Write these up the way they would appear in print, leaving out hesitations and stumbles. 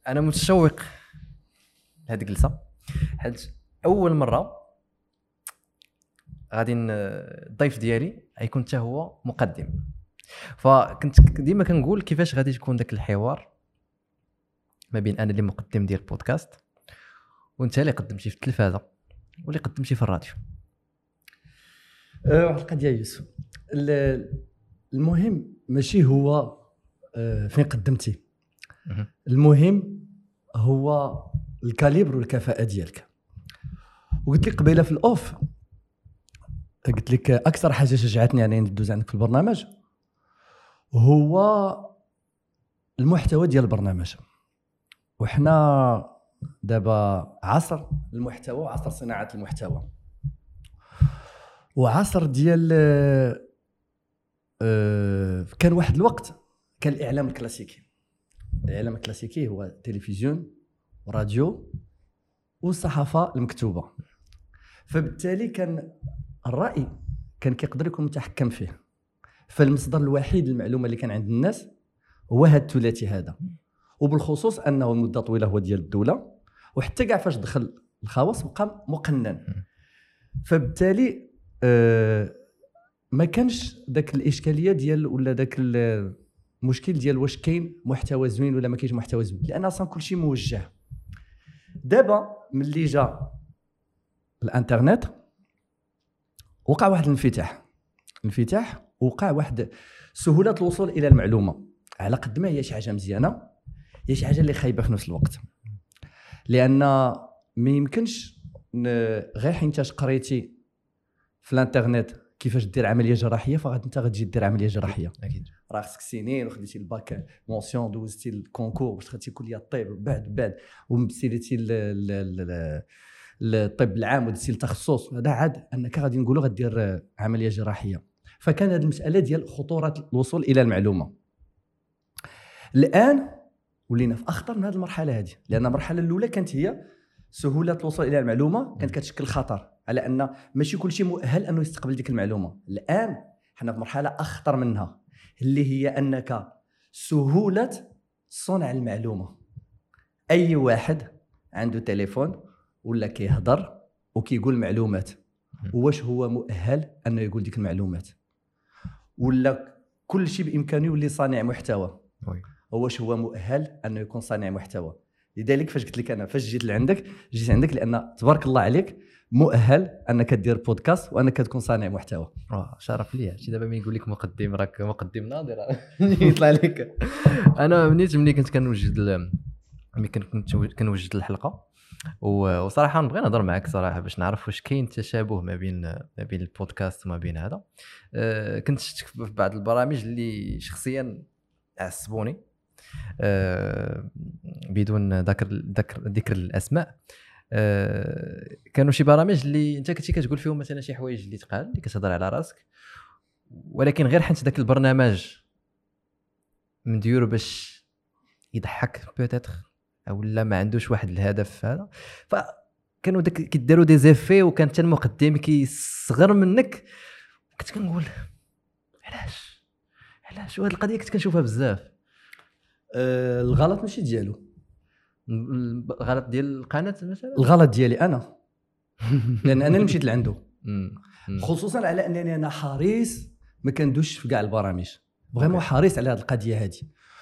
انا متشوق لهذه الجلسه حيت اول مره غادي الضيف ديالي غيكون حتى هو مقدم. فكنت ديما كنقول كيفاش غادي تكون داك الحوار ما بين انا اللي مقدم ديال البودكاست وانت اللي قدمتي في التلفازه واللي قدمتي في الراديو. واحد القضيه يوسف، المهم ماشي هو فين قدمتي، المهم هو الكاليبر والكفاءه ديالك. وقلت لك قبيله في الاوف، قلت لك اكثر حاجه شجعتني انني ندوز عندك في البرنامج هو المحتوى ديال البرنامج. وحنا دابا عصر المحتوى وعصر صناعه المحتوى وعصر ديال كان واحد الوقت كان الاعلام الكلاسيكي. الاعلام الكلاسيكي هو تلفزيون وراديو والصحافه المكتوبه، فبالتالي كان الراي كان كيقدر يكون متحكم فيه. فالمصدر الوحيد للمعلومه اللي كان عند الناس هو هذا الثلاثي هذا، وبالخصوص انه المده طويله هو ديال الدوله، وحتى كاع فاش دخل الخواص بقى مقنن. فبالتالي ما كانش داك الاشكاليه ديال ولا داك المشكل ديال واش كاين محتوى زوين ولا ما كاينش محتوى زوين، لان اصلا كل شيء موجه. دابا ملي جا الانترنت وقع واحد الانفتاح وقع واحد سهوله الوصول الى المعلومه. على قد ما هي شي حاجه مزيانه هي شي حاجه اللي خايبه في نفس الوقت، لان ما يمكنش غير حين انت قريتي في الانترنت كيفاش دير عمليه جراحيه فغادي انت غتجي دير عمليه جراحيه. اكيد راه خصك سنين وخديتي الباك مونسيون دوزتي الكونكور باش دخلتي كليه الطب، بعد ومسيتي الطب العام ودرتي التخصص. هذا عاد انك غادي نقولوا غدير عمليه جراحيه. فكان هذه المساله ديال خطوره الوصول الى المعلومه. الان ولينا في اخطر من هذه المرحله هذه، لان المرحله الاولى كانت هي سهوله الوصول الى المعلومه، كانت كتشكل خطر على ان ماشي كل شيء مؤهل انه يستقبل ديك المعلومه. الان حنا في مرحله اخطر منها، اللي هي انك سهوله صنع المعلومه. اي واحد عنده تليفون ولا كيهضر وكيقول معلومات، واش هو مؤهل انه يقول ديك المعلومات؟ ولا كل شيء بامكانه يولي صانع محتوى، واش هو مؤهل انه يكون صانع محتوى؟ لذلك فاش قلت لك انا فاش جيت عندك لان تبارك الله عليك مؤهل انك دير بودكاست وانك تكون صانع محتوى. شرف ليا. شي دابا ملي نقول لك مقدم راك مقدم ناظر يطلع لك. انا ملي كنت كنوجد الحلقه وصراحه نبغي نهضر معك صراحه باش نعرف واش كاين تشابه ما بين البودكاست وما بين هذا. كنت شفت في بعض البرامج اللي شخصيا عصبوني بدون ذكر الاسماء. كانوا شي برامج اللي انت كنتي كتقول فيهم مثلا شي حوايج اللي تقال اللي كتهضر على راسك، ولكن غير حيت ذاك البرنامج مديور باش يضحك بوتيتر او لا ما عندوش واحد الهدف هذا، فكانوا داك كيداروا دي زيفي وكان حتى المقدم كيصغر منك. كنت كنقول علاش وهاد القضيه كنت كنشوفها بزاف. الغلط ماشي ديالو، الغلط ديال القناه مثلا، الغلط ديالي انا لان انا اللي مشيت لعنده، خصوصا على انني انا حريص ما كندوش في كاع البرامج، فريمون حريص على هذه القضيه هذه.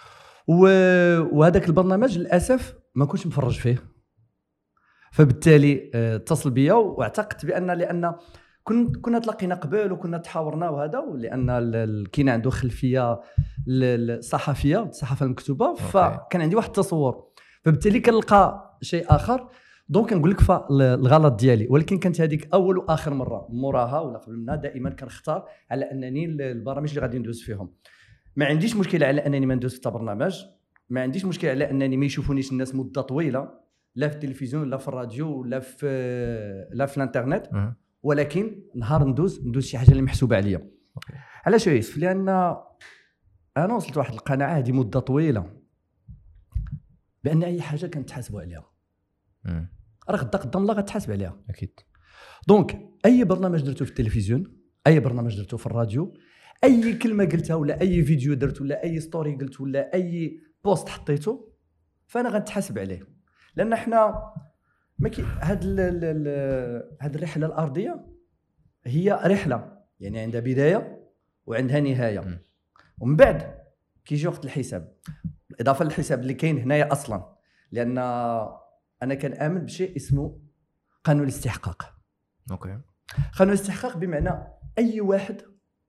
وهذاك البرنامج للاسف ما كنتش مفرج فيه، فبالتالي اتصل بيا واعتقدت بان لان كنا تلاقينا قبل وكنا تحاورنا وهذا، لان كاين عنده خلفيه الصحفيه الصحافه المكتوبه، فكان عندي واحد التصور، فبالتالي كنلقى شيء اخر. دونك كنقول لك فالغلط ديالي، ولكن كانت هذيك اول واخر مره موراها ولا قبل منها دائما كنختار على انني البرامج اللي غادي ندوز فيهم. ما عنديش مشكله على انني ما ندوز في برنامج، ما عنديش مشكله على انني ما يشوفونيش الناس مده طويله لا في التلفزيون لا في الراديو لا في الانترنت، ولكن نهار ندوز شي حاجه اللي محسوبه عليا. علاش يوسف؟ لان انا وصلت واحد القناعه هذه مده طويله بان اي حاجه كنتحاسبوا عليها، راه غدا قدام الله غتحاسب عليها اكيد. دونك اي برنامج درته في التلفزيون، اي برنامج درته في الراديو، اي كلمه قلتها ولا اي فيديو درت ولا اي ستوري قلت ولا اي بوست حطيته، فانا غنتحاسب عليه. لان حنا هاد هاد الرحله الارضيه هي رحله، يعني عندها بدايه وعندها نهايه، ومن بعد كيجي وقت الحساب، اضافه للحساب اللي كاين هنايا اصلا. لان انا كنآمن بشيء اسمه قانون الاستحقاق. اوكي. قانون الاستحقاق بمعنى اي واحد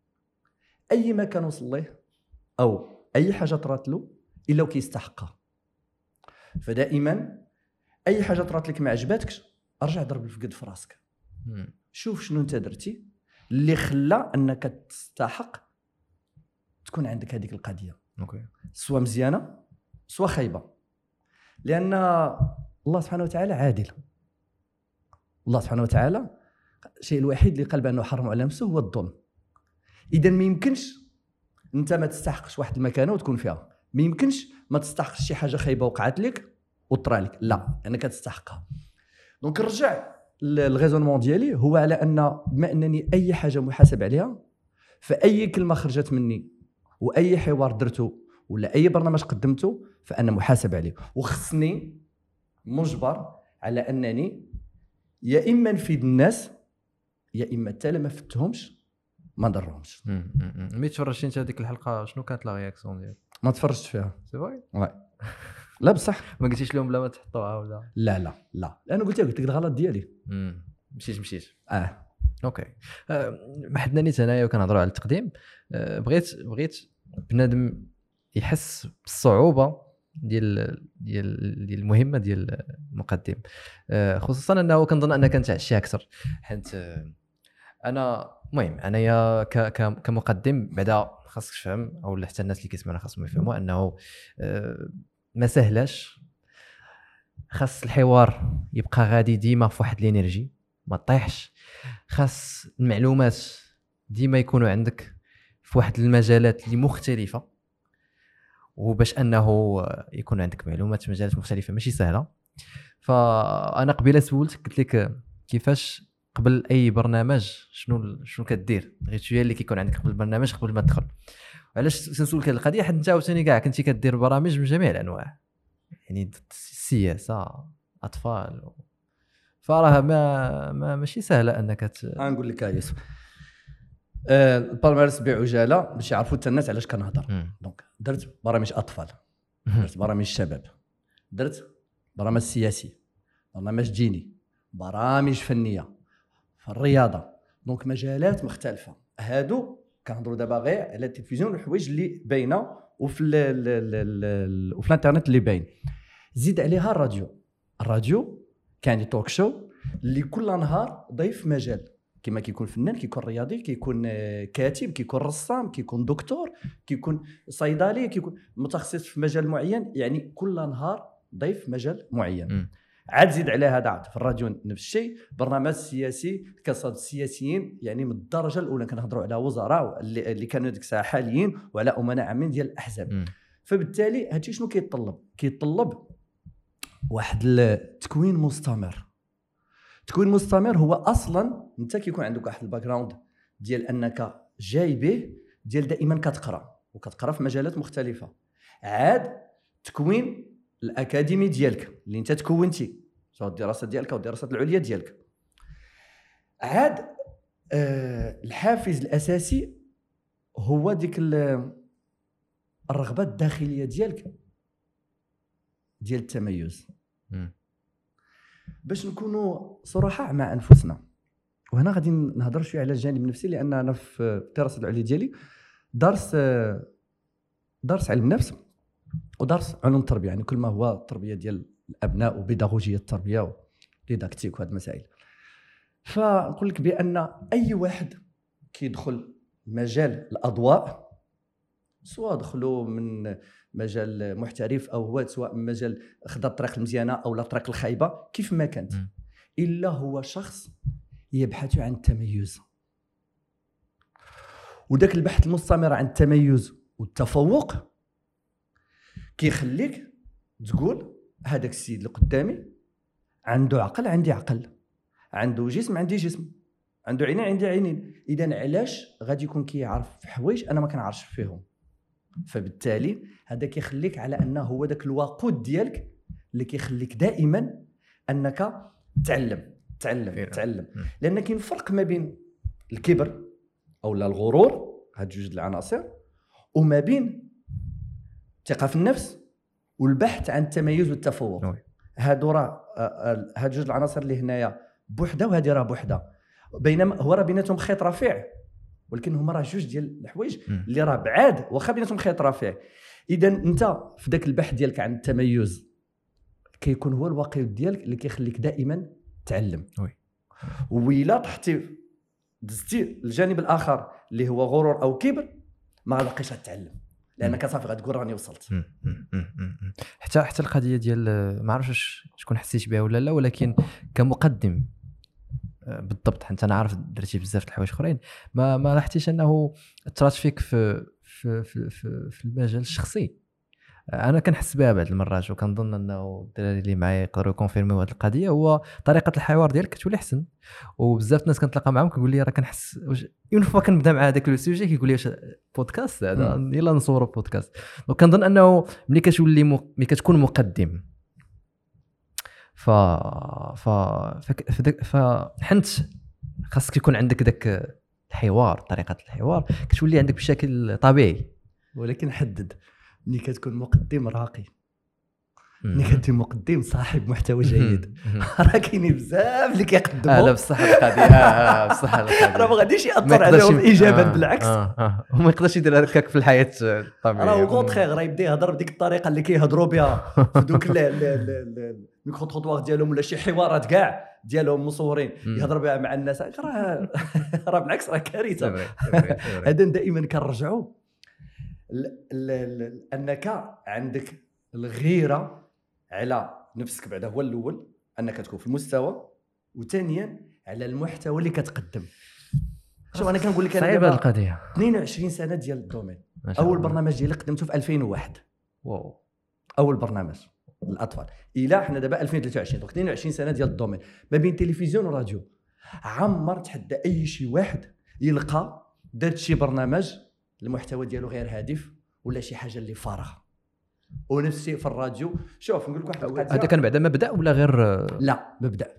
اي ما كان وصل ليه او اي حاجه طرات له الا وكيستحقها. فدائما اي حاجه طرات لك ما عجباتكش ارجع ضرب الفقد في راسك، شوف شنو انت درتي اللي خلى انك تستحق تكون عندك هذيك القضيه. اوكي. سواء مزيانه سواء خايبه، لان الله سبحانه وتعالى عادل. الله سبحانه وتعالى الشيء الوحيد اللي قال بانه حرم على نفسه هو الظلم. اذا ما يمكنش انت ما تستحقش واحد المكانه وتكون فيها، ما يمكنش ما تستحقش شي حاجه خايبه وقعت لك وطرا لك، لا انك تستحقها. دونك نرجع الغيزونمون ديالي هو على ان بما انني اي حاجه محاسب عليها، فاي كلمه خرجت مني واي حوار درته ولا اي برنامج قدمته فانا محاسب عليه، وخصني مجبر على انني يا اما نفيد الناس يا اما حتى ما فدتهمش ما نضرهمش. ملي تفرجتي انت هذيك الحلقه شنو كانت لا رياكسيون ديالك؟ ما تفرجت فيها. سي فري؟ وي. لا بصح ما قلتيش لهم لا ما تحطوها ولا؟ لا انا قلت لك الغلط ديالي. مشيت. اوكي. ما حدنا نيت هنايا وكنهضروا على التقديم. بغيت بنادم يحس بالصعوبه ديال المهمه ديال المقدم، خصوصا انه كنظن انك كنتعشيها اكثر. حيت انا المهم انايا كمقدم بعدا خاصك تفهم، او حتى الناس اللي كيسمعونا خاصهم يفهموا انه ما سهلاش. خاص الحوار يبقى غادي ديما في واحد الانرجي ما طيحش. خاص المعلومات ديما يكونوا عندك في واحد المجالات اللي مختلفه، وباش انه يكون عندك معلومات في مجالات مختلفه ماشي سهله. فانا قبيله سولتك قلت لك كيفاش قبل اي برنامج شنو كدير الريتوال اللي كيكون عندك قبل البرنامج قبل ما تدخل. علاش تنسولك هذه القضيه؟ حيت انت عاوتاني كاع كنتي كدير برامج من جميع الانواع، يعني السياسه اطفال فراه ماشي سهله انك نقول لك يوسف. البالمارس بعجاله باش يعرفوا حتى الناس علاش كنهضر. دونك درت برامج اطفال، درت برامج شباب، درت برامج سياسي، برامج ديني، برامج فنيه في الرياضه. دونك مجالات مختلفه. هادو كنهضروا دابا غير على التلفزيون والحوايج اللي باينه وفي وفي الانترنت اللي باين. زيد عليها الراديو كان عندي توك شو اللي كل نهار ضيف مجال، كما كيكون فنان، كيكون رياضي، كيكون كاتب، كيكون رسام، كيكون دكتور، كيكون صيدلي، كيكون متخصص في مجال معين. يعني كل نهار ضيف مجال معين. عاد زيد على هذا عاد في الراديو نفس الشيء، برنامج سياسي كصاد السياسيين يعني من الدرجه الاولى. كنهضروا على وزراء اللي كانوا ديك الساعه حاليين وعلى امناء عامين ديال الاحزاب. فبالتالي هادشي شنو كيطلب واحد التكوين مستمر. تكوين مستمر هو اصلا انت كيكون عندك واحد الباك جراوند ديال انك جاي به ديال دائما كتقرا في مجالات مختلفه. عاد تكوين الاكاديمي ديالك اللي انت تكونتي، سواء الدراسه ديالك او الدراسات العليا ديالك. عاد الحافز الاساسي هو ديك الرغبه الداخليه ديالك ديال التميز. باش نكونوا صراحه مع انفسنا، وهنا غادي نهضر شويه على الجانب النفسي، لان انا في الدراسه العليا ديالي درس علم نفس ودرس علوم التربيه، يعني كل ما هو التربيه ديال الابناء وبيداغوجيه التربيه وديداكتيك وهاد المسائل. فنقول لك بان اي واحد كيدخل مجال الاضواء، سواء دخلوا من مجال محترف او هو سواء من مجال خدا الطريق المزيانه او لا الطريق الخايبه، كيف ما كانت، الا هو شخص يبحث عن التميز. وداك البحث المستمر عن التميز والتفوق كيخليك تقول هذاك السيد اللي قدامي عنده عقل عندي عقل، عنده جسم عندي جسم، عنده عينين عندي عينين. اذا علاش غادي يكون كيعرف في حوايج انا ما كنعرفش فيهم؟ فبالتالي هذا كيخليك على انه هو داك الوقود ديالك اللي كيخليك دائما انك تعلم. لان كاين فرق ما بين الكبر او الغرور، هاد جوج العناصر، وما بين الثقه في النفس والبحث عن التميز والتفوق. هادو راه هاد جوج العناصر اللي هنايا بوحده وهذه راه بوحده، بينما هو راه بيناتهم خيط رفيع، ولكن هما راه جوج ديال الحوايج اللي راه بعاد واخا بيناتهم خيط رفيع. اذا انت في ذاك البحث ديالك عن التميز كيكون هو الوقود ديالك اللي كيخليك دائما تعلم. وإلا طحتي دزتي الجانب الاخر اللي هو غرور او كبر، ما غاديش تتعلم، لانك صافي غتقول راني وصلت. حتى القضيه ديال ما عرفتش شكون حسيت بها ولا لا، ولكن كمقدم بالضبط، حتى انا عارف درتي بزاف د الحوايج اخرين، ما لاحظتيش انه اثرت فيك في المجال الشخصي؟ انا كنحس بها بعض المرات، وكنظن انه الدراري اللي معايا يقدروا يكونفيرميو هذه القضيه. هو طريقه الحوار ديالك كتولي احسن، وبزاف الناس كنتلاقى معاهم كيقول لي راه كنحس اون فوا كنبدا مع هذاك لو سوجي كيقول لي واش بودكاست هذا، يلا نصوروا بودكاست. وكنظن انه ملي كتولي ملي كتكون مقدم فحنت خاصك يكون عندك داك الحوار، طريقه الحوار كتولي عندك بشكل طبيعي. ولكن حدد ملي كتكون مقدم راقي، ملي كتكون مقدم صاحب محتوى جيد. راه كاينين بزاف اللي كيقدموا لا بصح القضيه بصح القضيه راه ما غاديش ياثر عليهم ايجابا، بالعكس وما يقدرش يدير هكاك في الحياه الطبيعيه. راه كونطخيغ راه يبدا يهضر بديك الطريقه اللي كيهضروا بها في دوك الميكرو تروطوار ديالهم ولا شي حوارات كاع ديالهم مصورين يهضر بها مع الناس. راه بالعكس راه كارثه. هذا دائما كنرجعوا انك عندك الغيره على نفسك، بعدا هو الاول انك تكون في المستوى، وثانيا على المحتوى اللي كتقدم. شوف انا كنقول لك صعيبه القضيه. 22 سنه ديال الدومين. اول برنامج ديالي قدمته في 2001. واو، اول برنامج للاطفال. الى حنا دابا 2023، دونك 22 سنه ديال الدومين ما بين تلفزيون وراديو. عمر تحدى اي شي واحد يلقى درت شي برنامج المحتوى ديالو غير هادف ولا شي حاجه اللي فارغه. ونفس الشيء في الراديو. شوف نقول لك واحد القضيه، هذا كان بعدا مبدا ولا غير؟ لا مبدا.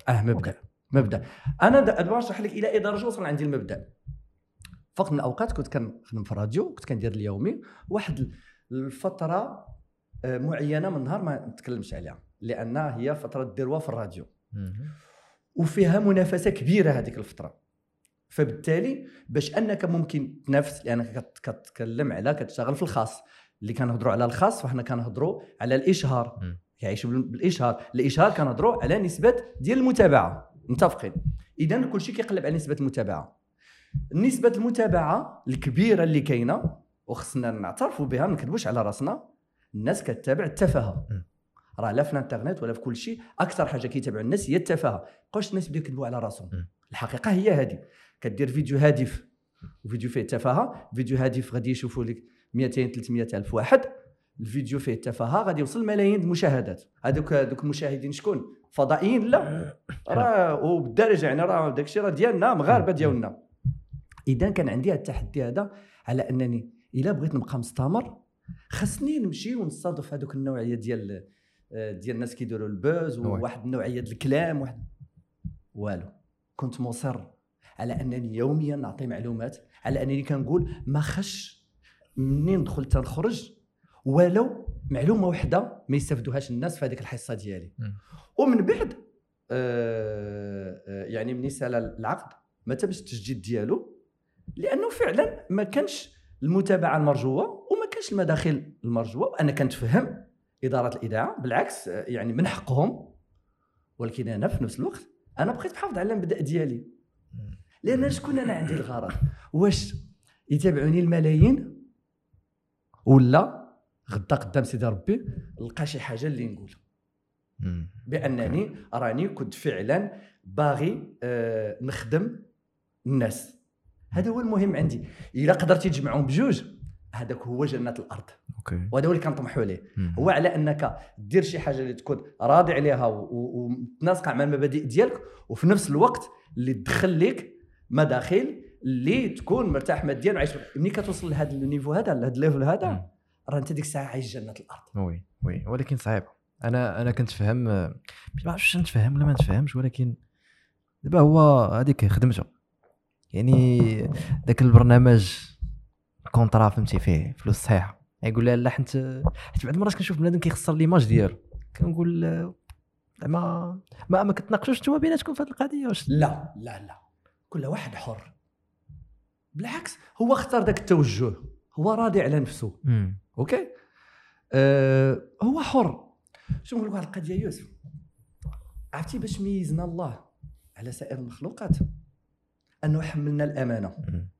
مبدا. انا دابا نشرح لك الى اي درجه وصل عندي المبدا. وقت من الاوقات كنت كنخدم في الراديو، كنت كندير اليومي، واحد الفتره معينه من النهار ما نتكلمش عليها لانها هي فتره الذروه في الراديو، وفيها منافسه كبيره هذيك الفتره. فبالتالي باش انك ممكن تنافس، لانك كتكلم على كتشتغل في الخاص، اللي كنهضروا على الخاص وحنا كنهضروا على الاشهار، كيعيشوا الاشهار كنهضروا على نسبه ديال المتابعه. متفقين؟ اذا كلشي كيقلب على نسبه المتابعه. نسبه المتابعه الكبيره اللي كاينه وخصنا نعترفوا بها، ما نكذبوش على راسنا، الناس كتتابع التفاهه. راه لا في الانترنت ولا في كل شيء اكثر حاجه كيتابعوا الناس هي التفاهه. بقاوش الناس يبداو يكذبوا على راسهم. الحقيقه هي هذه، كدير فيديو هادف وفيديو فيه التفاهه. فيديو هادف غادي يشوفوا لك 200 300 الف واحد، الفيديو فيه التفاهه غادي يوصل ملايين المشاهدات. هذوك المشاهدين شكون؟ فضائيين؟ لا، راه وبالدرجه يعني راه داكشي راه ديالنا مغاربه ديالنا. اذا كان عندي هذا التحدي هذا على انني الا بغيت نبقى مستمر خاصني نمشي ونصادف هذوك النوعيه ديال الناس كيديروا البوز وواحد النوعيه ديال الكلام واحد والو. كنت مصر على انني يوميا نعطي معلومات، على انني كنقول ما خش منين دخلت تنخرج ولو معلومه واحده ما يستافدوهاش الناس في هذيك الحصه ديالي. ومن بعد يعني من سال العقد ما تمش التجديد ديالو، لانه فعلا ما كانش المتابعه المرجوه وما كانش المداخل المرجوه. وانا كنتفهم اداره الاذاعه بالعكس يعني من حقهم، ولكن انا في نفس الوقت انا بغيت نحافظ على المبدا ديالي. لان شكون انا عندي الغرض؟ واش يتابعوني الملايين ولا غدا قدام سيدي ربي لقى شي حاجه اللي نقول بانني راني كنت فعلا باغي نخدم الناس. هذا هو المهم عندي. الا قدرتي تجمعهم بجوج هذاك هو جنه الارض. وهذا هو اللي كنطمحوا ليه، هو على انك دير شي حاجه اللي تكون راضي عليها ومتناسقه مع المبادئ ديالك، وفي نفس الوقت اللي تدخل لك مداخل اللي تكون مرتاح ماديا وعايش. ملي كتوصل لهذا النيفو هذا، لهذا الليفل هذا، راه انت ديك الساعه عايش جنه الارض. وي ولكن صعيب انا كنت فهم، ما عرفتش نتفهم ولا ما نتفهمش، ولكن دابا هو هذيك خدمته يعني. ذاك البرنامج كونطرا فهمتي فيه فلوس صحيحه، يقول لها لا حيت بعض المرات كنشوف بنادم كيخسر ليماج ديالو، كنقول ما كتناقشوش نتوما بيناتكم في هذه القضيه واش؟ لا لا لا، كل واحد حر، بالعكس هو اختار ذاك التوجه، هو راضي على نفسه. اوكي هو حر. شنو نقول لك واحد القضيه يوسف، عرفتي باش ميزنا الله على سائر المخلوقات انه حملنا الامانه.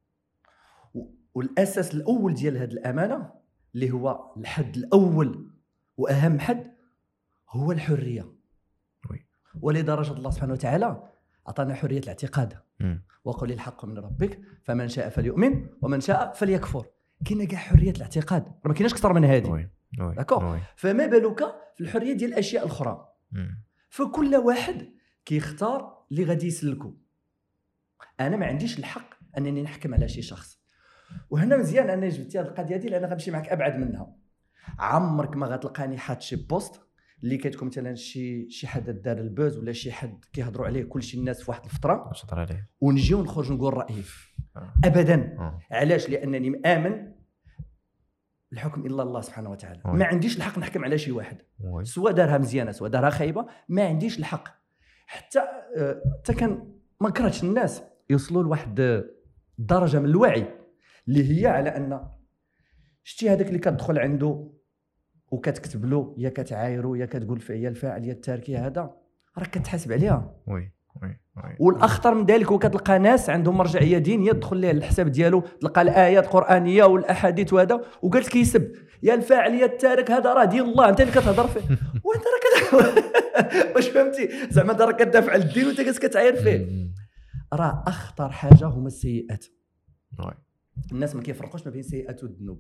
والاساس الاول ديال هذه الامانه اللي هو الحد الاول واهم حد هو الحريه. ولدرجه الله سبحانه وتعالى اعطانا حريه الاعتقاد، وقل الحق من ربك فمن شاء فليؤمن ومن شاء فليكفر. كاينه كاع حريه الاعتقاد، ما كايناش اكثر من هذه. داكور، فما بالك في الحريه ديال الاشياء الاخرى. فكل واحد كيختار اللي غادي يسلكو. انا ما عنديش الحق انني نحكم على شي شخص. وهنا مزيان انا جبتي هذه القضيه دي، لان غنمشي معك ابعد منها. عمرك ما غتلقاني حاط شي بوست اللي كتكون مثلا شي حد دار البوز ولا شي حد كيهضروا عليه كل شي الناس في واحد الفتره ونجيو نخرج نقول رايي. ابدا. علاش؟ لانني مآمن الحكم الا الله سبحانه وتعالى. ما عنديش الحق نحكم على شي واحد سواء دارها مزيانه سواء دارها خايبه، ما عنديش الحق. حتى كان ما كرهتش الناس يوصلوا لواحد درجه من الوعي اللي هي على ان شتي هذاك اللي كتدخل عنده وكتكتب له يا كتعايرو يا كتقول فيه يا الفاعل يا التاركي، هذا راك كتحاسب عليها. وي. والاخطر من ذلك هو كتلقى ناس عندهم مرجعيه دينيه تدخل ليه الحساب ديالو تلقى الايات القرانيه والاحاديث وهذا وقالت كيسب يا الفاعل يا التارك، هذا راه دين الله انت اللي كتهضر فيه وانت راه واش فهمتي زعما انت راه كتدافع على الدين وانت جالس كتعاير فيه. راه اخطر حاجه هما السيئات. الناس ما كيفرقوش ما بين السيئات والذنوب.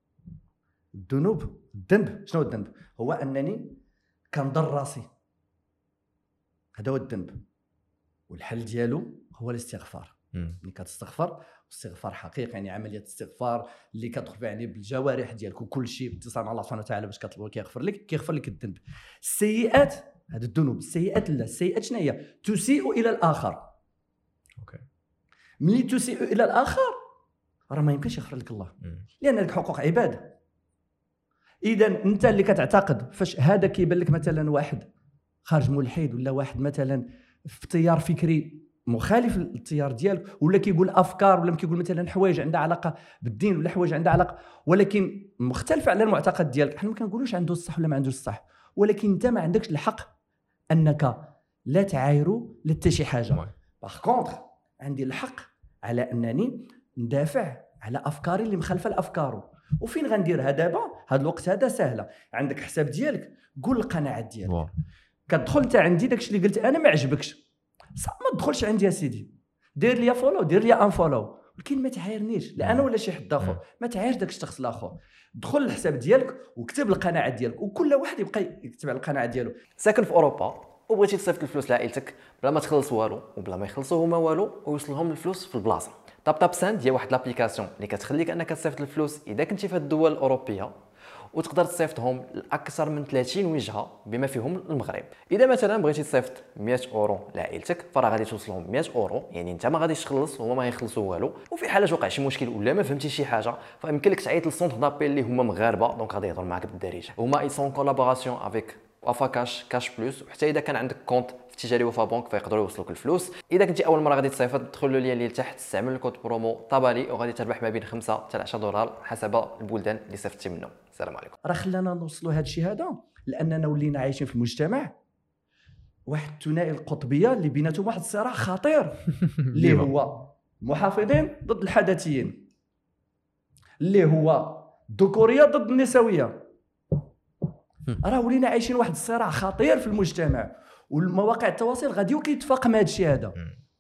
الذنب شنو الذنب؟ هو انني كنضر راسي، هذا هو الذنب. والحل ديالو هو الاستغفار. ملي كتستغفر استغفار حقيقي، يعني عمليه استغفار اللي كتدخل فيها يعني بالجوارح ديالك وكل شيء باتصال مع الله سبحانه وتعالى باش كتطلب كيغفر لك الذنب. السيئات هذا الذنوب، السيئات لا، السيئات شنو هي؟ تسيء الى الاخر. اوكي، ملي تسيء الى الاخر راه ما يمكنش يغفر لك الله، لان لك حقوق عباد. اذا انت اللي كتعتقد فاش هذا كيبان لك مثلا واحد خارج ملحد ولا واحد مثلا في تيار فكري مخالف للتيار ديالك ولا كيقول افكار ولا كيقول مثلا حوايج عندها علاقه بالدين ولا حوايج عندها علاقه ولكن مختلفه على المعتقد ديالك، حنا ما كنقولوش عنده الصح ولا ما عندوش الصح، ولكن انت ما عندكش الحق انك لا تعايروا لحتى شي حاجه. باغ كونطخ عندي الحق على انني ندافع على افكاري اللي مخالفه لافكاره. وفين غنديرها دابا؟ هذا الوقت هذا سهله، عندك حساب ديالك قول القناعات ديالك. كتدخل انت عندي داكشي اللي قلت انا ما عجبكش صح ما تدخلش عندي يا سيدي، دير لي فولو دير لي ان فولو، ولكن ما تعايرنيش لا انا ولا شي حد اخر، ما تعايرش داك الشخص الاخر. دخل الحساب ديالك وكتب القناعات ديالك وكل واحد يبقى يكتب على القناعات ديالو. ساكن في اوروبا وبغيتي تصيفط الفلوس لعائلتك بلا ما تخلص والو وبلا ما يخلصوا هما والو ويوصلهم الفلوس في البلاصه. طاب ساند هي واحد لابليكاسيون اللي كتخليك انك تصيفط الفلوس اذا كنتي في الدول الاوروبيه وتقدر تصيفطهم لاكثر من 30 وجهه بما فيهم المغرب. اذا مثلا بغيتي تصيفط 100 اورو لعائلتك فراه غادي توصلهم 100 اورو، يعني انت ما غاديش تخلص وهما ما يخلصوا والو. وفي حاله وقع شي مشكل ولا ما فهمتي شي حاجه فيمكن لك تعيط للسونتر دابيل اللي هما مغاربه دونك غادي يهضروا معاك بالدارجه. هما اي سون كولابوراسيون افيك وفا كاش بلوس، وحتى اذا كان عندك كونت في تجاري وفا بنك فيقدروا يوصلوك الفلوس. اذا كنتي اول مره غادي تصيفط دخل للين اللي تحت استعمل الكود برومو طبالي وغادي تربح ما بين 5 حتى 10 دولار حسب البلدان اللي صيفطتي منهم. السلام عليكم. راه خلانا نوصلوا هذا الشيء هذا لاننا ولينا عايشين في المجتمع واحد الثنائي القطبيه اللي بيناتهم واحد الصراع خطير اللي هو المحافظين ضد الحداثيين، اللي هو الذكوريه ضد النسويه. راه ولينا عايشين واحد الصراع خطير في المجتمع والمواقع التواصل غادي كيتفاقم هذا الشيء هذا.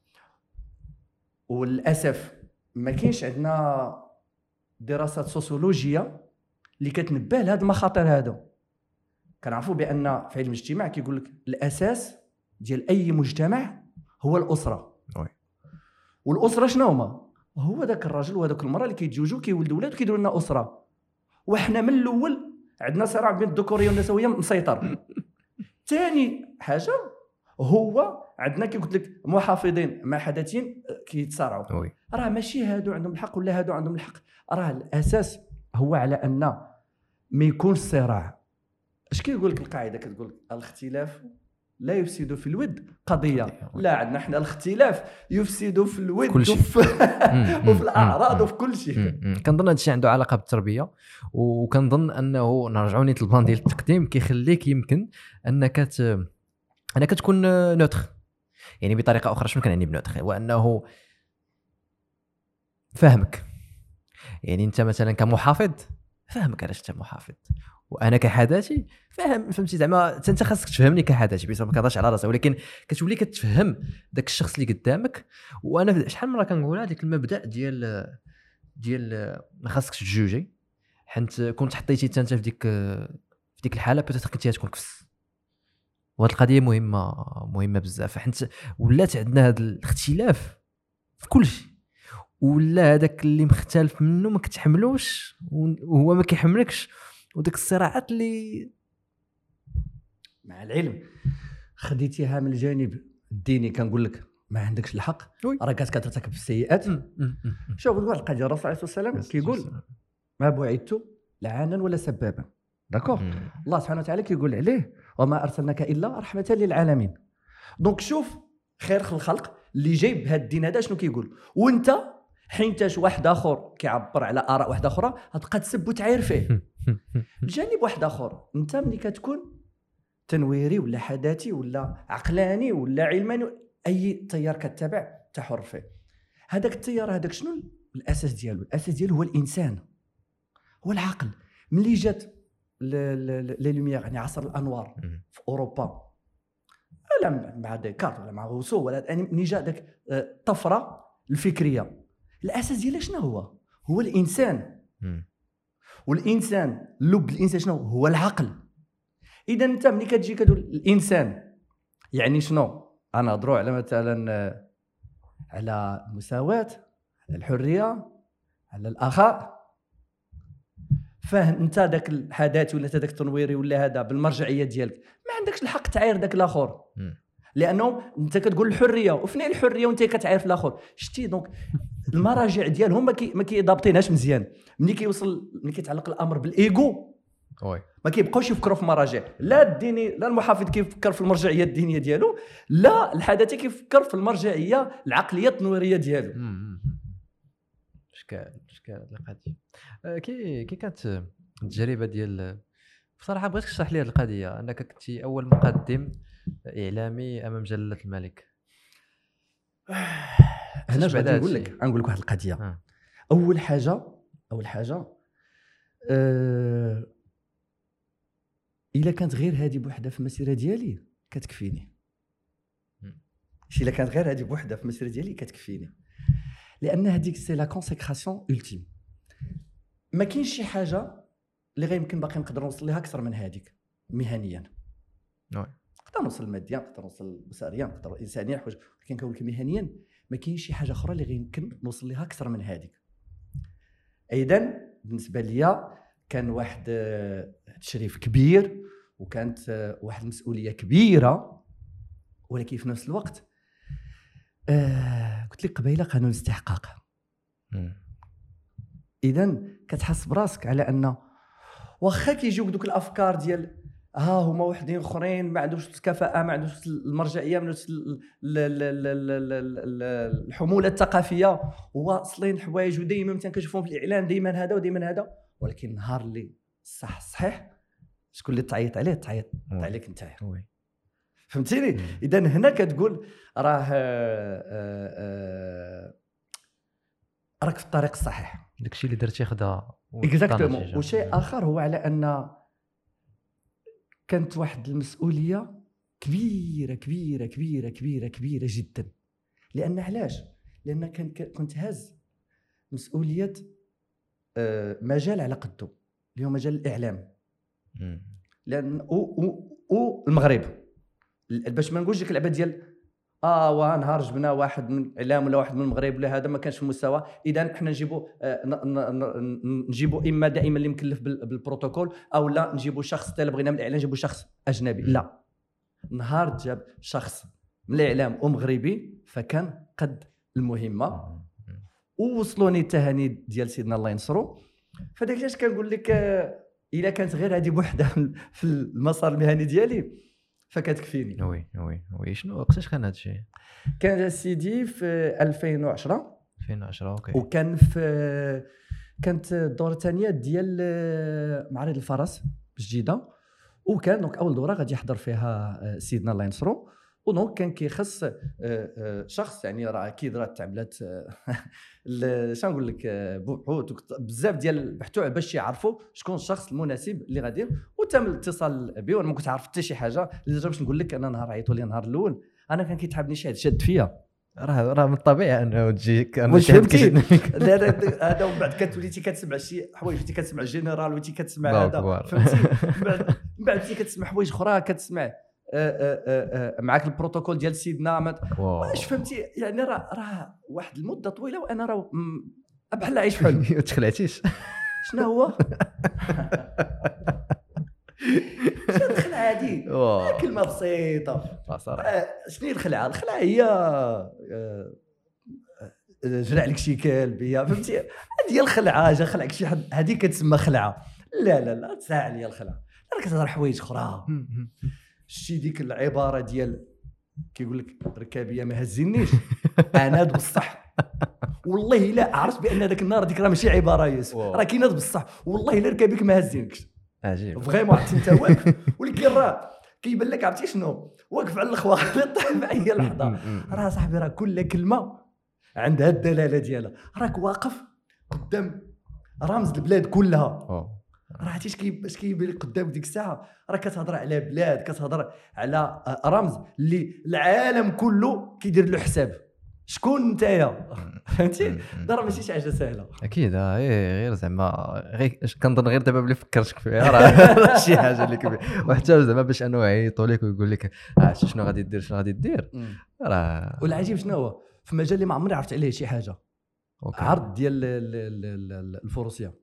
وللاسف ما كاينش عندنا دراسات سوسيولوجيه اللي كتنبه لهاد المخاطر هادو. كنعرفوا بان في علم الاجتماع كيقول لك الاساس ديال اي مجتمع هو الاسره. والاسره شنو هما؟ هو داك الراجل وهذاك المراه اللي كيتزوجوا كيولدوا ولاد وكيديروا لنا اسره. وحنا من الاول عندنا صراع بين الذكوريه والنسويه مسيطر. ثاني حاجه هو عندنا كي قلت لك محافظين مع حدثين كيتصارعوا، وي راه ماشي هادو عندهم الحق ولا هادو عندهم الحق، راه الاساس هو على ان ما يكونش صراع. اش كيقول لك القاعده؟ كتقول الاختلاف لا يفسد في الود قضيه. لا، عندنا حنا الاختلاف يفسد في الود وفي الاعراض وفي كل شيء. كنظن هذا الشيء عنده علاقه بالتربيه، وكنظن انه نرجعوا نيت البلان ديال التقديم كيخليك يمكن انك تكون نوتر. يعني بطريقه اخرى شنو كنعني بنوتر؟ هو انه فهمك. يعني انت مثلا كمحافظ فهمك علاش انت محافظ، وانا كحداثي فهمتي زعما انت خاصك تفهمني كحداثي بصح ما كنهضرش على راسي، ولكن كتولي كتفهم داك الشخص اللي قدامك. وانا شحال من مره كنقولها ديك المبدا ديال ما خاصكش تجوجي، حيت كنت حطيتي انت في ديك الحاله بيتيتر كنتي تكون كفس. وهاد القضيه مهمه بزاف، حيت ولات عندنا هذا الاختلاف في كل شيء، ولا هذاك اللي مختلف منه ما كتحملوش وهو ما كيحملكش، وداك الصراعات اللي مع العلم خديتيها من الجانب الديني كنقول لك ما عندكش الحق، راه كترتكب السيئات. شوف نقول القضيه، الرسول عليه الصلاه والسلام كيقول ما بعثت لعانا ولا سبابا. داكور، الله سبحانه وتعالى كيقول عليه وما ارسلناك الا رحمه للعالمين. دونك شوف خير الخلق اللي جايب هذا الدين هذا شنو كيقول، وانت حينتاش واحد اخر كيعبر على اراء واحد اخرى غتبقى تسب وتعاير فيه. بجانب واحد اخر انت ملي كتكون تنويري ولا حداثي ولا عقلاني ولا علماني، اي تيار كتبع تحر فيه. هذاك التيار هذاك شنو الاساس ديالو؟ الاساس ديالو هو الانسان، هو العقل. ملي جات لي لوميير يعني عصر الانوار في اوروبا، لا مع ديكارت ولا مع روسو ولا يعني ملي جا داك الطفره الفكريه، الاساس ديالها شنو هو الانسان. والانسان لب الانسان شنو هو العقل. اذا انت ملي كتجي كتقول الانسان يعني شنو، انا نهضروا على مثلا على المساواه، على الحريه، على الاخاء. فاهم انت داك الحداثي ولا داك التنويري ولا هذا بالمرجعيه ديالك ما عندكش الحق تعاير داك الاخر، لانه انت كتقول الحريه وفين الحريه وانت كتعاير في الاخر. شتي دونك المراجع ديالهم ما كيضابطينهاش مزيان. ملي كيتعلق الامر بالايغو ما كيبقاوش يفكروا في مراجع، لا الديني لا المحافظ كيفكر في المرجعيه الدينيه ديالو، لا الحداثي كيفكر في المرجعيه العقليه التنويريه ديالو. اشكال القضيه. كي كانت التجربه ديال بصراحه بغيتك تشرح لي هذه القضيه، انك كنتي اول مقدم اعلامي امام جلاله الملك. هنا غادي نقول لك واحد القضيه. اول حاجه الا كانت غير هذه بوحده في المسيره ديالي كتكفيني. الا كانت غير هذه بوحده في المسيره ديالي كتكفيني، لان هذيك سي لا كونسيكراسيون التيم. ما كاينش شي حاجه اللي غيمكن باقي نقدر نوصل لها اكثر من هذيك مهنيا. نقدر نوصل ماديا، نقدر نوصل اسريا، نقدر انسانيا، حوايج، ولكن كنقول لك مهنيا ما كاينش شي حاجه اخرى اللي غيمكن نوصل لها اكثر من هذيك. اذا بالنسبه ليا كان واحد تشريف كبير وكانت واحد المسؤوليه كبيره، ولكن في نفس الوقت قلت لك قبيله قانون الاستحقاق. اذا كتحس براسك على ان واخا كيجيوك دوك الافكار ديال هما وحدين اخرين ما عندوش الكفاءه، ما عندوش المرجعيه، ما عندوش الحموله الثقافيه، واصلين حوايج ودائما كنشوفهم في الاعلام دائما هذا ودائما هذا، ولكن النهار اللي صحيح شكون اللي تعيط عليه؟ تعيط عليك انت. فهمتيني؟ اذا هنا كتقول راك في الطريق الصحيح، داكشي اللي درتي خدا اكزاكتومون. وشيء اخر هو على ان كانت واحد المسؤوليه كبيره كبيره كبيره كبيره كبيره جدا. لان علاش؟ لان كنت هاز مسؤوليه مجال على قده اللي هو مجال الاعلام. لان المغرب باش ما نقولش لك العباد ديال ونهار جبنا واحد من الاعلام ولا واحد من المغرب ولا هذا ما كانش في المستوى، اذا احنا نجيبوا اما دائما اللي مكلف بالبروتوكول، او لا نجيبوا شخص حتى بغينا من الاعلام نجيبوا شخص اجنبي. لا، نهار جاب شخص من الاعلام ومغربي فكان قد المهمه ووصلوني التهاني ديال سيدنا الله ينصرو. فداك علاش كنقول لك الا كانت غير هذه بوحده في المسار المهني ديالي فكتكفيني. وي شنو وقتاش كان هذا الشيء؟ كان سيدي في 2010 اوكي. وكان كانت الدوره الثانيه ديال معرض الفرس بجديده، وكان دونك اول دوره غادي يحضر فيها سيدنا الله ينصرو. ودونك كان كيخص شخص يعني راه اكيد راه تعملات شنو نقول لك بحوث بزاف ديال بحثوا باش يعرفوا شكون الشخص المناسب اللي غادي، وتم الاتصال بي وانا ما كنت عارف حتى شي حاجه. لدرجه باش نقول لك انا نهار عيطوا لي النهار الاول انا كان كيتعبني شاد فيا. راه من الطبيعي انه تجيك واش فهمتي؟ لا هذا ومن بعد كتوليتي كتسمع شي حوايج، وليتي كتسمع الجنرال، وليتي كتسمع هذا فهمتي. من بعد وليتي كتسمع حوايج اخرى، كتسمع معاك البروتوكول ديال سيدنا واش فهمتي. يعني راه واحد المده طويله وانا راه بحال عايش في حلم. ما تخلعتيش شنو هو الخلعه عادي كلمه بسيطه صراحه. شنو هي الخلعه؟ الخلعه هي جرع لك شي كلب هي فهمتي. هذه هي الخلعه، جا خلعك شي حد هذه كتسمى خلعه. لا تساع عليا الخلعه، انا كتهضر حوايج اخرى. شتي ديك العباره ديال كيقول لك ركابيه ما هزينيش انا بصح. والله الا عرفت بان هذاك النهار ديك راه ماشي عباره يوسف، راه كاينه بصح. والله الا ركابيك ما هزينكش عجيب فريمون. عرفتي انت واقف ولكن راه كيبان لك عرفتي شنو واقف على الخواطر في اي لحظه. راه صاحبي راه كل كلمه عندها الدلاله ديالها. راك واقف قدام رمز البلاد كلها. راه عرفتي باش كيبان لك قدام ديك الساعه راه كتهضر على بلاد، كتهضر على رمز اللي العالم كله كيدير له حساب. شكون نتايا فهمتي؟ راه ماشي شي حاجه سهله اكيد. غير زعما كنظن غير دابا بلي فكرتك فيها راه شي حاجه اللي كبير. وحتى زعما باش انه يعيطوا لك ويقول لك شنو غادي دير راه. والعجيب شنو هو في مجال اللي ما عمري عرفت عليه شي حاجه. عرض ديال الفروسيه.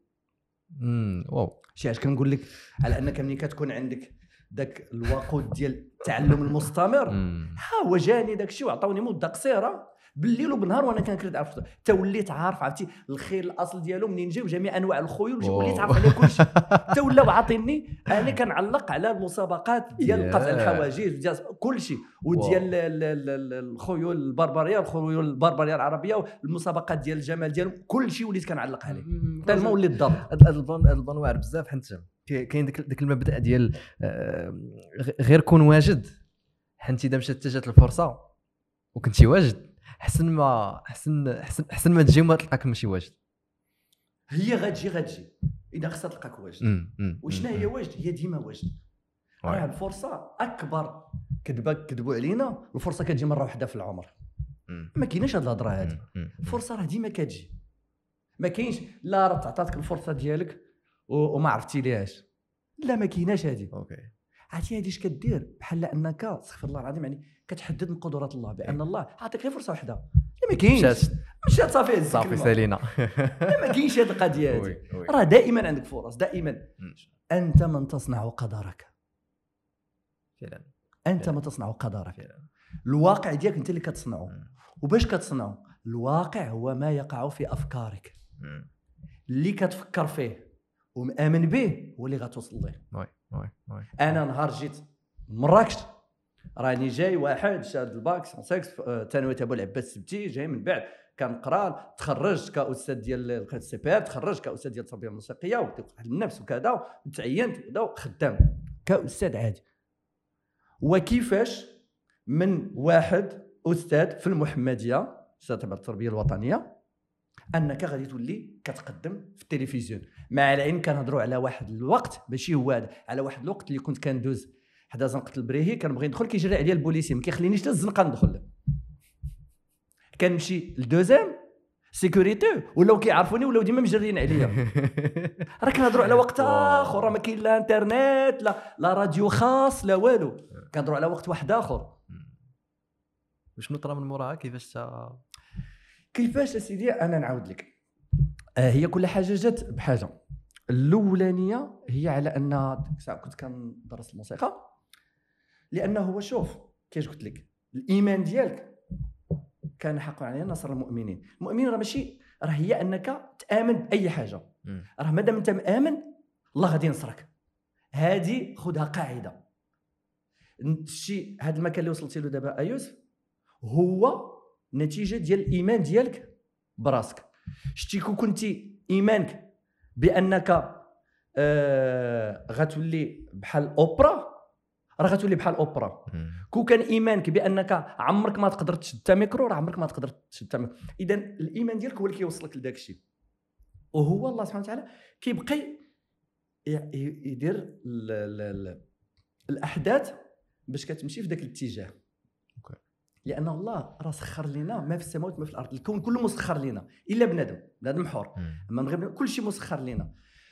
واو شي حاجه كنقول لك على انك ملي كتكون عندك داك الوقود ديال التعلم المستمر ها هو جاني داك الشيء وعطاوني مده قصيره بالليل وبالنهار وانا كنكرد عرفت حتى وليت عارف عرفتي الخير الاصل ديالو منين جاو جميع انواع الخيول وليت عارف عليه كلشي. حتى ولاو عاطيني انا كنعلق على المسابقات ديال قطع الحواجز ديال كلشي وديال الخيول البربريه العربيه والمسابقات ديال الجمال ديالهم كلشي وليت كنعلق عليه تالما وليت ضابط. البان واعر بزاف حنت كاين داك المبدا ديال غير كون واجد. حنت اذا مشات جات الفرصه وكنتي واجد حسن ما تجي وما تلقاك ماشي واجد. هي غتجي اذا خصها تلقاك واجد. وشنا هي واجد؟ هي ديما واجد. راه الفرصه اكبر كذبوا علينا. الفرصه كتجي مره واحده في العمر. ما كايناش هاد الهضره هادي. الفرصه راه ديما كتجي. ما كاينش لا راه تعطاتك الفرصه ديالك وما عرفتي ليهاش. لا ما كايناش هادي. عرفتي هادي اش كدير؟ بحال انك استغفر الله العظيم يعني كتحدد من قدرات الله بان الله عطيك غير فرصه واحده. لا ما كاينش مشات صافي سالينا. لا ما كاينش هاد القضيه هادي. راه دائما عندك فرص دائما. انت من تصنع قدرك فعلا. انت ما تصنع قدرك. الواقع ديالك انت اللي كتصنعه. وباش كتصنعه الواقع هو ما يقع في افكارك. اللي كتفكر فيه ومآمن به هو اللي غتوصل ليه. انا نهار جيت مراكش راني جاي واحد شاد الباك سونسكس ثانويه ابو العباس السبتي جاي من بعد كنقرا تخرجت كاستاذ ديال السي بي ار تخرجت كاستاذ ديال التربيه الموسيقيه وواحد النفس وكذا تعينت خدام كاستاذ عادي. وكيفاش من واحد استاذ في المحمديه استاذ تبع التربيه الوطنيه انك غادي تولي كتقدم في التلفزيون. مع العلم كنهضروا على واحد الوقت ماشي هو هذا، على واحد الوقت اللي كنت كندوز حدا زنقه البريهي كنبغي ندخل كيجري عليا البوليسي ما كيخلينيش حتى الزنقه ندخل. كنمشي لدوزيام سيكوريتي ولاو كيعرفوني ولاو ديما مجريين عليا. راه كنهضروا على وقت اخر راه ما كاين لا انترنت لا راديو خاص لا والو. كنهضروا على وقت واحد اخر. شنو طرا من موراها كيفاش سيدي؟ انا نعاود لك. هي كل حاجه جات بحاجه. الاولانيه هي على ان ساعه كنت كندرس الموسيقى لانه هو شوف كيفاش قلت لك الايمان ديالك كان حق علينا نصر المؤمنين. المؤمنين راه ماشي راه هي انك تامن باي حاجه، راه مادام انت مامن الله غادي ينصرك. هذه خذها قاعده. الشيء هذا المكان اللي وصلتي له دابا يوسف هو نتيجه ديال الايمان ديالك براسك. شتي كون كنتي ايمانك بانك غتولي بحال اوبرا راه غتولي بحال اوبرا. كون كان ايمانك بانك عمرك ما تقدر تشد تا ميكرو راه عمرك ما تقدر تشد تا ميكرو. اذا الايمان ديالك هو اللي كيوصلك لذاك الشيء، وهو الله سبحانه وتعالى كيبقى يدير الاحداث باش كتمشي في ذاك الاتجاه. لان الله راه سخر لنا ما في السماوات ما في الارض، الكون كله مسخر لنا الا بنادم حر، اما من غير كل شيء مسخر لنا.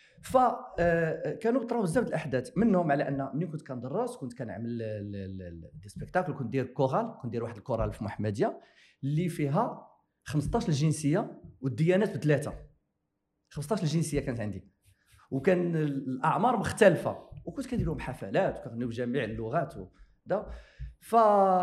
فكانوا طراو بزاف الاحداث منهم على ان ملي كنت كندرس كنت كنعمل دي سبيكتاكل، كنت ندير كورال، كنت ندير واحد الكورال في محمديه اللي فيها 15 الجنسيه والديانات بثلاثه. 15 الجنسيه كانت عندي، وكان الاعمار مختلفه، وكنت كندير لهم حفلات وكنغنيو بجميع اللغات ودا. ف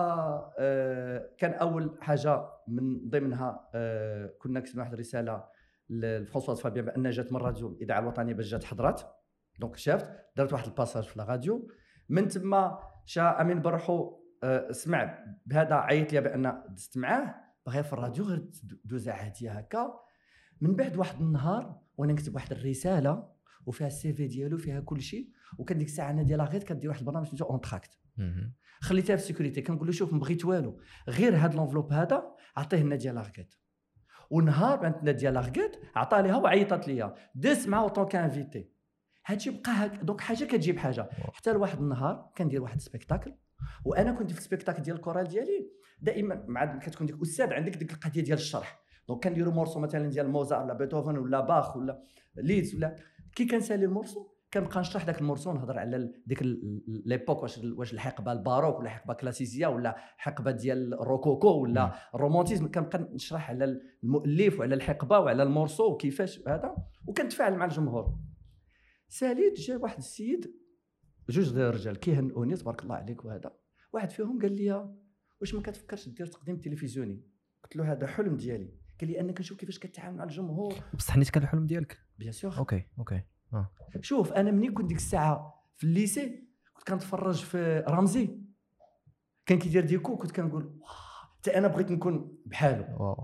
كان اول حاجه من ضمنها كنا كتبنا واحد الرساله لفرانسواز فابيان بان جات من راديو الاذاعه الوطنيه باش جات حضرات، دونك شافت درت واحد الباساج في الراديو. من تما شا امين برحو سمع بهذا، عيط لي بان دزت معاه بغى في الراديو غير دوزه عاديه هكا. من بعد واحد النهار وانا نكتب واحد الرساله وفيها السي في ديالو فيها كل شيء، وكان ديك الساعه انا ديالها غير كدير واحد البرنامج سميتو اونتراكت، خليتها في السيكوريتي. كنقول له شوف ما بغيت والو غير هاد لونفلوب هذا عطيه لنا ديال لاغيت. ونهار بانت ديال لاغيت عطا ليها وعيطت ليا دس معاه اوطون كانفيتي. هادشي بقى هكا، دونك حاجه كتجيب حاجه. حتى لواحد النهار كندير واحد السبيكتاكل، وانا كنت في السبيكتاكل ديال الكورال ديالي دائما مع كتكون ديك استاذ عندك ديك القضيه ديال الشرح. دونك كنديروا مورسو مثلا ديال موزار ولا بيتهوفن ولا باخ ولا ليز، ولا كي كنسالي المورسو كنبقى نشرح داك المورسو، نهضر على ديك ليبوك واش الحقبه الباروك ولا الحقبه كلاسيسيه ولا حقبه ديال الروكوكو ولا الرومانتيزم. كنبقى نشرح على المؤلف وعلى الحقبه وعلى المورسو وكيفاش هذا، وكنتفاعل مع الجمهور. ساليت جا واحد السيد، جوج رجال كيهنئوني تبارك الله عليك، وهذا واحد فيهم قال لي واش ما كتفكرش دير تقديم تلفزيوني؟ قلت له هذا حلم ديالي. قال لي انك نشوف كيفاش كتعامل مع الجمهور. بصح نيت كان الحلم ديالك؟ بيان سور. اوكي. شوف انا مني كنت ديك الساعه في الليسي كنت كنتفرج في رمزي كان كيدير ديكو، كنت كنقول حتى انا بغيت نكون بحاله.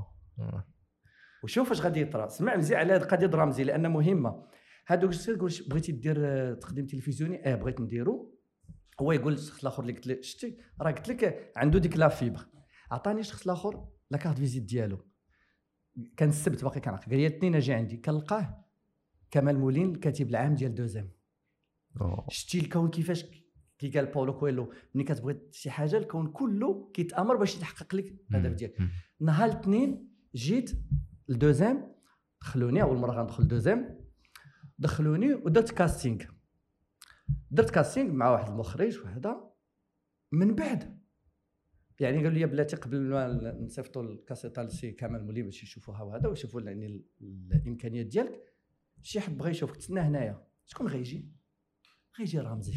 وشوف اش غادي يطرا. سمع مزيان على هذه القضيه د رمزي لان مهمه. هذوك يقول بغيتي دير تقديم تلفزيوني؟ بغيت نديرو. هو يقول الشخص الاخر اللي قلت له شتي راه قلت لك عنده ديك لا فيبر، عطاني الشخص الاخر لا كارت فيزيت ديالو. كان السبت باقي كنعرف، قال لي الاثنين اجي عندي كنلقاه كمال مولين الكاتب العام ديال دوزيام. شتي الكون كيفاش كي قال باولو كويلو ملي كتبغي شي حاجه الكون كله كيتامر باش يتحقق لك الهدف ديالك. نهار الاثنين جيت لدوزيام، دخلوني اول مره غندخل دوزيام، دخلوني ودرت كاستينغ. درت كاستينغ مع واحد المخرج وهذا. من بعد يعني قالوا لي بلاتي قبل ما نصيفطوا الكاسيطه لسي كمال مولين باش يشوفوها وهذا ويشوفوا يعني الامكانيات ديالك، شي حد بغى يشوفك تسنى هنايا، شكون غيجي رمزي.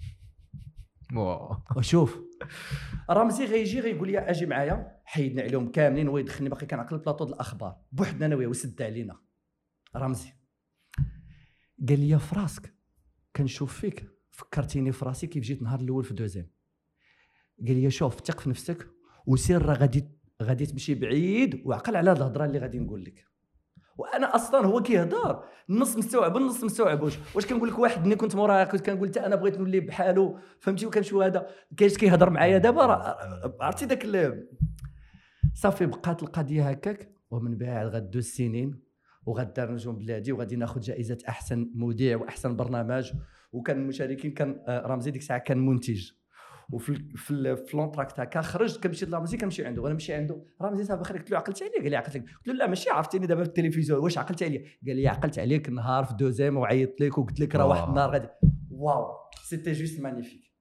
وشوف رمزي غيجي غيقول لي اجي معايا، حيدنا عليهم كاملين ويدخلني باقي كنعقل البلاطو ديال الاخبار بوحدنا انا وياه وسد علينا. رمزي قال لي في راسك كنشوف فيك فكرتيني في راسي كيف جيت نهار الاول في دوزيام. قال لي شوف ثق في نفسك وسير، راه غادي تمشي بعيد وعقل على هاد الهضره اللي غادي نقول لك. وانا اصلا هو كيهضر النص مستوعب النص مستوعبوش. واش كنقول لك واحد ملي كنت موراه كنت كنقول حتى انا بغيت نولي بحالو، فهمتي؟ وكنمشيو هذا كاينش كيهضر معايا دابا عرفتي داك صافي. بقات القضيه هكاك، ومن بعد غدو السنين وغدار نجوم بلادي وغادي ناخذ جائزه احسن مذيع واحسن برنامج. وكان المشاركين كان رمزي ديك الساعه كان منتج. وفي لونتراكت هكا خرجت كنمشي لرمزي كنمشي عنده وانا ماشي عنده. رمزي صافي خير. قلت له عقلت عليك؟ قال لي عقلت لك. قلت له لا ماشي عرفتيني دابا في التلفزيون، واش عقلت عليا؟ قال لي عقلت عليك نهار في دوزيام وعيطت لك وقلت لك راه واحد النهار غادي. واو سيتي جوست مانيفيك.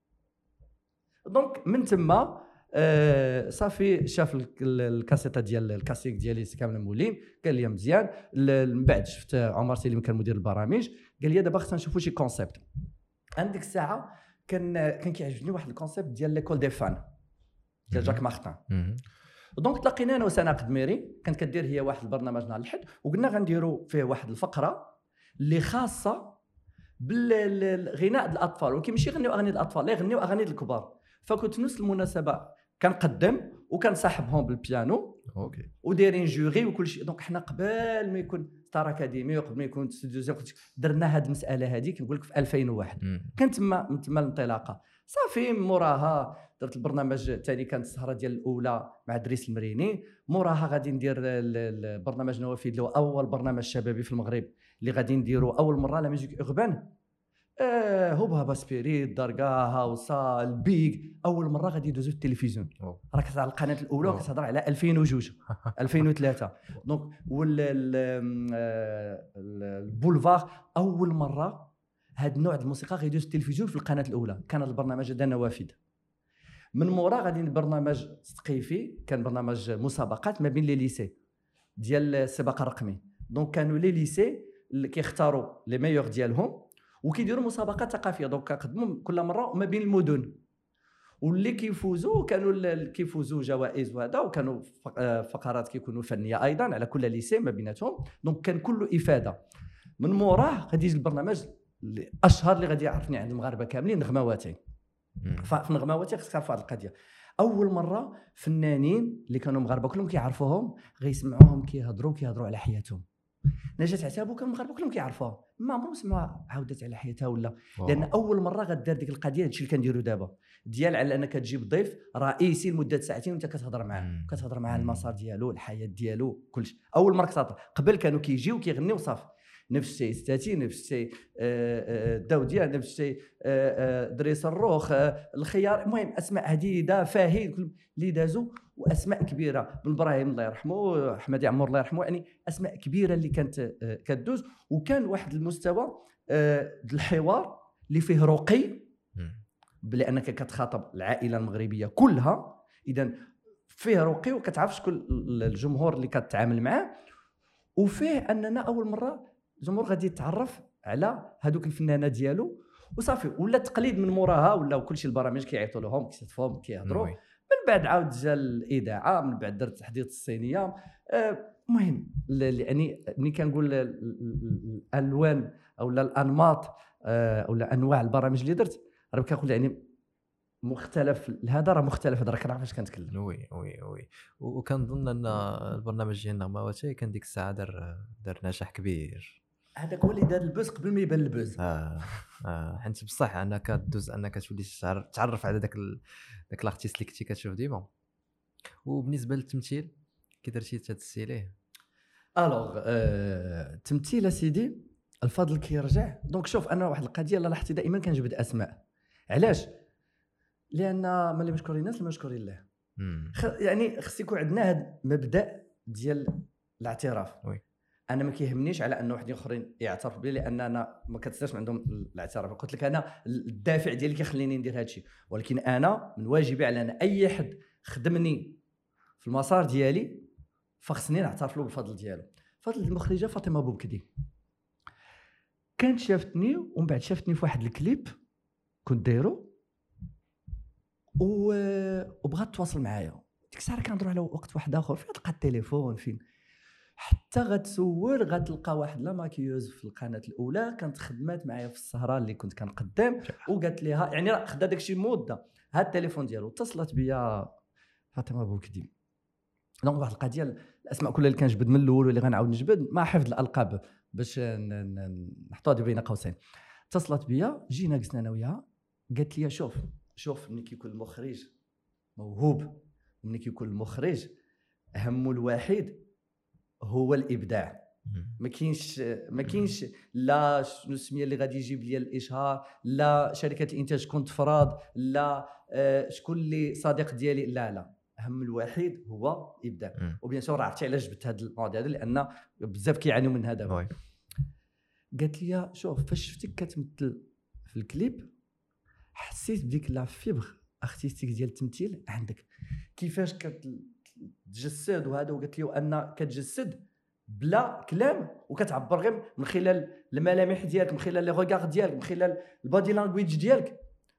دونك من تما صافي شاف الكاسيطه ديال الكاسيك ديالي كامل مولين، قال لي مزيان. من بعد شفت عمر سليم كان مدير البرامج، قال لي دابا خصنا نشوفوا شي كونسيبت. عندك الساعه كان كيعجبني واحد الكونسيبت ديال ليكول دي فان ديال جاك مارتن. مهم. دونك تلاقينا انا وسناء قدميري كانت كدير هي واحد البرنامج نهار الحد، وقلنا غنديروا فيه واحد الفقره اللي خاصه بالغناء الاطفال، ولكن ماشي يغنيو اغاني الاطفال، لا يغنيو اغاني الكبار. فكنت نفس المناسبه كنقدم وكنصاحبهم بالبيانو اوكي ودايرين جوري وكل شيء. دونك حنا قبل ما يكون ستار اكاديمي وقبل ما يكون ستوديو درنا هذه المساله هذه كنقول لك في 2001. كانت تما الانطلاقه. صافي موراها درت البرنامج الثاني، كانت السهره ديال الاولى مع دريس المريني. موراها غادي ندير البرنامج نوافذ اللي هو اول برنامج شبابي في المغرب اللي غادي نديرو اول مره لا ميوزيك اوربان. هوبا باسبيريت داركا هاوسا البيك اول مره غادي يدوزو في التلفزيون. راه كانت على القناه الاولى وكتهضر على 2002 2003. دونك البولفار اول مره هذا النوع ديال الموسيقى غيدوز في التلفزيون في القناه الاولى. كان البرنامج هذا نوافذ. من مورا غادي برنامج ثقيفي، كان برنامج مسابقات ما بين لي ليسي ديال السباق الرقمي. دونك كانوا لي ليسي اللي كيختاروا لي ميور ديالهم وكيديروا مسابقات ثقافيه. دونك كنقدموا كل مره ما بين المدن، واللي كيفوزوا كانوا كيفوزوا جوائز وهذا، وكانوا فقرات كيكونوا فنيه ايضا على كل ليسي ما بيناتهم. دونك كان كله افاده. من موراه غادي يجي البرنامج اللي اشهر اللي غادي يعرفني عند المغاربه كاملين، نغماواتي. ففي نغماواتي خصك تعرف هذه القضيه. اول مره فنانين اللي كانوا مغاربه كلهم كيعرفوهم غيسمعوهم كيهضروا على حياتهم. نجاة عتابو كانوا المغاربه كلهم كيعرفوها، ما عمرهم سمعوا عاودت على حياتها ولا. لان اول مره غدار ديك القضيه، هادشي اللي كنديروا دابا ديال على انك تجيب ضيف رئيسي لمده ساعتين وانت كتهضر معاه المسار ديالو الحياه ديالو كلشي. اول مره كتهضر. قبل كانوا كيجيو كيغنيو صافي، نفس الشيء ستاتي، نفس الشيء الداوديه، نفس الشيء دريس الروخ الخيار، المهم اسماء عديده فاهين اللي دازوا، واسماء كبيره بن ابراهيم الله يرحمه، احمد عمور الله يرحمه، يعني اسماء كبيره اللي كانت كدوز. وكان واحد المستوى الحوار اللي فيه رقي، بلانك كتخاطب العائله المغربيه كلها، اذا فيه رقي وكتعرف شكون الجمهور اللي كتعامل معاه. وفيه اننا اول مره الجمهور غادي يتعرف على هذوك الفنانه ديالو وصافي. ولا التقليد من موراها ولا كل شيء البرامج كيعيطوا لهم كيستفهم كيهضروا. من بعد عاود جا الاذاعه، من بعد درت تحديث الصينيه. المهم يعني ملي كنقول الالوان او الانماط او انواع البرامج اللي درت، راه كنقول يعني مختلف. هذا راه مختلف، هذا راه كنعرف اش كنتكلم. وي وكنظن ان البرنامج ديال نغماواتي كان ديك الساعه دار نجاح كبير. هذاك هو اللي دار البوز قبل ما يبان البوز. حيت بصح انك دوز انك تولي تعرف على داك الارتيست اللي كنتي كتشوف ديما. وبالنسبه للتمثيل كي درتي تسيليه؟ الوغ التمثيل سيدي الفضل كيرجع. دونك شوف انا واحد القضيه اللي لاحظتي دائما كنجبد اسماء. علاش؟ لان ما اللي مشكورين الناس اللي مشكورين الله. يعني خص يكون عندنا هذا المبدا ديال الاعتراف. انا ما كيهمنيش على ان واحد اخرين يعترفوا بي، لان انا ما كتستاش عندهم الاعتراف. قلت لك انا الدافع ديالي كيخليني ندير هذا الشيء، ولكن انا من واجبي على ان اي حد خدمني في المسار ديالي فخصني نعترف له بالفضل ديالو. فضل المخرجه فاطمه بوبكدي كانت شافتني ومن بعد شافتني في واحد الكليب كنت دايرو وبغات تواصل معايا. ديك الساعه كنهضروا على وقت واحد اخر، فين تلقى التليفون فين، حتى غتسول غتلقى واحد لا ماكيوز في القناه الاولى كانت خدمات معايا في السهره اللي كنت كنقدم، وقالت ليها يعني راه خدا داكشي مده. هاد التليفون ديالو اتصلت بيا فاطمه بوكدي. دونك واحد القضيه الاسماء كلها اللي كنجبد من الاول واللي غنعاود نجبد مع حفظ الالقاب باش نحطوها بين قوسين. اتصلت بيا، جينا جلسنا انا وياها، قالت لي شوف ملي كيكون المخرج موهوب وملي كيكون المخرج همه الوحيد هو الابداع. ما كاينش لا شنو السميه اللي غادي يجيب لي الاشهار، لا شركه الانتاج شكون تفرض، لا شكون اللي صديق ديالي، لا هم الوحيد هو ابداع. وبيان سور عرفتي علاش جبت هذا الموضوع هذا، لان بزاف كيعانيوا من هذا. قالت لي شوف فاش شفتك كتمثل في الكليب حسيت بديك لا فيبر ارتستيك ديال التمثيل عندك، كيفاش كتجسد وهذا. وقالت لي ان كتجسد بلا كلام وكتعبر غير من خلال الملامح ديالك، من خلال لي ريغار ديالك، من خلال البادي لانجويج ديالك.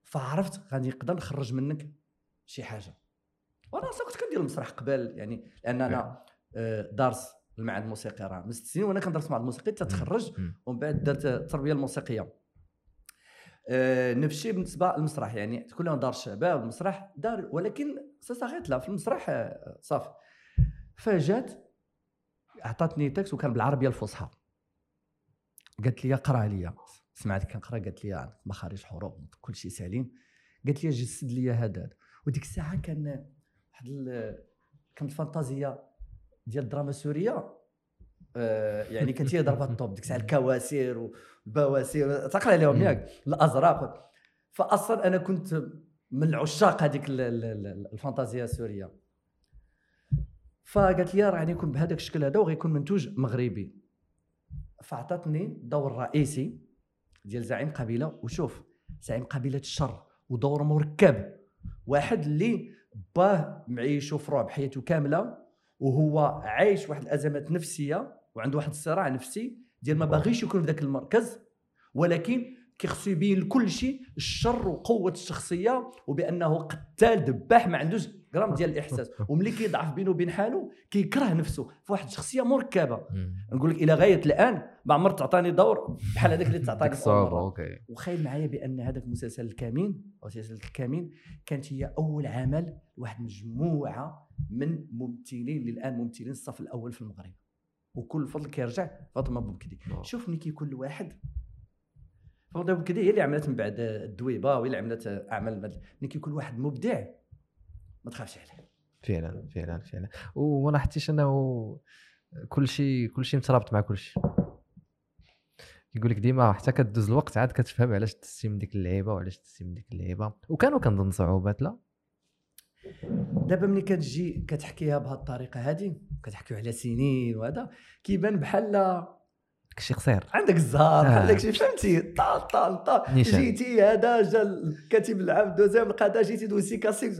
فعرفت غادي نقدر نخرج منك شي حاجه. وانا اصلا كنت كندير المسرح قبل يعني، لان انا دارس المعهد الموسيقي راه من 6 سنين وانا كندرس مع الموسيقي تتخرج، ومن بعد درت التربيه الموسيقيه. نفس الشيء بالنسبه للمسرح، يعني كل يوم دار الشباب المسرح دار، ولكن صغيت لا في المسرح صافي. فجات عطاتني تكست وكان بالعربيه الفصحى، قالت لي قرا لي، سمعت كنقرا قالت لي عندك مخارج حروف كل شيء سليم، قالت لي جسد لي هذا. وديك الساعه كان واحد كانت فانتازيا ديال الدراما السوريه، يعني كانت هي ضربه الطوب ديك الساعه، الكواسير والبواسير تقرا عليهم ياك، الازرق. فاصلا انا كنت من عشاق هذيك الفانتازيا السوريه. فقالت لي راه غادي يكون بهذاك الشكل هذا وغيكون منتوج مغربي. فعطاتني دور رئيسي ديال زعيم قبيله. وشوف زعيم قبيله الشر ودور مركب، واحد اللي باه معيشو في رعب حياته كامله، وهو عايش واحد الازمات نفسيه وعنده واحد الصراع نفسي ديال ما باغيش يكون في ذاك المركز، ولكن كيخصو يبين كل شيء الشر وقوه الشخصيه، وبانه قتال دباح ما عندوش غرام ديال الاحساس. وملي كيضعف بينه وبين حاله كيكره نفسه في واحد الشخصيه مركبه. نقول لك الى غايه الان ما عمر تعطاني دور بحال هذاك اللي تعطاني اوكي. وخيل معايا بان هذاك المسلسل الكمين او سلسله الكمين كانت هي اول عمل واحد مجموعه من ممثلين اللي الان ممثلين الصف الاول في المغرب، وكل الفضل كيرجع فاطمه بوكدي. شوف ملي كيكون واحد فاطمه بوكدي هي اللي عملت من بعد الدويبه، وهي اللي عملت اعمال. ملي كيكون واحد مبدع ما تخافش عليه. فعلا فعلا فعلا. وما لاحظتيش انه كل شيء مترابط مع كل شيء؟ يقول لك ديما حتى كدوز الوقت عاد كتفهم علاش تسي من ديك اللعيبه وعلاش تسي من ديك اللعيبه. وكانوا كنظن صعوبات لا دابا ملي كتجي كتحكيها بهذه الطريقه هذه، كتحكيو على سنين وهذا كيبان بحال داكشي قصير عندك الزهر بحال داكشي فهمتي. طال جيتي هذا جا الكاتب العام دوزيام القاده جيتي دوزتي كاسيك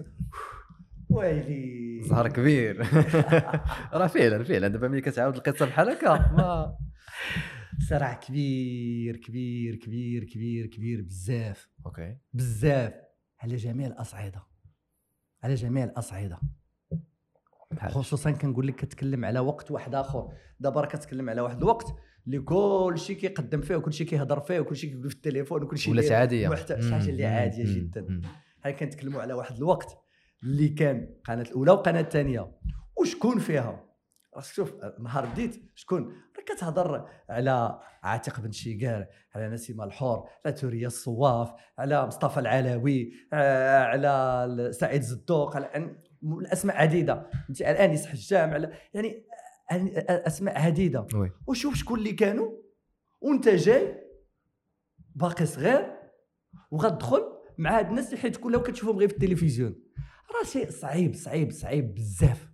ويلي زهر كبير. راه فعلا دابا ملي كتعاود القصه بحال هكا ما صراع كبير كبير كبير كبير كبير بزاف. اوكي بزاف على جميع الاصعده، على جميع الاصعده. خصوصا كنقول لك كتكلم على وقت واحد اخر. دابا راه كتكلم على واحد الوقت اللي كل شيء كيقدم فيه وكل شيء كيهضر فيه وكل شيء كيقول في التليفون وكل شيء ولات عاديه، شي حاجه اللي عاديه جدا. حنا كنتكلموا على واحد الوقت اللي كان القناه الاولى والقناه الثانيه وشكون فيها. شوف نهار بديت شكون راه كتهضر على عاتق بن شيقار، على نسيمه الحور، على توريه الصواف، على مصطفى العلوي، على سعيد زدوق، على الاسماء عديده. انت الان يصح الجامع على يعني اسماء عديده. وشوف شكون اللي كانوا، وانت جاي باقي صغير وغتدخل مع هاد الناس اللي حيت كلهم كتشوفهم غير في التلفزيون. راه شيء صعيب بزاف.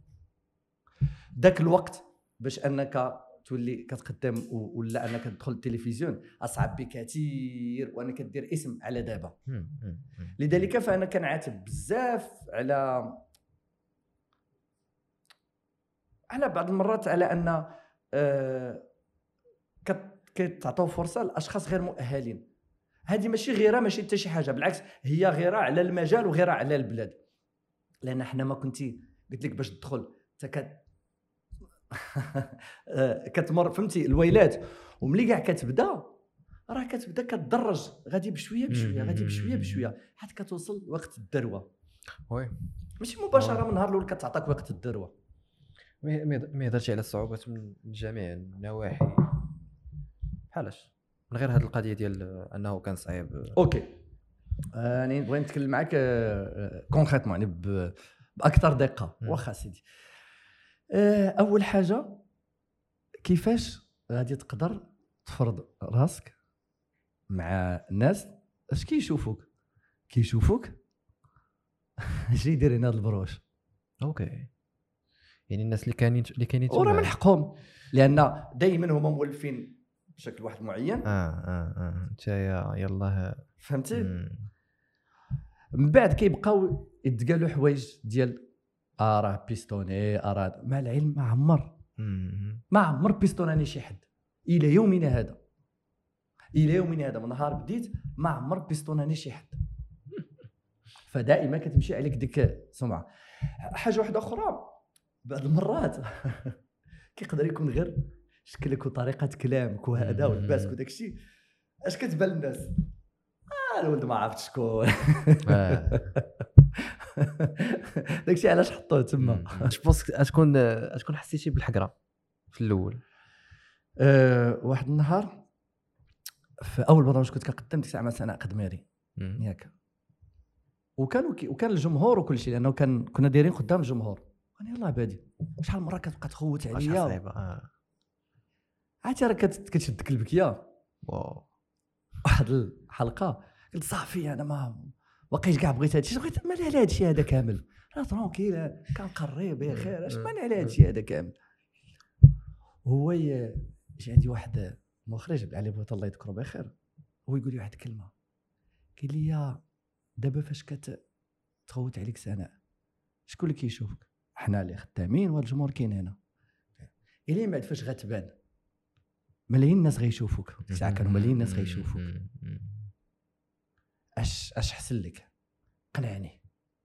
ذاك الوقت باش انك تولي كتقدم ولا انك تدخل التلفزيون اصعب بكثير، وانك دير اسم على دابا. لذلك فانا كنعاتب بزاف على بعض المرات على ان كتعطيو فرصه لاشخاص غير مؤهلين. هذه ماشي غيره، ماشي حتى شي حاجه، بالعكس هي غيره على المجال وغيره على البلاد. لان حنا ما كنتي قلت لك باش تدخل انت كتمر فهمتي الويلات، وملي كاع كتبدا راه كتبدا كتدرج غادي بشويه غادي بشويه حتى كتوصل وقت الذروه. وي ماشي مباشره من نهار الاول كتعطاك وقت الذروه. ما يهضرش على الصعوبات من جميع النواحي بحالاش من غير هذه القضيه ديال انه كان صعيب. اوكي يعني بغيت نتكلم معك كونكريتمون يعني باكثر دقه. واخا سيدي، اول حاجه كيفاش غادي تقدر تفرض راسك مع الناس اش كيشوفوك اجي دير هنا البروش. اوكي يعني الناس اللي كاينين وراه من حقهم، لان دائما هما مولفين بشكل واحد معين. انت يلاه فهمتي. من بعد كيبقاو يتقالوا حوايج ديال راه بيستوني راه مع العلم ما عمر بيستوناني شي حد الى يومنا هذا. من نهار بديت ما عمر بيستوناني شي حد. فدائما كتمشي عليك ديك سمعه. حاجه واحده اخرى بعض المرات كيقدر يكون غير شكلك وطريقه كلامك وهذا ولباسك وداك الشيء اش كتبان للناس الولد ما عرفتش شكون داكشي علاش حطوه تما. جوبونس اشكون حسيتي بالحقره في الاول؟ واحد النهار في اول برنامج كنت كنقدم ديك الساعه مع سناء قدماري ياك، وكان الجمهور وكل شيء لانه كنا دايرين قدام الجمهور. انا يلاه بادي شحال مره كتبقى تخوت عليا صعيبه عرفتي راه كتشدك البكيه. واو واحد الحلقه قلت صافي انا ما باقيش كاع بغيت هادشي، بغيت مال على هادشي هذا كامل راه ترونكيل كنقري بخير اش مانع على هادشي هذا كامل. هو جا عندي واحد مخرج علي بوط الله يذكره بخير، هو يقول لي واحد الكلمه قال لي دابا فاش كتخوت عليك سناء شكون اللي كيشوفك؟ حنا اللي خدامين والجمهور كاين هنا. قال لي بعد فاش غتبان ملايين الناس غيشوفوك، ديك الساعه كانوا ملايين الناس غيشوفوك. اش حسن لك قنعني.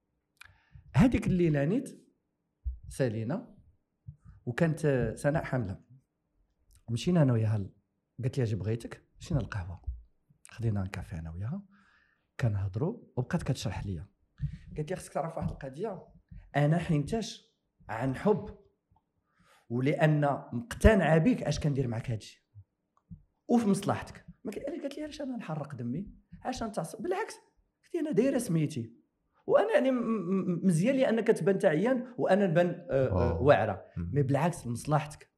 هذيك الليله نيت سالينا وكانت سناء حامله، مشينا انا وياها قالت لي اجي بغيتك، مشينا للقهوه خدينا كافي انا وياها كنهضروا وبقات كتشرح ليا. قالت لي خصك تعرف واحد القضيه، انا حينتاش عن حب ولان مقتنعه بك اش كندير معك هادشي وفي مصلحتك. ما قالت لي علاش انا نحرق دمي، علاش نتعصب؟ بالعكس قلت لي انا دايره سميتي وانا يعني مزيان لي انك تبان تعيان وانا نبان واعره، مي بالعكس لمصلحتك.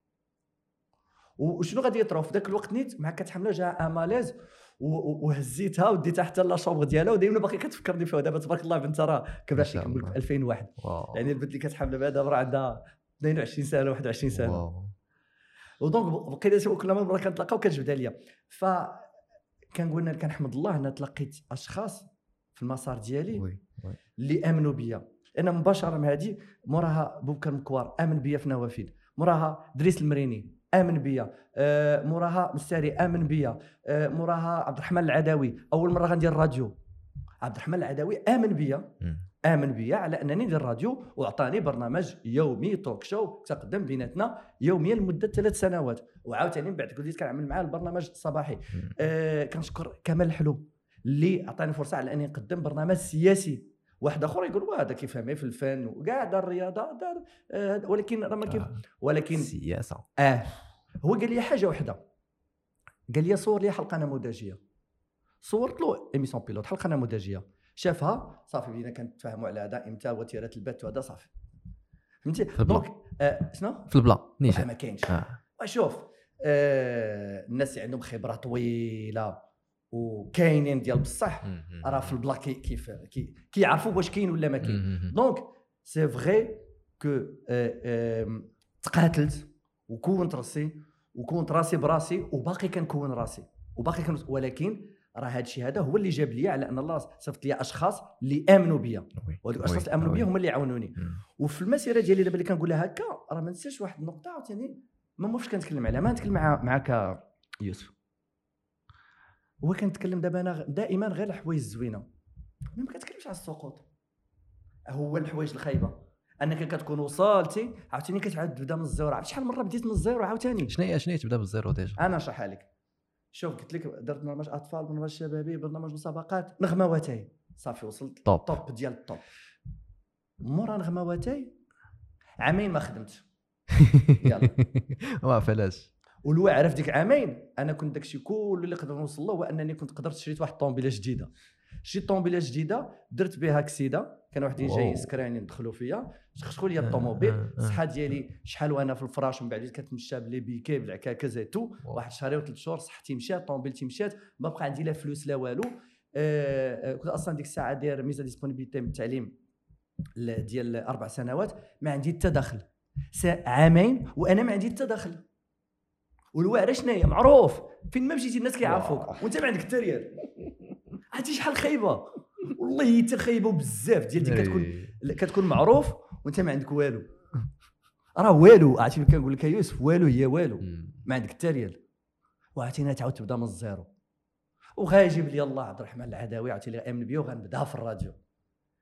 وشنو غادي يطرا في ذاك الوقت نيت مع كتحملها جا اماليز وهزيتها وديتها حتى لا شومبر ديالها ودايما باقي كتفكرني فيها. دابا تبارك الله بنت راه كبرت لي كنقول لك 2001 يعني البنت اللي كتحمل بعدا راه عندها 22 سنه 21 سنه. ودونك بقينا كل مره كنتلاقاو كتجبد عليا. ف كنقولنا كنحمد الله ان تلقيت اشخاص في المسار ديالي اللي امنوا بيا. انا مباشره مع هذه موراها بوكر مكوار امن بيا في نوافذ، موراها دريس المريني امن بيا، موراها مستاري امن بيا، موراها عبد الرحمن العداوي اول مره غندير الراديو. عبد الرحمن العداوي امن بيا على انني ندير الراديو واعطاني برنامج يومي توك شو تقدم بيناتنا يوميا لمده 3 سنوات. وعاوتاني من بعد كنت كنعمل معاه البرنامج الصباحي. كنشكر كمال الحلو اللي عطاني فرصه على اني نقدم برنامج سياسي. واحد اخر يقول هذا كيفهمي في الفن وكاع دار الرياضه دار ولكن راه ما كيف ولكن السياسه. هو قال لي حاجه واحده، قال لي صور لي حلقه نموذجيه. صورت له ايميسيون بيلوت حلقه نموذجيه شافها صافي بدينا كنتفاهموا على هذا امتى وتيرات البث وهذا صافي فهمتي. دونك شنو في البلا نيشان ما كاينش. شوف الناس اللي عندهم خبره طويله وكاينين ديال بصح راه في البلا كيف كيعرفوا واش كاين ولا ما كاين. دونك سي فغي كو تقاتلت وكونت راسي براسي وباقي كنكون راسي وباقي ولكن راه هذا الشيء هذا هو اللي جاب لي على ان الله صيفط لي اشخاص اللي امنوا بيا وهذوك الاشخاص اللي امنوا بيا هما اللي عاونوني. وفي المسيره ديالي دابا اللي كنقولها هكا راه ما نساش واحد النقطه عاوتاني ما عرفتش كنتكلم عليها. ما نتكلم معاك يوسف، هو كنتكلم دابا انا دائما غير الحوايج الزوينه ما كنتكلمش على السقوط. هو الحوايج الخايبه انك كتكون وصلتي عاوتاني كتعاود تبدا من الزيرو. عرفت شحال مره بديت من الزيرو عاوتاني. شنو هي تبدا بالزيرو ديجا؟ انا نشرحها لك. شوف قلت لك درت برنامج اطفال برنامج شبابي برنامج مسابقات نغمواتاي صافي وصلت توب ديال الطوب. مورا نغمواتاي عامين ما خدمت يلا ما فلاش. والواعر في ديك عامين انا كنت داكشي كل اللي قدرت نوصل له هو انني كنت قدرت شريت واحد الطوموبيله جديده. شريت طوموبيله جديده درت بها كسيده. كان واحد جاي يسكراني ندخلوا فيا شخشخوا لي الطوموبيل الصحه ديالي شحال وانا في الفراش ومن بعد كتمشى بلي بيكي بالعكاكه زيتو واحد شهرين و3 شهور صحتي مشات طوموبيلتي مشات ما بقى عندي لا فلوس لا والو. كنت اصلا ديك الساعه داير ميزه ديسبونيبيليتي من التعليم ديال 4 سنوات ما عندي حتى دخل. عامين وانا ما عندي حتى دخل. والواعره شناهي معروف فين ما مشيتي الناس كيعرفوك وانت ما عندك حتى ريال. عرفتي شحال خايبه والله حتى خايبه بزاف ديال كتكون معروف وانت ما عندك والو. راه والو عرفتي كنقول لك يوسف والو هي والو ما عندك حتى ريال. وعرفتينا تعاود تبدا من الزيرو وغايجيب لي الله عبد الرحمن العداوي عرفتي اللي امن بيا وغنبدا في الراديو.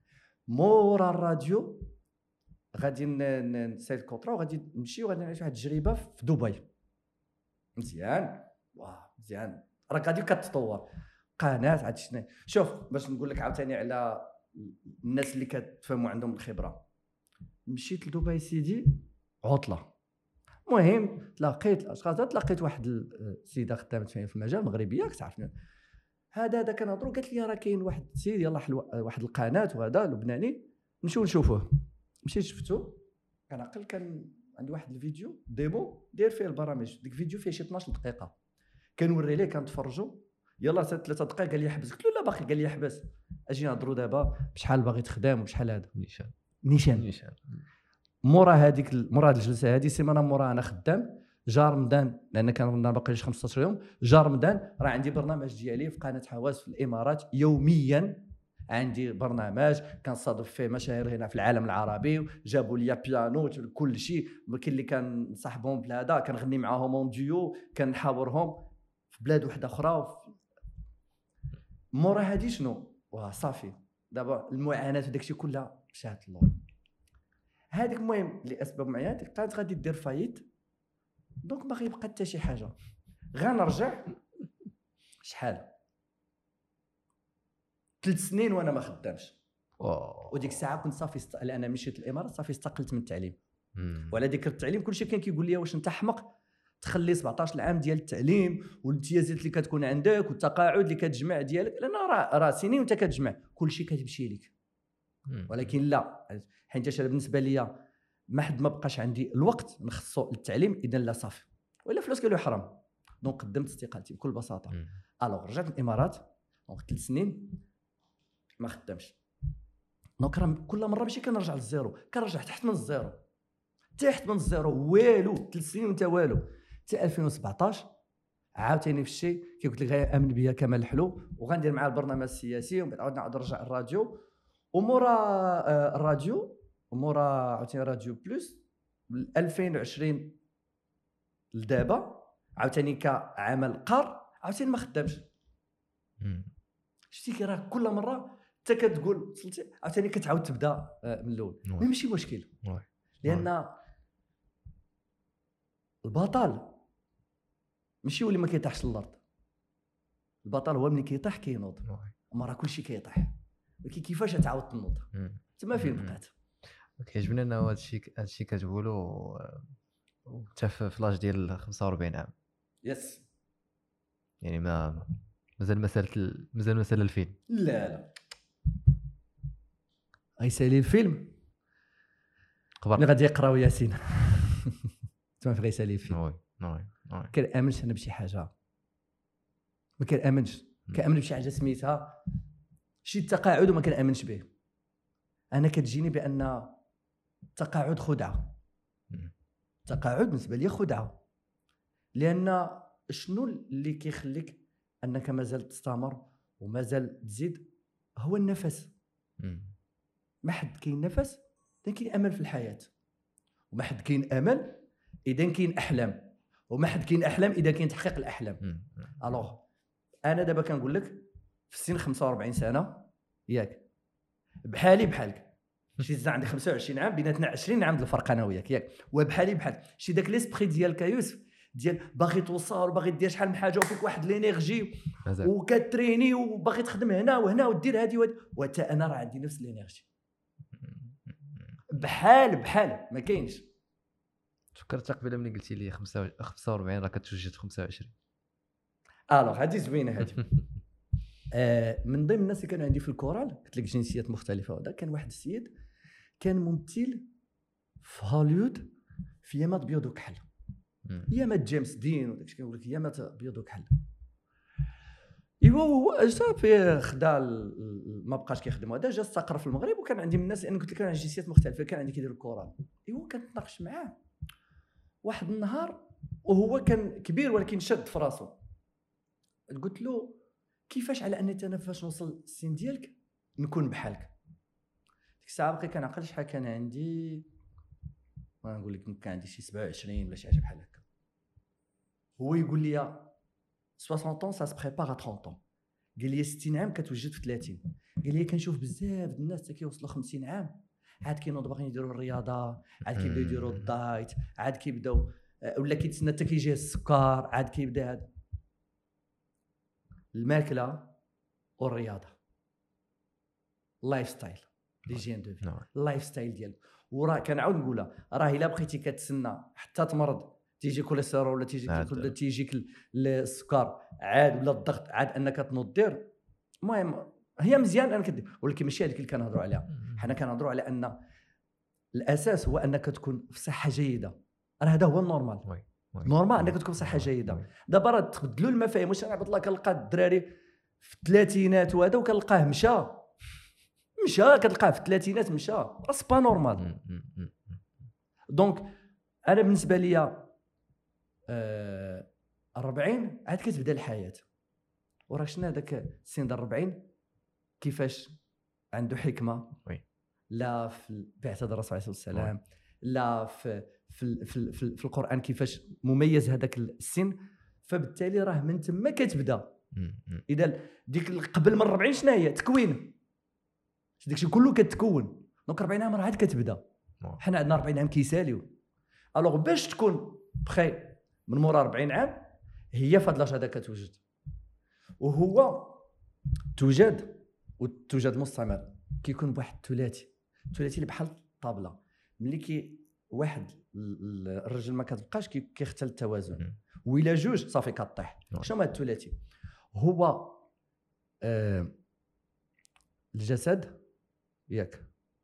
مورا الراديو غادي نسيت الكونطرا وغادي نمشي وغادي نعيش واحد التجربه في دبي. مزيان واه مزيان راك غادي كتطور قناه عاد شنو. شوف باش نقول لك عاوتاني على الناس اللي كتفهموا عندهم الخبره، مشيت لدبي سيدي عطله. المهم تلاقيت الاشخاص، تلاقيت واحد السيده خدامت في المجال مغربيه كتعرفني. هذا كنهضروا قالت لي راه كاين واحد السيد يلاه واحد القناه وهذا لبناني نمشيو نشوفوه. مشيت شفتو كنعقل كان عندي واحد الفيديو ديمو داير فيه البرامج. ديك الفيديو فيه شي 12 دقيقه كنوري ليه كنتفرجوا. يلاه 3 دقائق قال لي حبس. قلت له لا باقي. قال لي حبس اجي نهضروا دابا بشحال باغي تخدم وبشحال هذا نيشان. مورا هاد الجلسه هذه سيمانه مورا انا خدام جا رمضان، لان كان باقي 15 يوم. جا رمضان راه عندي برنامج ديالي في قناه حواس في الامارات يوميا. عندي برنامج كنصادف فيه مشاهير هنا في العالم العربي، جابوا لي بيانو كل شيء. كاين اللي كنصاحبهم بهذا كنغني معاهم اون ديو كنحاورهم في بلاد وحده اخرى. مورا هادي شنو صافي دابا المعاناه وداكشي كلها مشات اللور. هذيك المهم لاسباب معينه كانت غادي دير فايت، دونك ما غيبقى حتى شي حاجه. غنرجع شحال 3 سنين وانا ما خدامش. وديك الساعه كنت صافي لان مشيت الامارات صافي استقلت من التعليم. وعلى ذكر التعليم كلشي كان كيقول لي واش انت حمق تخلي 17 عام ديال التعليم والامتيازات اللي كتكون عندك والتقاعد اللي كتجمع ديالك، لان راه سنين وانت كتجمع كلشي كتمشي لك. ولكن لا، حيت انا بالنسبه ليا ما حد ما بقاش عندي الوقت نخصو للتعليم، اذا لا صافي ولا فلوس قالوا حرام. دونك قدمت استقالتي بكل بساطه. الوغ رجعت الامارات دونك 3 سنين ما خدامش. دونك راه كل مره ماشي كنرجع للزيرو، كنرجع تحت من الزيرو والو. 3 سنين وانت والو. حتى 2017 عاوتاني في الشيء كي قلت لك غيامن بيا كمال الحلو وغندير معاه البرنامج السياسي ومن بعد عاود نرجع الراديو. ومورا الراديو ومورا عاوتاني راديو بلس 2020 لدابا عاوتاني كعمل قار عاوتاني ما خدامش. شتي كي راه كل مره حتى كتقول وصلتي عاوتاني كتعاود تبدا من الاول. ماشي مشكل لان البطل ماشي هو اللي ما كيطيحش للارض. البطل هو ملي كيطيح كينوض. اما راه كلشي كيطيح ولكن كيفاش تعاود تنوض تما فين بقات. كيعجبني انه هادشي كتقولوا حتى في لاج ديال 45 عام. يس يعني ما مازال مسألة الفيلم. لا غيسالي الفيلم قبر اللي غادي يقراو ياسين تما في غيسالي الفيلم. وي كنامنش انا بشي حاجه، ما كنامنش. كامن بشي حاجه سميتها شي التقاعد وما كنامنش به. انا كتجيني بان التقاعد خدعه. التقاعد بالنسبه لي خدعه، لان شنو اللي كيخليك انك مازال تستمر ومازال تزيد؟ هو النفس. ما حد كاين نفس اذا كاين امل في الحياه، وما حد كاين امل اذا كاين احلام، وما حد كاين احلام اذا كاين تحقيق الاحلام. الوغ انا دابا كنقول لك في السن 45 سنه ياك بحالي بحالك. شي زعما عندي 25 عام بيناتنا 20 عام الفرق انا وياك ياك. وبحالي بحال شي داك ليسبري ديالك يوسف ديال باغي توصل وباغي دير شحال من حاجه وفيك واحد لينيرجي وكتريني وباغي تخدم هنا وهنا ودير هذه وحتى انا راه عندي نفس لينيرجي. بحال ما كاينش. فكرت قبيله ملي قلتي لي 45 راه كتوجد 25. الوغ هذه زوينه هذه. من ضمن الناس اللي كانوا عندي في الكورال قلت لك جنسيات مختلفه وهذا كان واحد السيد كان ممثل في هوليوود في يامات بيض وكحل. يامات جيمس دين وداكشي كنقول لك يامات بيض وكحل. ايوا هو صافي خدا ما بقاش كيخدم هذا جا استقر في المغرب. وكان عندي من الناس لان قلت لك كان عندي جنسيات مختلفه كان عندي كيدير الكورال. ايوا كنتناقش معاه واحد النهار وهو كان كبير ولكن شد في راسو. قلت له كيفاش على ان انا فاش نوصل السن ديالك نكون بحالك؟ ديك الساعه باقي كنعقل شحال كان عندي، ما نقول لك كان عندي شي 27 ولا شي حاجه بحال هكا. هو يقول لي 60 ans ça se prépare à 30 ans. قال لي 60 عام كتوجد في 30. قال لي كنشوف بزاف د الناس كيوصلوا 50 عام عاد كينوضوا باغيين يديروا الرياضه، عاد كيبداو يديروا الدايت، عاد كيبداو ولا كيتسنى حتى كيجيه السكر، عاد كيبدا هذا الماكله والرياضه، اللايف ستايل ليجين دو في، اللايف ستايل ديالك. وراه كنعاود نقولها، راه الا بقيتي كتسنى حتى تمرض، تيجي كوليسترول ولا تيجيك السكر عاد ولا الضغط عاد انك تنوض دير، المهم هي مزيان انا كدير، ولكن ماشي هذيك اللي كنهضروا عليها. حنا كنهضروا على ان الاساس هو انك تكون في صحه جيده، راه هذا هو النورمال. نورمال انك تكون في صحه جيده. دابا راه تبدلوا المفاهيم، واش انا عبد الله كنلقى الدراري في الثلاثينات وهذا وكنلقاه مشى كتلقاه في الثلاثينات مشى، راه سبا نورمال. دونك انا بالنسبه ليا 40 عاد كتبدا الحياه، وراك شنو هذاك السن 40 كيفاش عنده حكمه، لا في بعثه الرسول عليه الصلاه والسلام، لا في القران كيفاش مميز هذاك السن. فبالتالي راه من تما كتبدا. اذا ديك قبل من 40 شنو هي تكوين، داكشي كله كتكون. دونك 40 عام راه عاد كتبدا. حنا عندنا 40 عام كيساليو. الوغ باش تكون بخير من مورا 40 عام هي فهاد لاج هذا كتوجد، وهو توجد مستمر. كيكون بواحد الثلاثي اللي بحال الطابله، ملي كي واحد الرجل ما كتبقاش كيختل التوازن، وإلا جوج صافي كطيح. شنو هذا الثلاثي؟ هو الجسد ياك،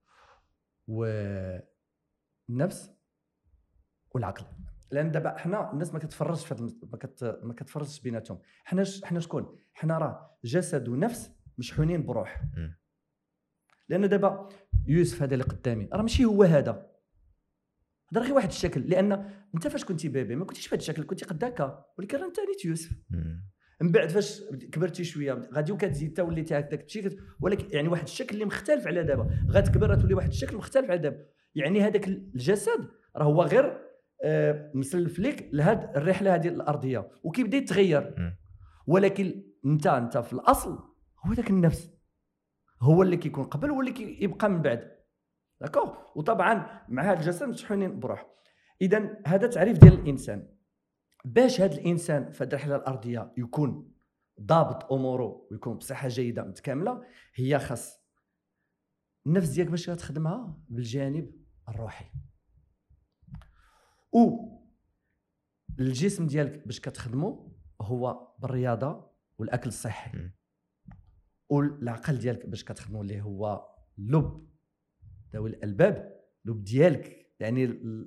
والنفس والعقل. لان دابا حنا الناس ما كتفرجش في ما كتفرجش بيناتهم. حنا شكون؟ حنا راه جسد ونفس مشحونين بروح. لان دابا يوسف هذا اللي قدامي راه ماشي هو هذا غير واحد الشكل. لان انت فاش كنتي بيبي ما كنتيش بهذا الشكل، كنتي قد هكا، ولكن راه انت نيت يوسف. من بعد فاش كبرتي شويه غادي وكتزيد تا وليتي هكاك تمشي، ولكن يعني واحد الشكل اللي مختلف على دابا. غتكبر تولي واحد الشكل مختلف على دابا. يعني هذاك الجسد راه هو غير مسلف ليك لهاد الرحله هذه الارضيه، وكيبدا يتغير. ولكن انت في الاصل هو ذاك النفس، هو اللي كيكون قبل واللي كيبقى من بعد. داكوغ. وطبعا مع هذا الجسد مشحونين بروح. اذا هذا تعريف ديال الانسان. باش هذا الانسان في هذه الرحله الارضيه يكون ضابط اموره ويكون بصحه جيده متكامله، هي خاص النفس ديالك باش تخدمها بالجانب الروحي، الجسم ديالك باش كتخدمه هو بالرياضه والاكل الصحي، والعقل ديالك باش كتخدمه اللي هو اللب ذوي الالباب. اللب ديالك يعني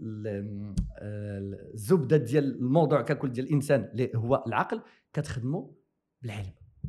الزبده ديال الموضوع ككل ديال الانسان اللي هو العقل، كتخدمه بالعلم.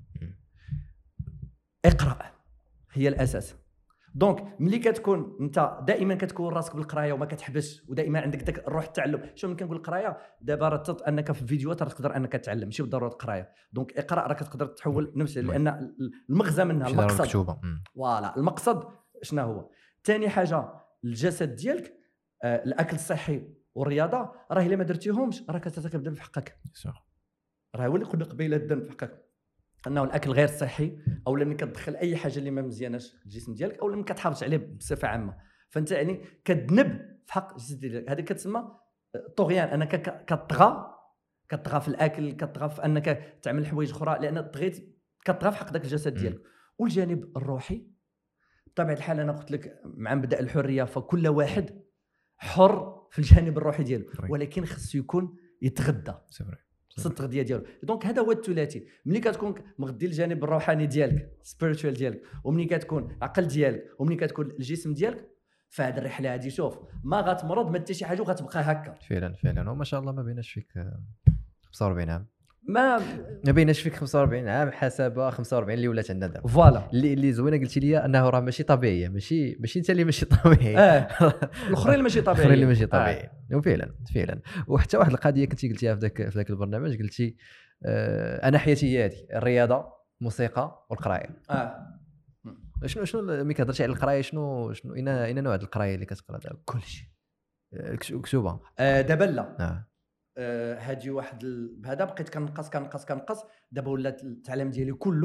اقرا هي الاساس. دونك ملي كتكون انت دائما كتكون راسك بالقرايه وما كتحبس، ودائما عندك داك الروح التعلم. شنو ملي كنقول القرايه دابا راه انك في الفيديوهات راه تقدر انك تتعلم، ماشي بالضروره القرايه. دونك اقرا راه كتقدر تحول نفسك، لان المغزى منها المقصد. فوالا المقصد شنو هو. ثاني حاجه الجسد ديالك، الاكل الصحي والرياضه، راه الا ما درتيهمش راه كترتكب ذنب في حقك. راه هو اللي قلنا قبيله الذنب في حقك، انه الاكل غير صحي، او لما كتدخل اي حاجه اللي ما مزياناش الجسم ديالك، او لما كتحافظ عليه بصفه عامه. فانت يعني كتذنب في حق الجسد ديالك. هذا كتسمى طغيان، انك كتطغى في الاكل، كتطغى في انك تعمل حوايج اخرى، لان طغيت كتطغى في حق ذاك الجسد ديالك. والجانب الروحي بطبيعه الحال انا قلت لك مع مبدا الحريه، فكل واحد حر في الجانب الروحي ديالو، ولكن خصو يكون يتغدى خص التغذيه ديالو. دونك هذا هو الثلاثي. ملي كتكون مغدي الجانب الروحاني ديالك سبيريتوال ديالك، وملي كتكون عقل ديالك، وملي كتكون الجسم ديالك، فهاد الرحله هذه شوف ما غتمرض ما حتى شي حاجه وغتبقى هكا. فعلا وما شاء الله ما بيناش فيك 45 عام، ما بيناش فيك 45 عام حسب 45 اللي ولات عندنا دابا. فوالا اللي زوينه قلتي لي انه راه ماشي طبيعيه، ماشي انت اللي ماشي طبيعي. الاخرين اللي ماشي طبيعي، الاخرين اللي ماشي طبيعي. وفعلا وحتى واحد القضيه كنتي قلتيها في ذاك البرنامج، قلتي انا حياتي هي هذه الرياضه موسيقى والقرايه. شنو ملي كهضرتي على القرايه شنو اين نوع القرايه اللي كتقرا دابا؟ كلشي كتوبه دابا لا. هادي واحد هذا بقيت كنقص. دابا ولات التعليم ديالي كله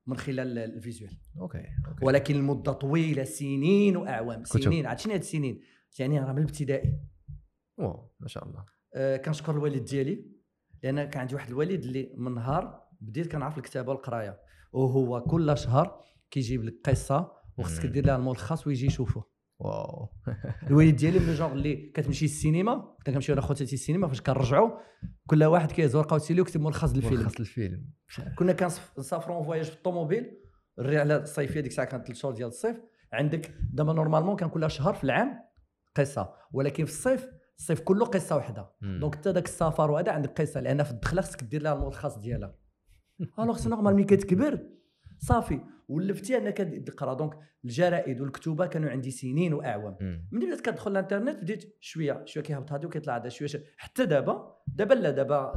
من خلال الفيزوال. اوكي ولكن المده طويله، سنين واعوام، سنين. عاد شنو هاد السنين؟ يعني راه من الابتدائي. ما شاء الله. كنشكر الوالد ديالي، لان كان عندي واحد الوالد اللي من نهار بديت كنعرف الكتابه والقرايه، وهو كل شهر كيجيب لك قصه وخصك دير لها الملخص ويجي يشوفه. واو. الوالد ديالي من الجونغ اللي كتمشي للسينما، كنا كنمشيو انا خوتاتي السينما، فاش كنرجعوا كل واحد كيزور قاوتي لي وكتب ملخص الفيلم. كنا كنسافروا فواياج في الطوموبيل، الرحله الصيفيه ديك الساعه كانت 3 شهور ديال الصيف. عندك دابا نورمالمون كان كل شهر في العام قصه، ولكن في الصيف كله قصه واحده. دونك حتى داك السفر وهذا عندك قصه، لان في الدخله خصك دير لها الملخص ديالها. الوغ سي نورمال ملي كتكبر صافي ولفتي انك تقرا. دونك الجرائد والكتوبه كانوا عندي سنين واعوام. ملي بدات كتدخل الانترنت بديت شويه كيهبط هذا وكيطلع هذا شويه حتى دابا لا، دابا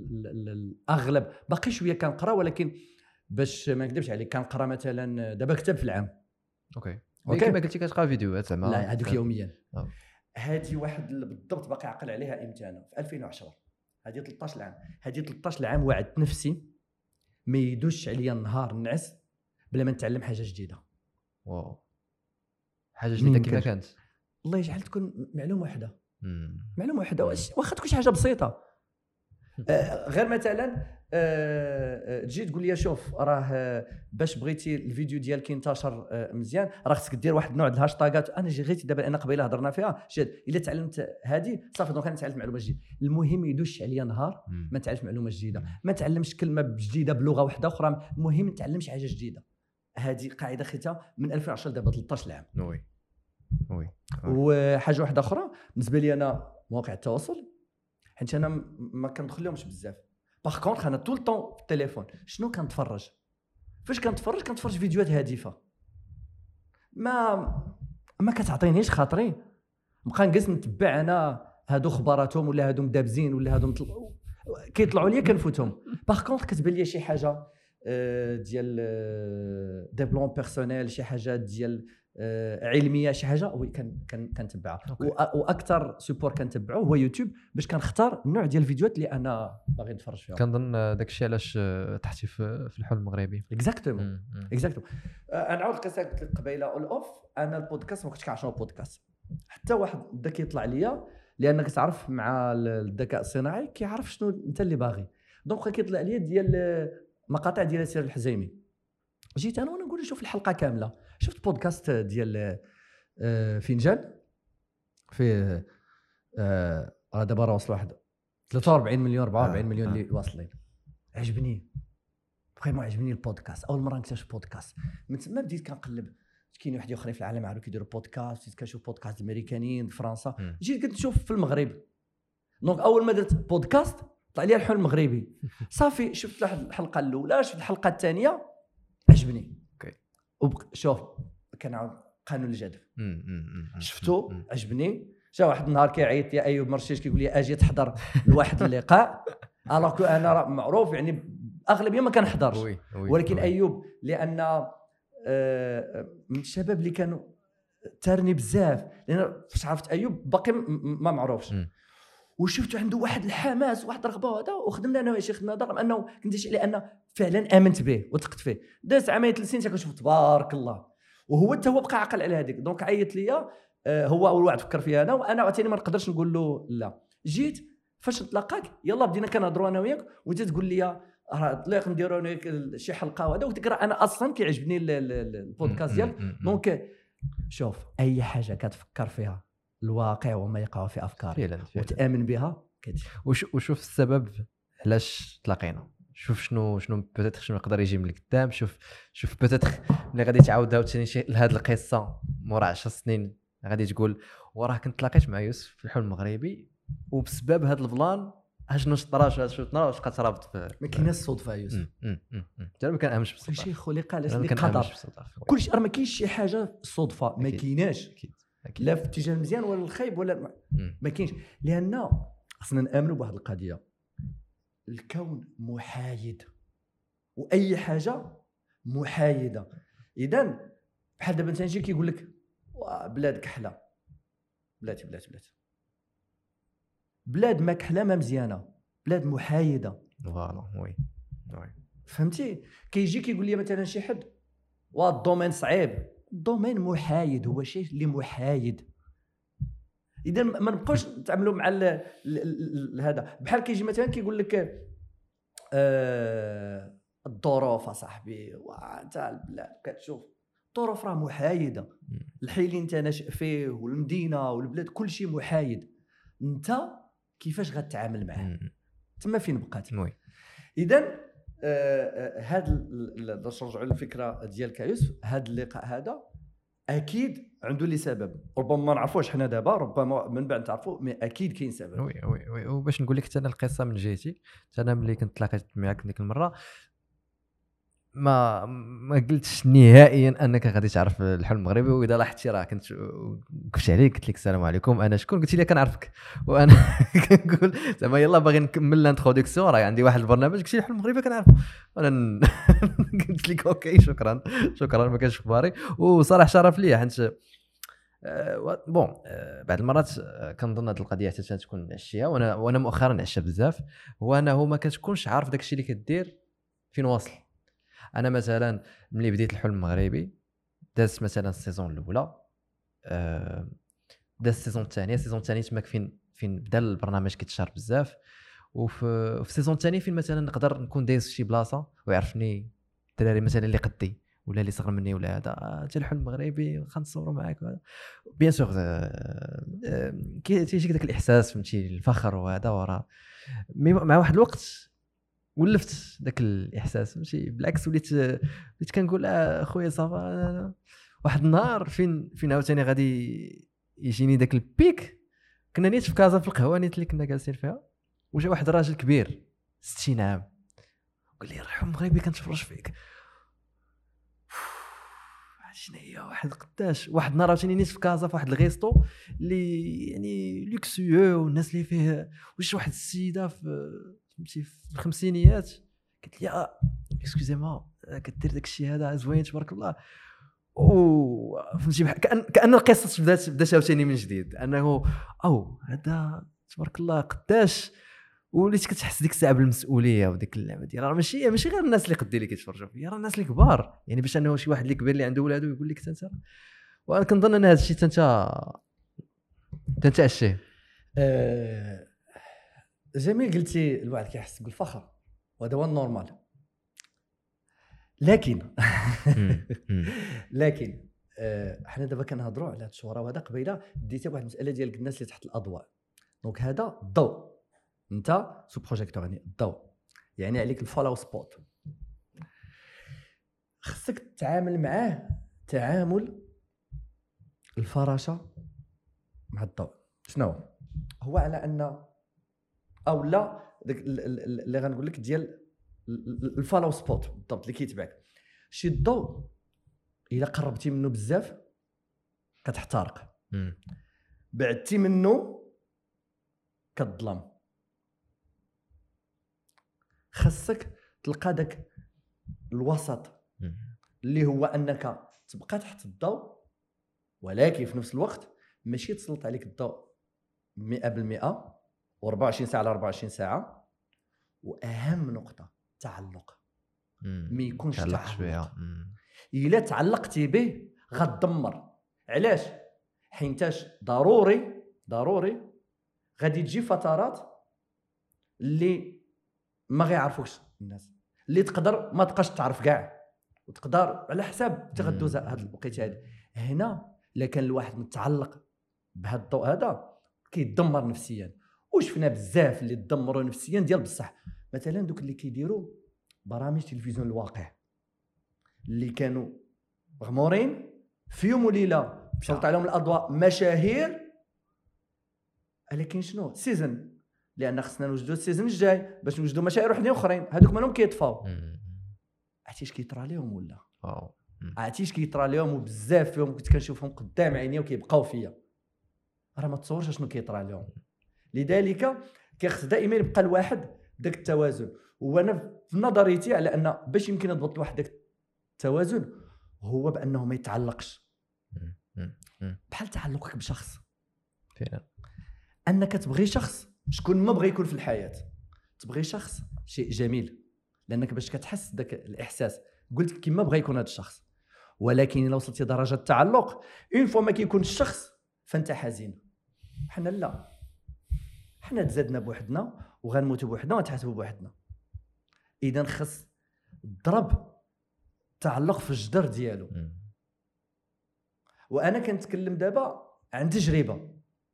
الاغلب باقي شويه كنقرا، ولكن باش ما نكذبش عليك كنقرا مثلا دابا كتاب في العام. اوكي كما قلتي كتقرا فيديوهات زعما؟ لا هذوك يوميا. هذه واحد بالضبط باقي عاقل عليها امتى انا في 2010. هذه 13 عام. هذه 13 عام وعدت نفسي ما يدوش عليا النهار النعس بلا ما نتعلم حاجه جديده. واو، حاجه جديده كيف كانت؟ الله يجعل تكون معلومه واحده واخا تكون شي حاجه بسيطه. غير مثلا تجي تقول لي شوف راه باش بغيتي الفيديو ديالك ينتشر مزيان راه خصك دير واحد النوع ديال الهاشتاغات. انا جيت دابا انا قبيله هضرنا فيها الا تعلمت هذه صافي دونك انا تعلمت معلومه جديده. المهم يدوش عليا نهار ما نتعلمش معلومه جديده، ما نتعلمش كلمه جديده بلغه واحده اخرى، المهم ما نتعلمش حاجه جديده. هذه قاعده خيتها من 2010 دابا 13 عام. وي وحاجه واحده اخرى بالنسبه لي انا مواقع التواصل، حيت انا ما كندخلهمش بزاف. باغ كونطخ انا طول طون في التليفون شنو كنتفرج؟ فاش كنتفرج فيديوهات هادفه ما كتعطينيش خاطري نبقى نجلس نتبع انا هادو خباراتهم ولا هادو مدابزين ولا هادو كيطلعوا لي كنفوتهم. باغ كونطخ كتبان لي شي حاجه ديال ديفلوبمون بيرسونيل، شي حاجه ديال علميه، شي حاجه وي كنتبعها. واكثر سيبور كنتبعوه هو يوتيوب باش كنختار النوع ديال الفيديوهات اللي انا باغي نتفرج فيها. كنظن داك الشيء علاش تحتي في الحلم المغربي. اكزاكتومون انا عاود القصه قلت لك قبيله الاوف. انا البودكاست ما كنتش كنعرف شنو بودكاست، حتى واحد بدا كيطلع ليا لان كتعرف مع الذكاء الصناعي كيعرف شنو انت اللي باغي. دونك كيطلع ليا ديال مقاطع ديال سير الحزيمي. جيت انا وانا نقول نشوف الحلقه كامله. شفت بودكاست ديال فنجان فيه دابا راه وصل واحد 43 مليون 44 مليون اللي واصلين. عجبني فريمون، عجبني البودكاست. اول مره نكتشف بودكاست من تما بديت كنقلب. كاين واحد اخرين في العالم عارفوا كيديروا بودكاست، بديت كنشوف بودكاست امريكانيين فرنسا. جيت قلت نشوف في المغرب. دونك اول ما درت بودكاست طلع لي الحلم المغربي. صافي شفت واحد الحلقه الاولى، شفت الحلقه الثانيه عجبني. شوف كنعاود قانون الجذب شفتو عجبني. جا واحد النهار كيعيط يا ايوب مرشيش كيقول لي اجي تحضر لواحد اللقاء. الوغ انا راه معروف يعني اغلبيه ما كنحضرش، ولكن ايوب لان من الشباب اللي كانوا تارني بزاف، لان فاش عرفت ايوب باقي ما معروفش وشفت عنده واحد الحماس واحد الرغبه وهذا، وخدمنا انا وشي خدمه رغم انه كنتيش لان فعلا امنت به وثقت فيه. داز عامين 3 سنين كنشوف تبارك الله، وهو حتى هو بقى عاقل على هذيك. دونك عيط ليا هو اول واحد فكر فيها انا، وانا عاوتاني ما نقدرش نقول له لا. جيت فاش نتلاقاك يلا بدينا كنهضروا انا وياك، وانت تقول لي راه طليق نديروا شي حلقه وهذا، وتقرا انا اصلا كيعجبني البودكاست ديالك. دونك شوف اي حاجه كتفكر فيها الواقع وما يقع في افكارك وتامن بها وشوف السبب علاش تلاقينا. شوف شنو بوتيتر شنو يقدر يجي من القدام. شوف بوتيتر ملي غادي تعاود عاوتاني لهاد القصه مورا 10 سنين غادي تقول وراه كنت تلاقيت مع يوسف في الحلم المغربي وبسبب هاد البلان شنو طراش واش بقات رابط. ما كايناش الصدفه يوسف. حتى ما كنامنش بالصدفه. شي خلق علاش اللي قدر كلشي راه ما كاينش شي حاجه صدفه، ما كايناش لا في اتجاه مزيان ولا الخايب ولا ما كاينش. لان خصنا نامنوا بواحد القضيه، الكون محايد واي حاجه محايده. اذا بحال دابا انت نجي كيقول لك بلاد كحله، بلاتي بلاد ما كحله ما مزيانه، بلاد محايده. فوالا وي فهمتي؟ كيجي كيقول لي مثلا شي حد الدومين صعيب، الدومين محايد، هو شيء اللي محايد. اذا ما نبقاوش نتعاملوا مع هذا. بحال كيجي مثلا كيقول لك الظروف اصاحبي، وانت البلاد كتشوف الظروف راه محايده، الحي اللي انت ناشئ فيه والمدينه والبلاد كل شيء محايد، انت كيفاش غتعامل معاه تما فين بقات. اذا هذا باش نرجعوا للفكره ديالك يوسف، هذا اللقاء هذا اكيد عنده لي سبب، ربما ما نعرفوش حنا دابا، ربما من بعد تعرفوا، مي اكيد كاين سبب. وي وباش نقول لك انا القصه من جهتي، انا ملي كنت تلاقيت معاك ديك المره ما قلتش نهائيا انك غادي تعرف الحلم المغربي، واذا لاحظتي راه كنت كفت عليك قلت لك السلام عليكم انا شكون، قلت لي كنعرفك، وانا كنقول زعما يلا باغي نكمل الانتروداكسيون، راه عندي واحد البرنامج قلت لي الحلم المغربي كنعرفه، انا قلت لك اوكي شكرا ما كانش اخباري، وصراحه شرف ليا حيت بون بعض المرات كنظن هذه القضيه حتى تكون عشيها، وانا مؤخرا عشها بزاف، هو انه ما كتكونش عارف داكشي اللي كدير فين واصل. انا مثلا ملي بديت الحلم المغربي داز مثلا السيزون الاولى، داز السيزون الثاني تماك فين بدا البرنامج كيتشهر بزاف، وفي السيزون الثاني فين مثلا نقدر نكون دايز شي بلاصه ويعرفني الدراري مثلا اللي قدي ولا اللي صغر مني ولا هذا حتى الحلم المغربي خنصوروا معاك وهذا بيان سور كيجيك داك الاحساس فهمتي الفخر وهذا وراه، مع واحد الوقت ولفت داك الاحساس ماشي بالعكس، وليت كنقول اخويا صافا. واحد النهار فين عاوتاني غادي يجيني داك البيك، كنا نيت في كازا في القهوه نيت اللي كنا جالسين فيها، وجا واحد الراجل كبير 60 عام قال لي الحلم المغربي كنتفرج فيك. شنو هي واحد النهار عاوتاني نيت في كازا في واحد الغيستو اللي يعني لوكسيو والناس اللي فيه، واش واحد السيده في الخمسينيات قلت لي اكسكوزي ما كدير داك الشيء هذا زوين تبارك الله، فهمتي كأن القصه بدات عاوتاني من جديد، انه هذا تبارك الله قداش وليت كتحس ديك الساعه بالمسؤوليه وديك اللعبه ديال راه ماشي غير الناس اللي قدي اللي كيتفرجوا فيا، راه الناس اللي كبار، يعني باش انه شي واحد اللي كبير اللي عنده ولادو يقول لك انت، وانا كنظن ان هذا الشيء انت عشيه. جميل قلتي الواحد كيحس بالفخر وهذا هو النورمال، لكن حنا دابا كنهضروا على هاد الشهره، وهذا قبيله ديتي واحد المساله ديال الناس اللي تحت الاضواء. دونك هذا الضوء، انت سو بروجيكتور يعني الضوء، يعني عليك الفولو سبوت، خصك تتعامل معاه تعامل الفراشه مع الضوء. شنو هو؟ على ان او لا داك اللي غنقول لك ديال الفولو سبوت بالضبط اللي كيتبعك. شي الضوء الا قربتي منه بزاف كتحترق، بعدتي منه كتظلم. خاصك تلقى داك الوسط اللي هو انك تبقى تحت الضوء، ولكن في نفس الوقت ماشي تسلط عليك الضوء 100% و24 ساعه على 24 ساعه. واهم نقطه تعلق، ما يكونش تعلق. الا تعلقتي به غتدمر. علاش؟ حينتاش ضروري غادي تجي فترات اللي ما غيعرفوكش الناس، اللي تقدر ما تبقاش تعرف كاع، وتقدر على حساب تغدوز هذا الوقت هذا. هنا الا كان الواحد متعلق بهذا الضوء هذا كيدمر نفسيا، وشفنا بزاف اللي تدمروا نفسيا ديال بصح. مثلا دوك اللي كيديروا برامج تلفزيون الواقع اللي كانوا مغمورين في يوم وليله سلط عليهم الاضواء مشاهير، ولكن شنو سيزن، لان خصنا نوجدوا السيزن الجاي باش نوجدوا مشاهير وحدين اخرين، هذوك مالهم كيطفاو. عرفتيش كيطرى لهم ولا عرفتيش كيطرى لهم؟ وبزاف فيهم كنت كنشوفهم قدام عيني وكيبقاو فيا، راه ما تصورش شنو كيطرى لهم. لذلك كيخص دائما يبقى الواحد داك التوازن. وانا في نظريتي على ان باش يمكن يضبط واحد داك التوازن هو بانه ما يتعلقش بحال تعلقك بشخص. فعلا انك تبغي شخص، شكون ما بغى يكون في الحياه، تبغي شخص شيء جميل، لانك باش كتحس داك الاحساس قلت كيما بغى يكون هذا الشخص. ولكن الا وصلتي درجه التعلق اون فوا ما كيكون الشخص فانت حزين. حنا لا، حنا تزادنا بوحدنا وغنموتوا بوحدنا ونتحاسبوا بوحدنا. اذا خص ضرب تعلق في الجدر ديالو. وانا كنتكلم دابا عن تجربه،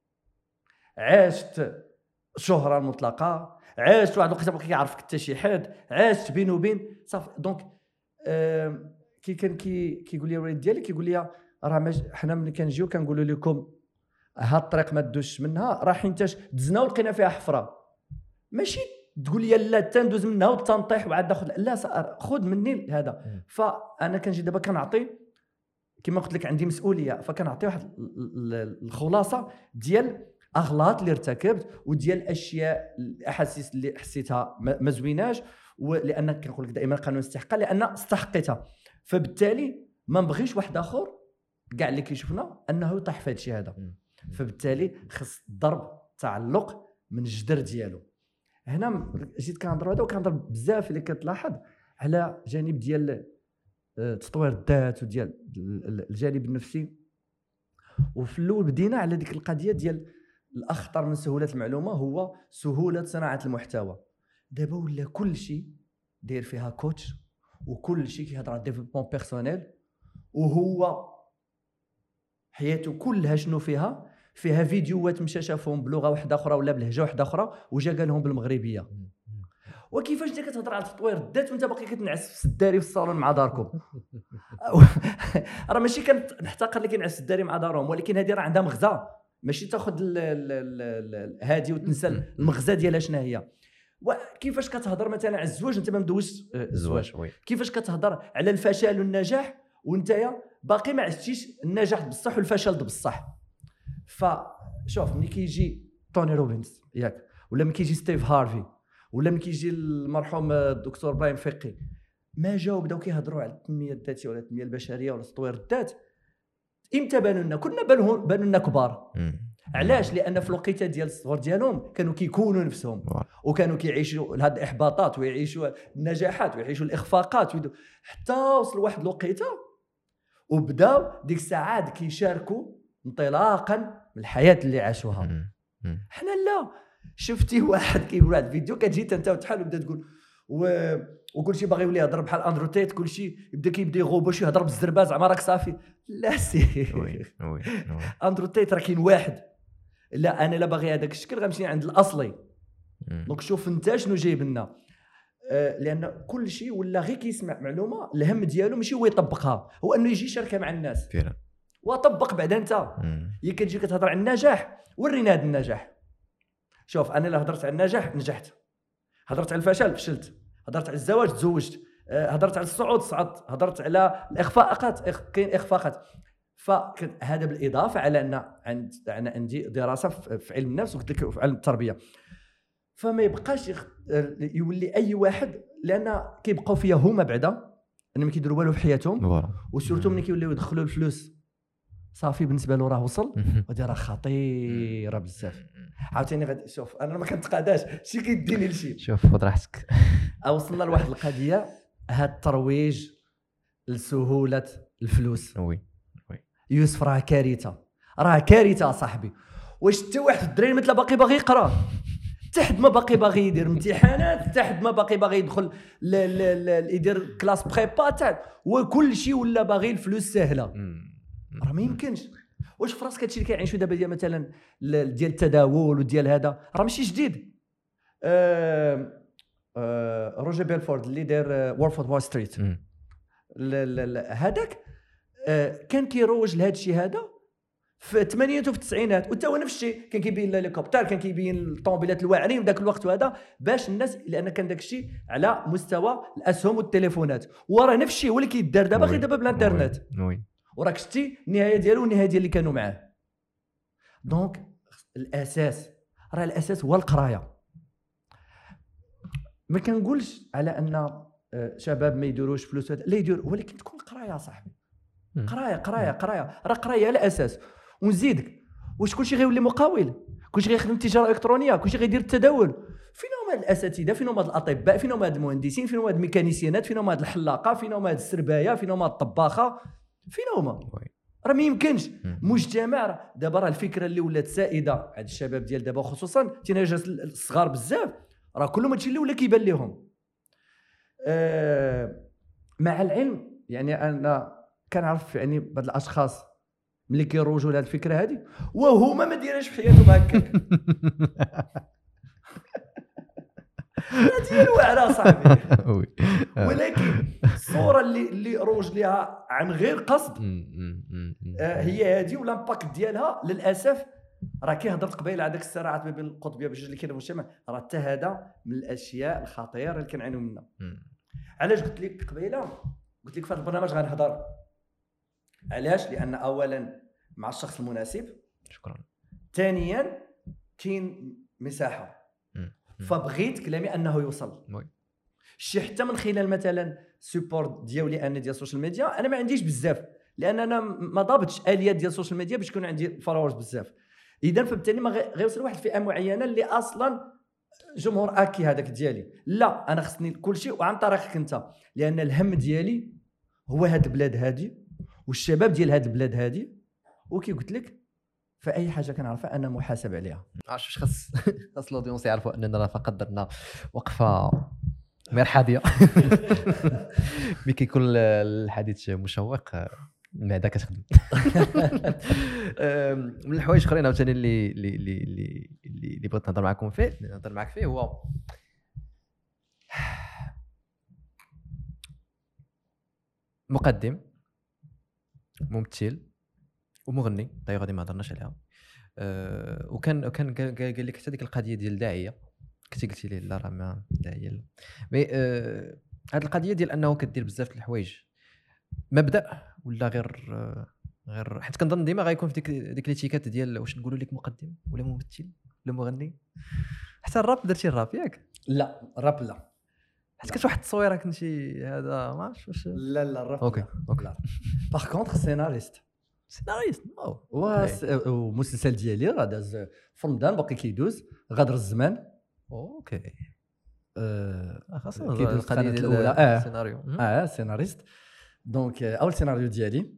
عشت شهره مطلقه، عشت واحد الوقت ما كيعرفك حتى شي حد، عشت بين وبين صافي. دونك كي كان كيقول لي الوالد ديالي كيقول لي راه حنا ملي كنجيو كنقولوا لكم هاد الطريق ما تدوش منها، راه حيتاش دزنا ولقينا فيها حفره، ماشي تقول لي لا تندوز منها وتنطيح وعاد ناخذ، لا خذ مني هذا. فانا كنجي دابا كنعطي كما قلت لك عندي مسؤوليه، فكنعطي واحد الخلاصه ديال اغلاط اللي ارتكبت وديال الاشياء الاحاسيس اللي حسيتها ما زويناش، ولانك كنقول لك دائما قانون الاستحقاق لان استحقيتها. فبالتالي ما نبغيش واحد اخر كاع اللي كيشوفنا انه يطيح في هذا الشيء هذا. فبالتالي خص ضرب تعلق من الجدر ديالو. هنا جيت كنهضروا هذا وكنهضر بزاف اللي كتلاحظ على جانب ديال تطوير الذات وديال الجانب النفسي. وفي الاول بدينا على ديك القضيه ديال الاخطر من سهوله المعلومه هو سهوله صناعه المحتوى. دابا ولا كل شيء داير فيها كوتش، وكل شيء كيهضر على ديفلوبمون بيرسونيل، وهو حياته كلها شنو فيها فيديوهات مشى شافهم بلغه واحده اخرى ولا بلهجه واحده اخرى وجا قالهم بالمغربيه. وكيفاش انت كتهضر على تطوير الذات وانت باقي كتنعس في السداري في الصالون مع داركم؟ راه ماشي كنحتقر اللي كينعس في السداري مع دارهم، ولكن هذه راه عندها مغزى، ماشي تاخذ هذه وتنسى المغزى ديالها شنو هي. وكيفاش كتهضر مثلا على الزواج انت ما مدوزش الزواج، كيفاش كتهضر على الفشل والنجاح وانت باقي ما عشتيش النجاح بصح والفشل بصح. فشوف ملي كيجي توني روبنز ياك، ولا ملي كيجي ستيف هارفي، ولا ملي كيجي المرحوم الدكتور ابراهيم فقي، ما جاو بداو كيهضروا على التنميه الذاتيه ولا التنميه البشريه ولا تطوير الذات، امتى بانوا لنا؟ كنا بانوا لنا كبار. علاش؟ لان في الوقيته ديال الصغر ديالهم كانوا كيكونوا نفسهم وكانوا كيعيشوا هاد الاحباطات ويعيشوا النجاحات ويعيشوا الاخفاقات حتى وصل واحد الوقيته وبداو ديك الساعات كيشاركوا انطلاقا من الحياه اللي عاشوها. حنا لا، شفتي واحد كيقول واحد الفيديو كتجي انت وتحال وبدا تقول وكل شيء باغي يولي يهضر بحال اندرو تيت، كل شيء يبدا يغوبو شي يهضر بالزربه زعما راك صافي. لا سي وي اندرو تيت راه كاين واحد، لا انا لا باغي هذاك الشكل غنمشي عند الاصلي. دونك شوف انت شنو جايب لنا، لان كل شيء ولا غير كيسمع معلومه الهم ديالو ماشي هو يطبقها، هو انه يجي يشاركها مع الناس فعلا وطبق بعدا انت. هي كتجي كتهضر على النجاح، ورينا هذا النجاح. شوف انا لا هضرت على النجاح نجحت، هضرت على الفشل فشلت، هضرت على الزواج تزوجت، هضرت على الصعود صعدت، هضرت على الاخفاقات كاين اخفاقات. فهذا بالاضافه على ان انا عندي دراسه في علم النفس وقلت لك في علم التربيه. فما يبقاش يولي اي واحد، لان كيبقاو فيا هما بعدا انهم كيديروا والو في حياتهم، وسورتو ملي كيوليو يدخلوا الفلوس صافي بالنسبه له راه وصل، وهذه راه خطيره بزاف. عاوتاني غادي شوف انا ما كنتقاداش شي كيديني لشي، شوف خذ راحتك. وصلنا لواحد القضيه، هاد الترويج لسهوله الفلوس. وي يوسف راه كارثه صاحبي. واش حتى واحد الدراري مثلا باقي يقرا، تحد ما باقي يدير امتحانات، تحد ما باقي يدخل يدير كلاس بريبا تاع، وكل شيء ولا باغي الفلوس سهله. راه ما يمكنش. واش في راسك هادشي اللي كيعيشوا دابا ديال مثلا ديال التداول وديال هذا راه ماشي جديد. روجر بيلفورد اللي دار وولف اوف وول ستريت، هذاك كان كيروج لهذا الشيء هذا في الثمانينات وفي التسعينات، وتا هو نفس الشيء كان كيبين الهليكوبتر، كان كيبين الطوموبيلات الواعرين في ذاك الوقت هذا باش الناس، لان كان داك الشيء على مستوى الاسهم والتليفونات، وراه نفس الشيء هو اللي كيدار دابا غير دابا بالانترنت. وراك شتي النهايه ديالو والنهايه ديال اللي كانوا معاه. دونك الاساس هو القرايه. ما كنقولش على ان شباب ما يديروش فلوس، لا يديروا، ولكن تكون قرايه صاحبي. قرايه راه قرايه الاساس. ونزيدك، واش كلشي غيولي مقاول؟ كلشي غيخدم التجاره الالكترونيه، كلشي غيدير التداول. فين هما هاد الاساتذه؟ فين هما هاد الاطباء؟ فين هما هاد المهندسين؟ فين هما هاد الميكانيسيانات؟ فين هما هاد الحلاقه؟ فين هما هاد السربايه؟ فين هما هاد الطباخه؟ فين هما؟ راه ما يمكنش مجتمع دابا. راه الفكره اللي ولات سائده عند الشباب ديال دابا خصوصا التينيجرز الصغار بزاف، راه كلهم هادشي اللي ولا كيبان لهم. مع العلم يعني انا كنعرف يعني بعض الاشخاص ملي كيروجوا لهاد الفكره هذه وهما ما دايرينش في حياتهم هكاك. هذه الوعره صاحبي. ولكن الصوره اللي روج لها عن غير قصد هي هذه، والامباكت ديالها للاسف راه كيهضر قبيله على داك الصراعات ما بين القطبيه بجوج اللي كاين في المجتمع. راه حتى هذا من الاشياء الخطيره اللي كنعانيو منها. علاش قلت لك قبيله؟ قلت لك في هذا البرنامج غنهضر علاش؟ لان اولا مع الشخص المناسب، شكرا. ثانيا كاين مساحه، فبغيت كلامي انه يوصل شي حتى من خلال مثلا سيبورت ديالي انا ديال السوشيال ميديا. انا ما عنديش بزاف لان انا ما ضابطش اليات ديال السوشيال ميديا باش يكون عندي فولورز بزاف. اذا فبالتالي ما غيوصل واحد الفئه معينه اللي اصلا جمهور اكي هذاك ديالي. لا، انا خصني كل شيء وعن طريقك انت، لان الهم ديالي هو هاد البلاد هادي والشباب ديال هاد البلاد هادي. وكي قلت لك فاي حاجه كنعرفها انا محاسب عليها. عرفتش خاص الاودينس يعرفوا اننا راه فقط درنا وقفه مرحاضيه. ملي كيكون الحديث مشوق المعده كتخدم. من الحوايج اخرين عاوتاني اللي بغيت نهضر معك فيه هو مقدم ممثل ومغني. طيب غادي ما هضرناش عليها. وكان قال لك حتى ديك القضيه ديال الداعيه، كنتي قلتي لي لا راه ما داعيه. مي هاد القضيه ديال انه كدير بزاف د الحوايج مبدا ولا غير حيت كنظن ديما غيكون في ديك ليتيكات ديال واش نقولوا لك مقدم ولا ممثل ولا مغني. حتى الراب درتي الراب ياك؟ لا الراب لا، حيت كانت واحد التصويره كنتي هذا ما عرفتش واش. لا الراب اوكي باغ كونطخ سيناريست ومسلسل ديالي راه داز في رمضان باقي كيدوز غادر الزمان. اوكي خاصه القضيه الاولى سيناريو سيناريست. دونك اول سيناريو ديالي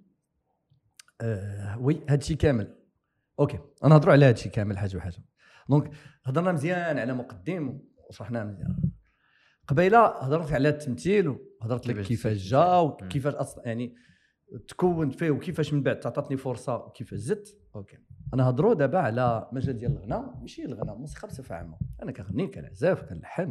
وي هادشي كامل. اوكي انا هضروا على هادشي كامل حاجه وحاجه. دونك هضرنا مزيان على مقدم وشرحناه مزيان. قبيله هضرت على التمثيل وهضرت لك كيفاش جا وكيفاش اصلا يعني تكونت فيه وكيفاش من بعد تعطاتني فرصه وكيفاش زدت. اوكي انا هضروا دابا على مجال ديال الغناء، ماشي الغناء، موسيقى بصفه عامه. انا كنغني كنعزف كنلحن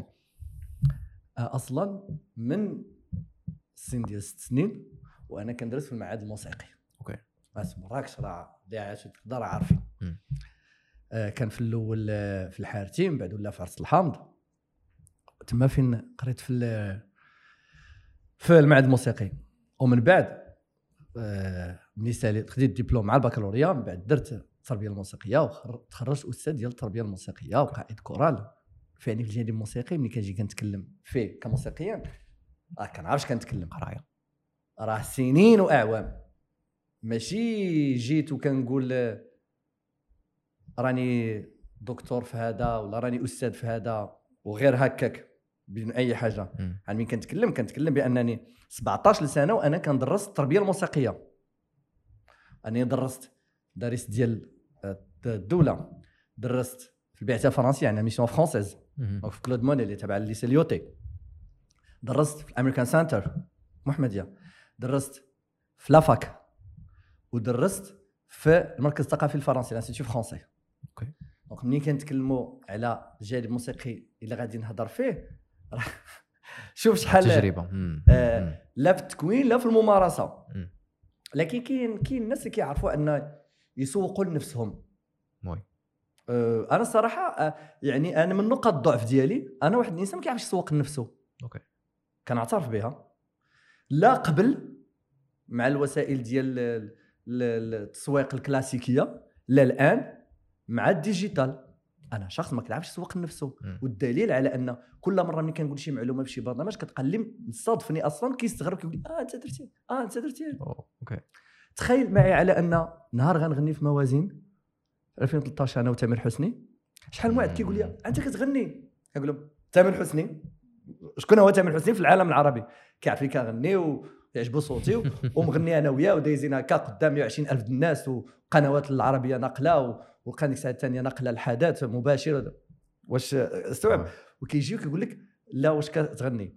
اصلا من السن ديال 6 سنين وانا كندرس في المعهد الموسيقي. اوكي بس مراكش راه داعش تقدر عارفين. كان في الاول في الحارتي، من بعد ولا في عرس الحامض، تما فين قريت في المعهد الموسيقي. ومن بعد ملي ساليت خديت الدبلوم مع البكالوريا، من بعد درت التربيه الموسيقيه وتخرجت استاذ ديال التربيه الموسيقيه وقائد كورال. فاني في الجانب الموسيقي ملي كنجي كنتكلم فيه كموسيقيا كنعرفش كنتكلم قرايه، راه سنين واعوام. ماشي جيت وكنقول راني دكتور في هذا ولا راني استاذ في هذا وغير هكاك بدون اي حاجه. يعني ملي كنتكلم بانني 17 سنه وانا كندرس التربيه الموسيقيه. انا درست ديال الدوله، درست في البعثه الفرنسيه عندنا ميسيون فرونسيز في كلود موني اللي تبع الليسي ليوتي، درست في الامريكان سنتر محمديه، درست في لافاك، ودرست في المركز الثقافي الفرنسي لانستيتو فرونسي. اوكي دونك ملي كنتكلموا على جانب موسيقي اللي غادي نهضر فيه شوف شحال تجربه لا في التكوين لا في الممارسه. لكن كاين الناس اللي كيعرفوا ان يسوقوا لنفسهم. انا الصراحه يعني انا من نقاط الضعف ديالي انا واحد الانسان ما كيعرفش يسوق لنفسه. اوكي كنعترف بها، لا قبل مع الوسائل ديال التسويق الكلاسيكيه، لا الان مع الديجيتال. انا شخص ما كيعرفش يسوق لنفسه. والدليل على ان كل مره ملي كنقول شي معلومه في شي برنامج كتقلم مصادفني اصلا كيستغرب كيقول انت درتي اوكي. تخيل معي على ان نهار غنغني في موازين 2013 انا وتامر حسني شحال من واحد كيقول لي انت كتغني، كنقول لهم تامر حسني. شكون هو تامر حسني في العالم العربي؟ كيعرف لي كنغني ويعجبو صوتي ومغني انا وياه ودايزين هكا قدام 120,000 الناس وقنوات العربيه ناقله والقناه الثانيه ناقله الحدث مباشر. واش استوعب؟ وكيجيو كيقول لك لا واش كتغني.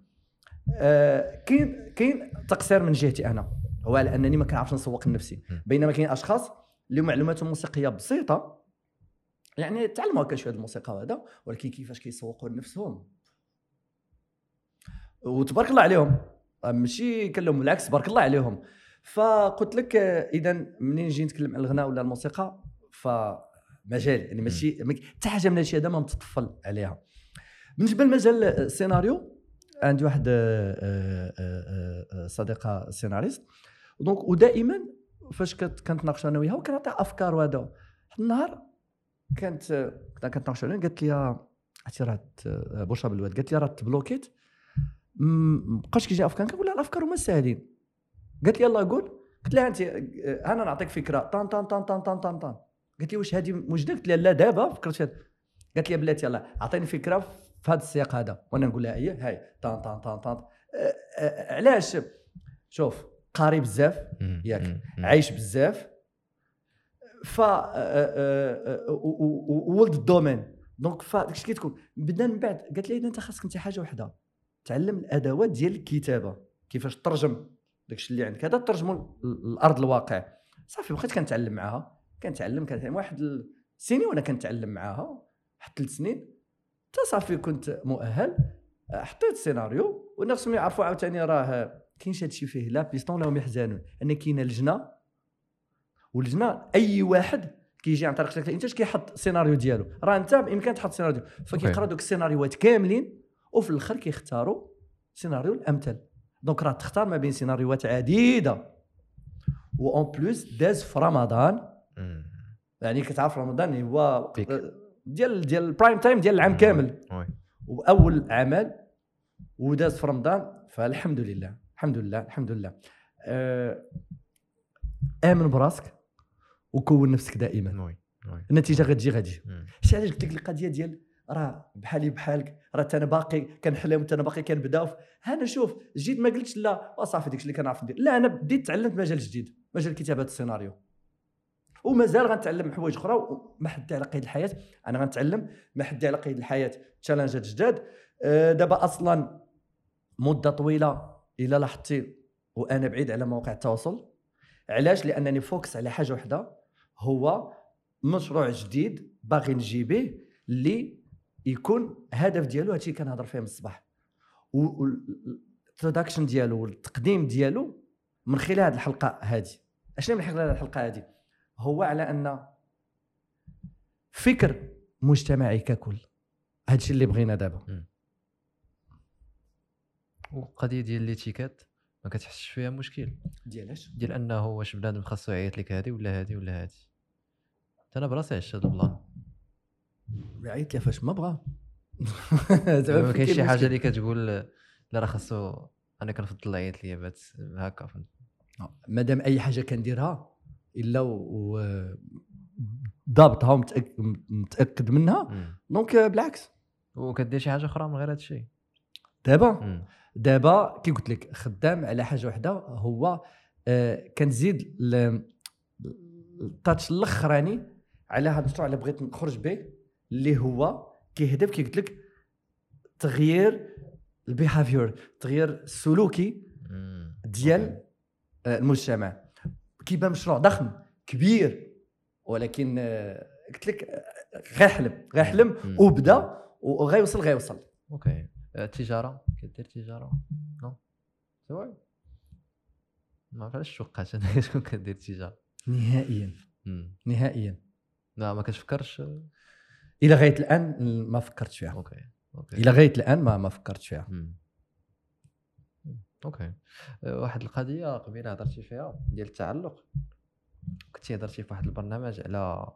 كاين تقصير من جهتي انا، هو على انني ما كنعرفش نسوق لنفسي، بينما كاين اشخاص اللي معلوماتهم موسيقيه بسيطه يعني تعلموا هكا شويه الموسيقى وهذا، ولكن كيفاش كيسوقوا لنفسهم وتبارك الله عليهم، ماشي كلهم بالعكس بارك الله عليهم. فقلت لك اذا منين نجي نتكلم على الغناء ولا الموسيقى فمجال يعني ماشي حتى حاجه من هادشي هذا ما متطفل عليها. بالنسبه لمجال السيناريو عندي واحد صديقه سيناريست دونك، ودائما فاش كنتناقش انا وياها وكنعطيها افكار وهذا. واحد النهار كنت كنتناقش عليها قالت لي عرفتي راه بوشا بالواد، قالت لي راه تبلوكيت مابقاش كيجي افكار. كنقول لها الافكار هما ساهلين. قالت لي يلاه قول. قلت لها انت انا نعطيك فكره طان طان طان طان طان طان طان. قالت لي واش هذه موجوده؟ قلت لها لا دابا فكرت فيها. قالت لي بلاتي يلاه اعطيني فكره في هذا السياق هذا، وانا نقول لها هي طان طان طان طان. علاش؟ شوف قاري بزاف ياك عايش بزاف ف ولد الدومين دونك فداكشي كتكون بدنا من بعد. قالت لي انت خاصك انت حاجه وحده تعلم الادوات ديال الكتابه، كيفاش ترجم داكشي اللي عندك هذا ترجمه لارض الواقع. صافي بقيت كنتعلم معاها، كنتعلم واحد السنين وانا كنتعلم معاها حتى 3 سنين حتى صافي كنت مؤهل. حطيت سيناريو والناس يعرفوا عاوتاني راه كاين شي هادشي فيه لا بيستون لهم يحزنون ان كاينه لجنه، واللجنه اي واحد كيجي عن طريق شكل الانتاج كيحط سيناريو ديالو، راه انت بامكان تحط سيناريو ديالو فكيقرا دوك السيناريوهات كاملين وفي الاخر كيختاروا سيناريو الامثل. دونك راه تختار ما بين سيناريوهات عديده وان بلوس داز في رمضان. يعني كتعرف رمضان هو ديال البرايم تايم ديال العام كامل واول عمل وداز في رمضان. فالحمد لله الحمد لله الحمد لله. امن براسك وكون نفسك دائما، النتيجه غتجي. شي علاش قلت لك القضيه ديال راه بحالي بحالك، راه انا باقي كنحلم وانا باقي كنبدا. انا شوف جيت ما قلتش لا صافي داكشي اللي كنعرف ندير، لا انا بديت تعلمت مجال جديد، مجال كتابه السيناريو، ومازال غنتعلم حوايج اخرى وما حدي على قيد الحياه. انا غنتعلم ما حدي على قيد الحياه تشالنجات جداد. دابا اصلا مده طويله الا لاحظتي وانا بعيد على مواقع التواصل. علاش؟ لانني فوكس على حاجه واحده، هو مشروع جديد باغي نجيبه اللي يكون هدف ديالو هادشي كنهضر فيه من الصباح، والانتروداكشن ديالو والتقديم ديالو من خلال هذه الحلقه هذه. اشنو من خلال هذه الحلقه هذه؟ هو على ان فكر مجتمعي ككل، هادشي اللي بغينا دابا. والقضيه ديال ليتيكات ما كتحسش فيها مشكل ديالاش؟ ديال انه واش بنادم خاصو يعيط لك هذه ولا هذه ولا هذه. انا براسي عشت هذا البلان، يعيط لي فاش ما بغا. ما كاينش شي حاجه اللي كتقول لا راه خاصو. انا كنفضل يعيط لي بات هكا فهمت. مادام اي حاجه كنديرها الا ضابطها ومتاكد منها دونك بالعكس. وكدير شي حاجه اخرى من غير هذا الشيء. دابا كي قلت لك خدام على حاجه واحده، هو كنزيد التاتش الاخراني على هذا المشروع اللي بغيت نخرج به، اللي هو كيهدف كي قلت لك تغيير البيهافيور، تغيير السلوكي ديال المجتمع. كيبان مشروع ضخم كبير، ولكن قلت لك غير حلم وبدا وغيوصل. اوكي. التجاره كدير تجاره؟ نو سواء ما عرفتش توقعت انا شكون كدير تجاره نهائيا. لا ما كتفكرش الى غايه الان ما فكرتش فيها. اوكي الى غايه الان ما فكرتش فيها. اوكي. واحد القضيه قبيله هضرتي فيها ديال التعلق، كنتي هضرتي في واحد البرنامج على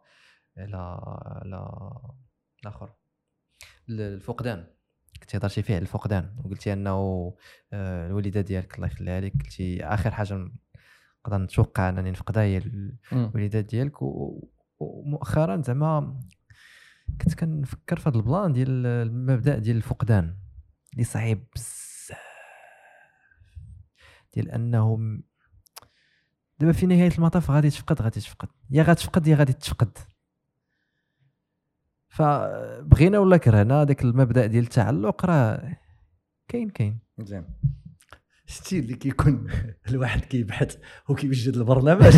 الاخر الفقدان، كنتي هضرتي فيه على الفقدان وقلتي انه الوالده ديالك الله يخليها لك، قلتي اخر حاجه نقدر نتوقع انني نفقدها هي الوالده ديالك. ومؤخرا زعما كنت كنفكر في هذا البلان ديال المبدا ديال الفقدان اللي صعيب بزاف، ديال انه دابا في نهايه المطاف غادي تفقد يا غتفقد يا غادي تفقد. فبغينا ولا كرهنا داك المبدا ديال التعلق راه كاين مزيان. شتي اللي كيكون الواحد كيبحث وكيوجد البرنامج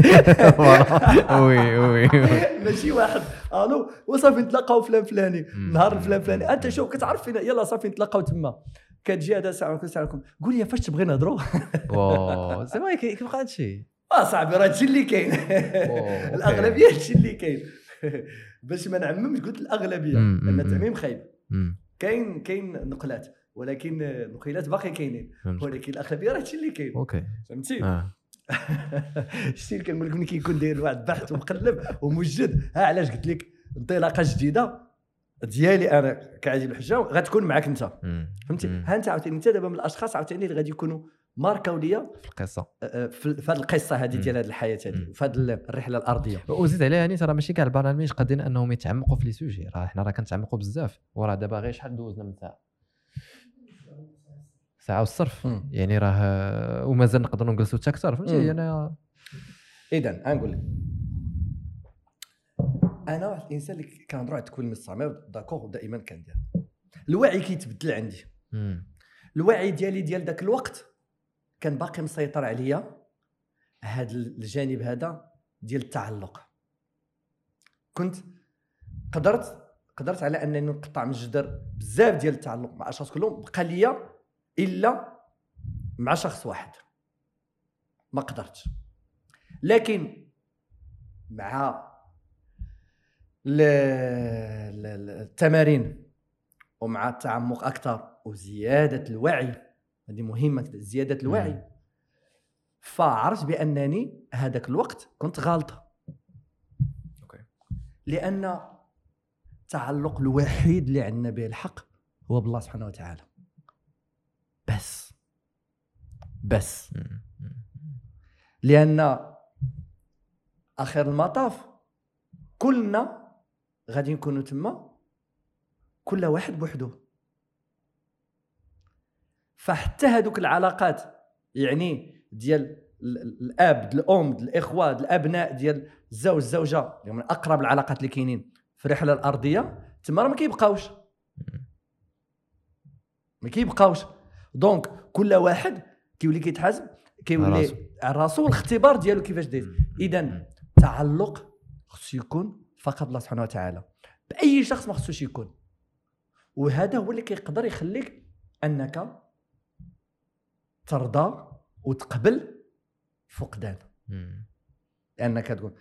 وي ماشي واحد الو وصافي نتلاقاو فلان نهار فلان انت شوف كتعرف فينا يلا صافي نتلاقاو تما كتجي هذا ساعه لكم قول لي فاش تبغي نهضروا واو زعما كيبقى هادشي صاحبي راه هادشي اللي كاين الاغلبيه هادشي اللي كاين باش ما نعممش قلت الاغلبيه لان التعميم خايب كاين نقلات ولكن نقيلات باقي كاينين ولكن الاغلبيه راه هادشي اللي كاين اوكي فهمتي شتي كنقول لك ملي كيكون داير واحد بحث ومقلب وموجد علاش قلت لك انطلاقه جديده ديالي انا كعادي الحجه غتكون معك انت فهمتي ها انت عاوتاني انت دابا من الاشخاص عاوتاني اللي غادي يكونوا ماركاو ليا في القصه في هذه القصه هذه ديال هذه الحياه هذه في هذه الرحله الارضيه. وزيد عليها يعني ترى ماشي كاع البرامج قادرين انهم يتعمقوا في لي سوجي، راه حنا كنتعمقوا بزاف وراه دابا غير شحال دوزنا من ساعه والصرف يعني راه ومازال نقدروا نجلسوا حتى اكثر فهمتي. انا اذا غنقول لك انا واحد الانسان اللي كنهضروا على التكوين المستعمر داكوغ دائما كندير الوعي كيتبدل عندي. الوعي ديالي ديال داك الوقت كان باقي مسيطر عليا هذا الجانب هذا ديال التعلق. كنت قدرت على انني نقطع من الجدر بزاف ديال التعلق مع اشخاص كلهم، بقى ليا الا مع شخص واحد ما قدرتش. لكن مع التمارين ومع التعمق اكثر وزياده الوعي، هذه مهمه زياده الوعي، فعرفت بانني هذاك الوقت كنت غلط. لان التعلق الوحيد اللي عندنا به الحق هو بالله سبحانه وتعالى بس لان اخر المطاف كلنا غادي نكونوا تما كل واحد بوحده. فحتى هذوك العلاقات يعني ديال الاب الام الاخوه الابناء ديال الزوج الزوجه اللي من اقرب العلاقات اللي كاينين في الرحله الارضيه تما ما كيبقاوش دونك كل واحد كيولي كيتحاسب كيولي على راسو الاختبار ديالو كيفاش داير. اذا تعلق خصو يكون فقط الله سبحانه وتعالى، باي شخص ما خصوش يكون. وهذا هو اللي كيقدر يخليك انك ترضى وتقبل فقدان، لانك تقول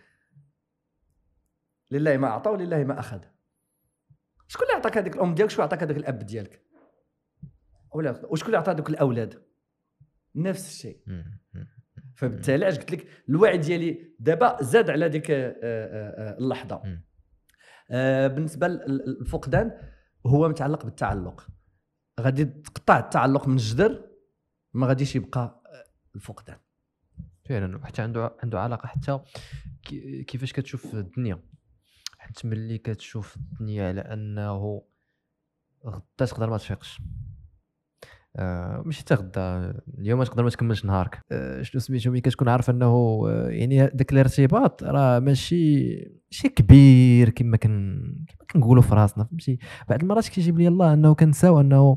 لله ما اعطى ولله ما اخذ. شكون اللي عطاك هذيك الام ديالك؟ شكون عطاك هذاك الاب ديالك؟ وشكون اللي عطى هذوك الاولاد؟ نفس الشيء. فبالتالي علاش قلت لك الوعي ديالي دابا زاد على ديك اللحظه. بالنسبه للفقدان هو متعلق بالتعلق، غادي تقطع التعلق من الجذر ما غاديش يبقى الفقدان فعلا. حتى عنده علاقه حتى كيفاش كتشوف الدنيا. حيت ملي كتشوف الدنيا على انه غدا تقدر ما تفيقش، ماشي حتى غدا اليوم تقدر ما تكملش نهارك، شنو سميتو ملي كتكون عارف انه يعني داك الارتباط راه ماشي كبير كما كنقولوا في راسنا فهمتي. بعض المرات كيجيب لي الله انه كنساو انه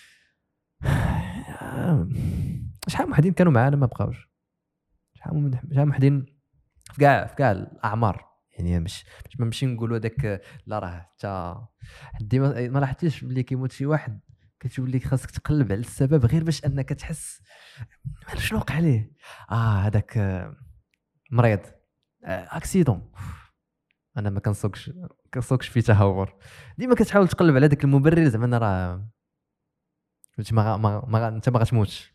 شحال من وحدين كانوا معانا ما بقاوش، شحال من وحدين في كاع الاعمار يعني مش نمشي نقولوا داك لا راه حتى ديما ما لاحظتيش ملي كيموت شي واحد كتولي خاصك تقلب على السبب غير باش انك تحس شنو وقع عليه. هذاك مريض اكسيدون، انا ما كنسوقش في تهور. ديما كتحاول تقلب على داك المبرر زعما انا راه انت ما غتموتش.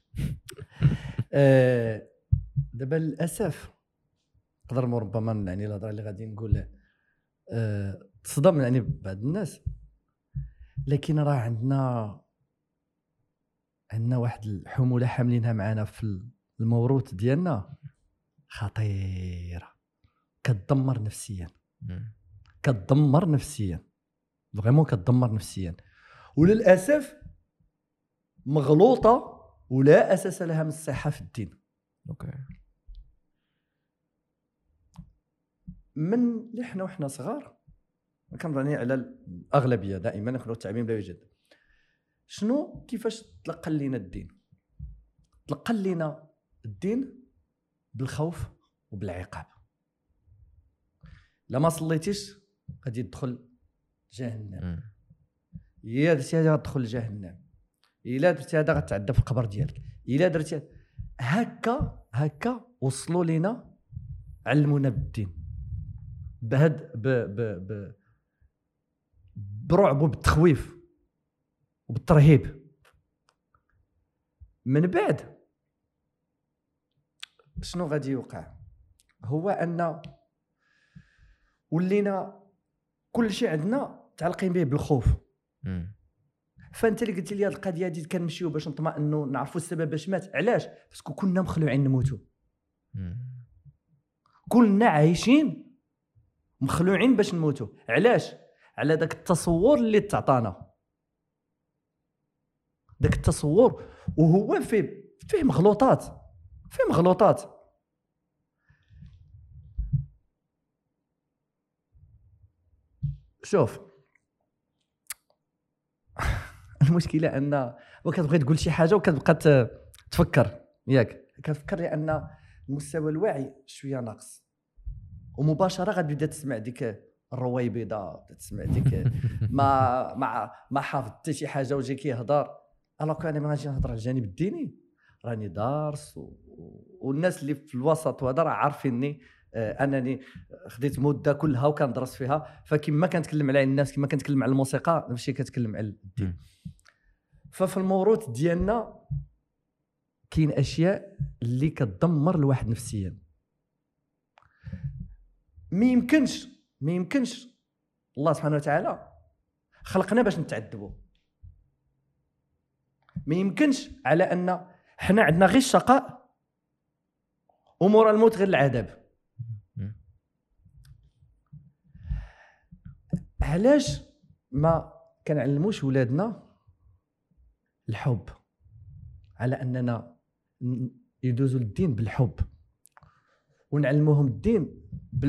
دابا للاسف نقدر ربما يعني الهضره اللي غادي نقول تصدم يعني بعض الناس، لكن راه عندنا واحد الحموله حاملينها معنا في الموروث ديالنا خطيره، كتدمر نفسيا. فريمون كتدمر نفسيا، وللاسف مغلوطه ولا اساس لها من الصحه في الدين. اوكي. من اللي حنا وحنا صغار كنظني على الاغلبيه دائما ناخذ التعميم لا يوجد. شنو كيفاش تلقى لنا الدين؟ تلقى لنا الدين بالخوف وبالعقاب. لما صليتيش غادي تدخل جهنم، الا درتي هذا غتدخل جهنم، الا درتي هذا غتعذب في القبر ديالك، الا درتي هكا وصلوا لنا، علمونا بالدين بهاد برعب وبالتخويف وبالترهيب. من بعد شنو غادي يوقع؟ هو ان ولينا كل شيء عندنا تعلقين به بالخوف. فانت اللي قلت لي هذه القضيه هذه كنمشيو باش نطمئنوا نعرفوا السبب باش مات. علاش؟ باسكو كنا مخلوعين نموتوا، كلنا عايشين مخلوعين باش نموتوا. علاش؟ على داك التصور اللي تعطانا، داك التصور وهو فيه مغلوطات، فيه مغلوطات. شوف المشكله ان وكتبغي تقول شي حاجه وكتبقى تفكر ياك، كتفكر لان مستوى الوعي شويه ناقص، ومباشره غتبدا تسمع ديك الرويبضه، تسمع ديك ما حافظ حتى شي حاجه وجاي كيهضر. الوغ انا ما غاديش نهضر على الجانب الديني، راني دارس والناس اللي في الوسط وهذا راه عارفيني انني خديت مده كلها وكندرس فيها، فكما كنتكلم على الناس كما كنتكلم على الموسيقى نفس الشيء كنتكلم على الدين. ففي الموروث ديالنا كاين اشياء اللي كتدمر الواحد نفسيا. ما يمكنش الله سبحانه وتعالى خلقنا باش نتعذبوا. ما يمكنش على ان حنا عندنا غير الشقاء ومورا الموت غير العذاب. علاش ما كنعلموش ولادنا الحب، على اننا يدوزوا الدين بالحب، ونعلموهم الدين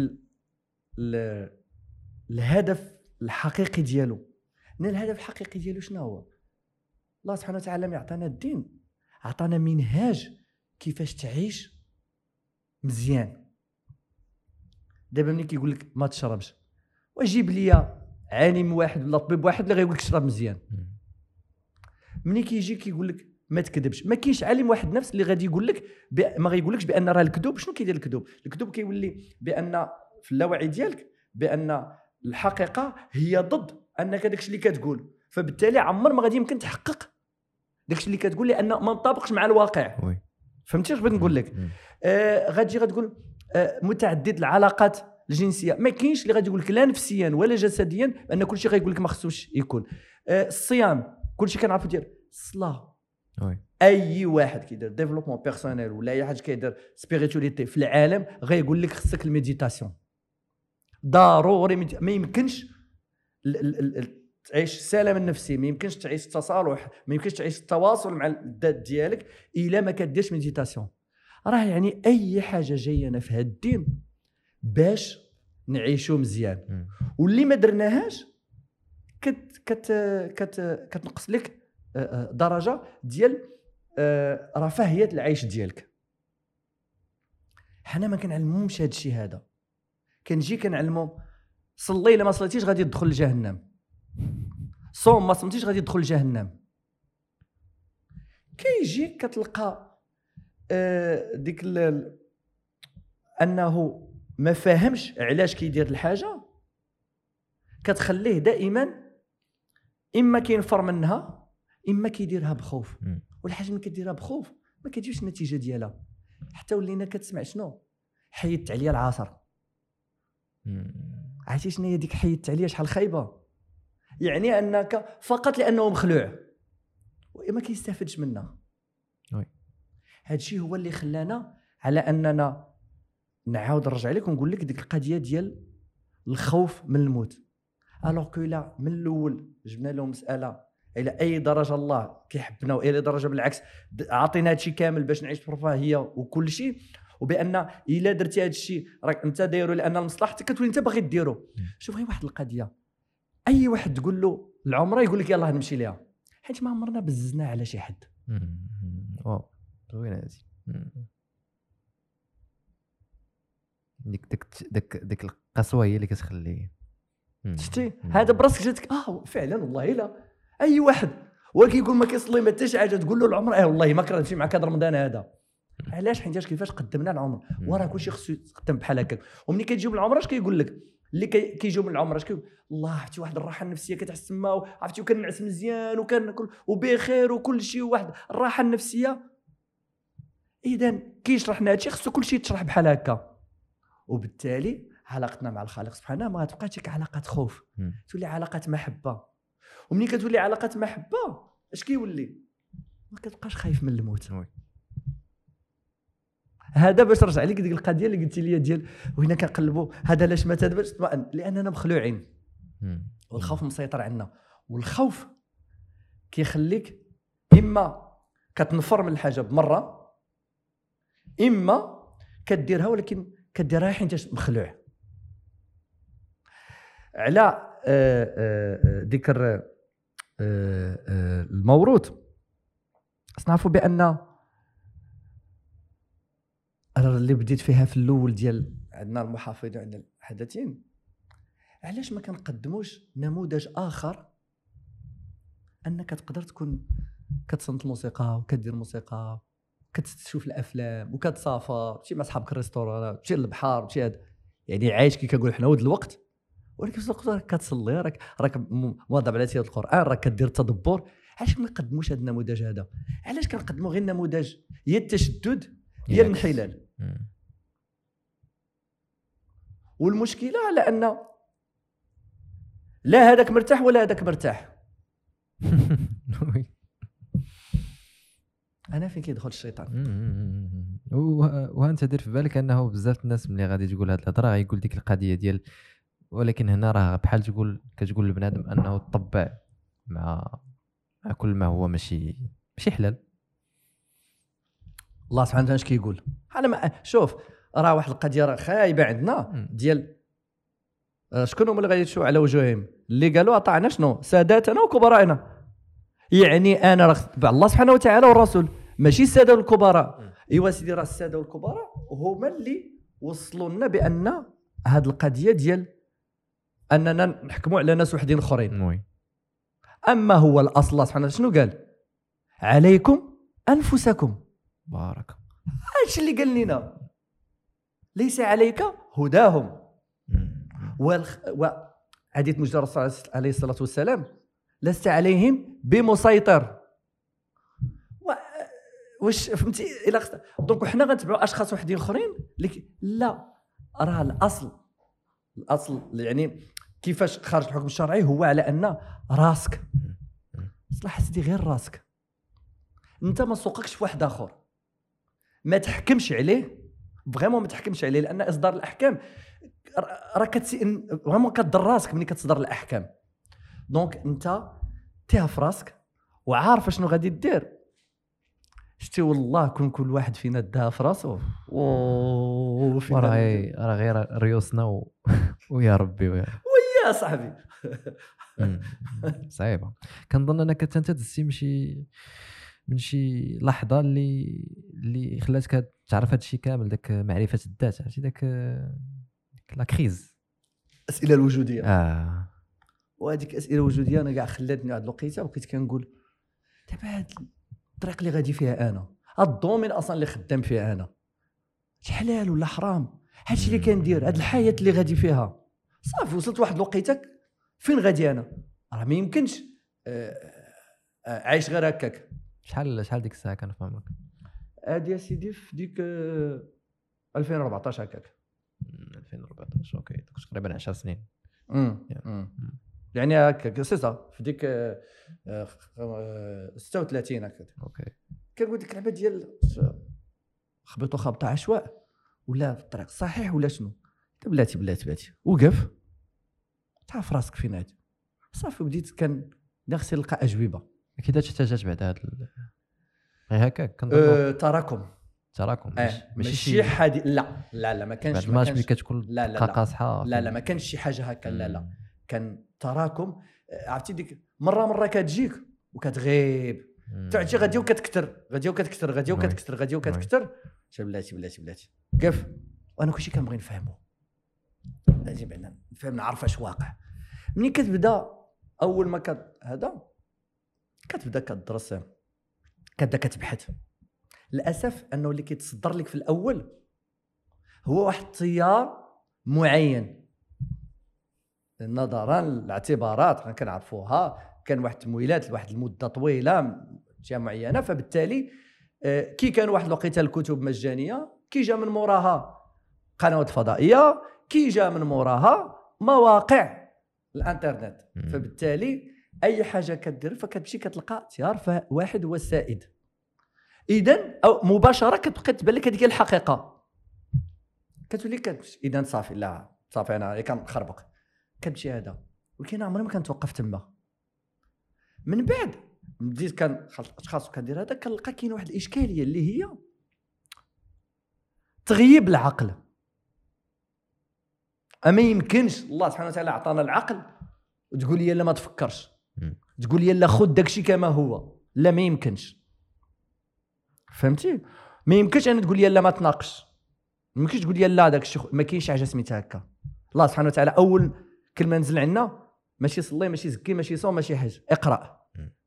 الهدف الحقيقي ديالو. الهدف الحقيقي ديالو شنو هو؟ الله سبحانه وتعالى يعطينا الدين، عطانا منهاج كيفاش تعيش مزيان. دابا ملي كيقول لك ما تشربش، وجيب لي عالم واحد ولا طبيب واحد اللي غيقول لك شرب مزيان. ملي كيجي كيقول لك ما تكذبش، ما كاينش عالم واحد نفس اللي غادي يقول لك ما غيقولكش بان راه الكذوب. شنو كيدير الكذوب؟ الكذوب كيولي بان في اللاوعي ديالك بان الحقيقه هي ضد انك داكشي اللي كتقول، فبالتالي عمر ما غادي يمكن تحقق داكشي اللي كتقول لان ما مطابقش مع الواقع. فهمتي اش بغيت نقول لك؟ غتقول متعدد العلاقات الجنسيه، ما كاينش اللي غادي يقول لك لا نفسيا ولا جسديا ان كل شيء غيقول لك ما خصوش يكون. الصيام كل شيء كنعرفوا ديال الصلاه. اي واحد كيدير ديفلوبمون بيرسونيل ولا اي حاجه كيدير سبيريتواليتي في العالم غيقول لك خصك الميديتاسيون ضروري. ما يمكنش تعيش السلام النفسي، ما يمكنش تعيش التصالح، ما يمكنش تعيش التواصل مع الذات ديالك الا ما كديرش ميديتاسيون. راه يعني اي حاجه جاينا في هذا الدين باش نعيشو مزيان، واللي ما درناهاش كتنقص لك درجه ديال رفاهيه العيش ديالك. حنا ما كنعلموهمش هذا الشيء هذا. كنجي كنعلمهم صلي الا ما صليتيش غادي تدخل لجهنم، صوم ما صمتيش غادي تدخل لجهنم. كيجي كتلقى ديك انه ما فاهمش علاش كيدير الحاجه، كتخليه دائما اما كينفر منها اما كيديرها بخوف. والحاجه اللي كديرها بخوف ما كتجيش النتيجه ديالها. حتى ولينا كتسمع شنو حيدت عليا العصر. عرفتي شنو هي ديك حيدت عليا شحال خايبه؟ يعني انك فقط لانه مخلوع وما كيستافدش منها. هذا الشيء هو اللي خلانا على اننا نعاود نرجع لك ونقول لك ديك القضيه ديال الخوف من الموت. الوغ كو لا من الاول جبنا لهم مساله الى اي درجه الله كيحبنا والى درجه بالعكس عطينا هادشي كامل باش نعيش برفاهيه وكل شيء، وبان الا درتي هادشي راك انت دايرو لان لمصلحتك كتولي انت باغي ديرو. شوف غير واحد القضيه، اي واحد تقول له العمره يقول لك يلاه نمشي ليها، حيت ما عمرنا بززنا على شي حد. واو زوينه هادي. ديك القسوه هي اللي كتخلي شتي هذا براسك جاتك فعلا والله لا اي واحد ولكن يقول ما كيصلي ما حتى شي حاجه تقول له العمر والله ما كرهتش معك هذا رمضان هذا. علاش؟ حيت كيفاش قدمنا العمر وراه كلشي خصو يقدم بحال هكاك. ومني كتجيو من العمر اش كيقول لك اللي كيجيو من العمر اش كيقول الله عرفتي واحد الراحه النفسيه كتحس تما عرفتي وكنعس مزيان وكناكل وبخير وكل شيء واحد الراحه النفسيه. اذا كيشرحنا هادشي خصو كلشي يتشرح بحال هكا، وبالتالي علاقتنا مع الخالق سبحانه ما غتبقاش علاقه خوف، تولي علاقه محبه. ومني كتولي علاقه محبه اش كيولي؟ ما كتبقاش خايف من الموت. هذا باش نرجع لك ديك القضيه اللي قلتي لي ديال وهنا كنقلبوا هذا لاش مات هذا باش تطمئن، لاننا مخلوعين والخوف مسيطر عنا. والخوف كيخليك اما كتنفر من الحاجه بمره، اما كديرها ولكن كديرها حيت مخلوع. على ذكر الموروث نعرفوا بان اللي بديت فيها في الاول ديال عندنا المحافظين عندنا الحدثين، علاش ما كنقدموش نموذج اخر انك تقدر تكون كتصنت الموسيقى وكدير موسيقى كتشوف الافلام وكتسافر تمشي مع صحابك الريستوران تمشي للبحر تمشي هذا يعني عايش كي كنقول حنا ود الوقت، ولكن في الوقت راك كتصلي راك مواظب على تلاوه القران راك كدير التدبر. علاش ما نقدموش هذا النموذج هذا؟ علاش كنقدموا غير النموذج هي التشدد هي الانحلال؟ والمشكله على ان لا هذاك مرتاح ولا هذاك مرتاح. انا فين كيدخل الشيطان. وانت دير في بالك انه بزاف الناس ملي غادي تقول هاد الهضره غيقول ديك القضيه ديال ولكن هنا راه بحال كتقول لبنادم انه تطبع مع كل ما هو ماشي حلال. الله سبحانه وتعالى اش كيقول؟ انا ما شوف راه واحد القضيه راه خايبه عندنا ديال شكون هما اللي غادي يشوفوا على وجوههم اللي قالوا اطعنا شنو ساداتنا وكبرائنا. يعني انا راه تبع الله سبحانه وتعالى والرسول ماشي الساده والكبراء. ايوا سيدي راه الساده والكبراء هما اللي وصلوا لنا بان هذه القضيه ديال اننا نحكموا على ناس وحدين اخرين. اما هو الاصل الله سبحانه وتعالى شنو قال؟ عليكم انفسكم. بارك هادشي اللي قال لنا ليس عليك هداهم وحديث مجد الرسول عليه الصلاه والسلام لست عليهم بمسيطر. واش فهمتي؟ الا دونك حنا غنتبعوا اشخاص وحدين اخرين لا راه الاصل يعني كيفاش خارج الحكم الشرعي هو على ان راسك صلاح سيدي غير راسك انت ما تسوقكش في واحد اخر ما تحكمش عليه فريمون ما تحكمش عليه لان اصدار الاحكام راك فريمون كضر راسك ملي كتصدر الاحكام. دونك انت تيها في راسك وعارف شنو غادي دير. شتي والله كل واحد فينا داها في راسو راه غير ريوسنا ويا ربي ويا صاحبي. صعيبه. كنظن انك انت دزتي من شي لحظه اللي خلاتك تعرف هذا الشيء كامل داك معرفه الذات عرفتي داك لا كريز الاسئله الوجوديه. وهذيك الاسئله الوجوديه انا كاع خلاتني واحد الوقيته بقيت كنقول دابا هاد الطريق اللي غادي فيها انا الدومين اصلا اللي خدام فيه انا حلال ولا حرام هادشي اللي كندير هاد الحياه اللي غادي فيها صافي وصلت واحد الوقيته فين غادي انا راه ما يمكنش عايش غير هكاك. شحال ديك الساعه كنفهمك هادي يا سيدي في ديك 2014 هكاك 2014 اوكي كنت تقريبا 10 سنين. يعني هكاك سيسا في ديك 36 هكاك. اوكي كنقول ديك اللعبه ديال خبطوا خبطه عشواء ولا في الطريق صحيح ولا شنو. بلاتي وقف تعرف راسك فين هادي صافي. بديت كان خصني نلقى اجوبه. كيفاش احتاجت بعد هذا غير هكاك كنظن تراكم تراكم ماشي شي حاجه. لا ما كانش بعد الماتش ملي كتكون لا قاصحه لا ما كانش شي حاجه هكا. لا كان تراكم. عرفتي ديك مره كتجيك وكتغيب تعطي غادي وكتكثر بلاتي كيف. وانا كلشي كنبغي نفهمو لازم نفهم نعرف اش واقع. ملي كتبدا اول ما كتبدا كدرس كتبدا كتبحث. للاسف انه اللي كيتصدر لك في الاول هو واحد التيار معين نظرا لاعتبارات كنعرفوها. كان واحد التمويلات لواحد المده طويله جهه معينه. فبالتالي كي كان واحد الوقيته الكتب مجانيه كي جا من موراها قنوات فضائيه كي جا من موراها مواقع الانترنت. فبالتالي اي حاجه كدير فكتمشي كتلقى تيار واحد هو السائد. اذا او مباشره كتبقى تبان لك هذيك الحقيقه كتولي كتمشي. اذا صافي لا صافي انا كنخربق كتمشي هذا. ولكن عمري ما كنتوقف تما. من بعد بديت اشخاص كندير هذا كنلقى كاين واحد الاشكاليه اللي هي تغييب العقل. اما يمكنش الله سبحانه وتعالى عطانا العقل وتقول لي لا ما تفكرش تقول لي لا خذ داكشي كما هو. لا ما يمكنش. فهمتي؟ ما يمكنش ان تقول لي لا ما تناقش. ما يمكنش تقول لي لا داكشي ما كاينش حاجه سميتها هكا. الله سبحانه وتعالى اول كلمه نزل عندنا ماشي صلي ماشي زكي ماشي صوم ماشي حج اقرا.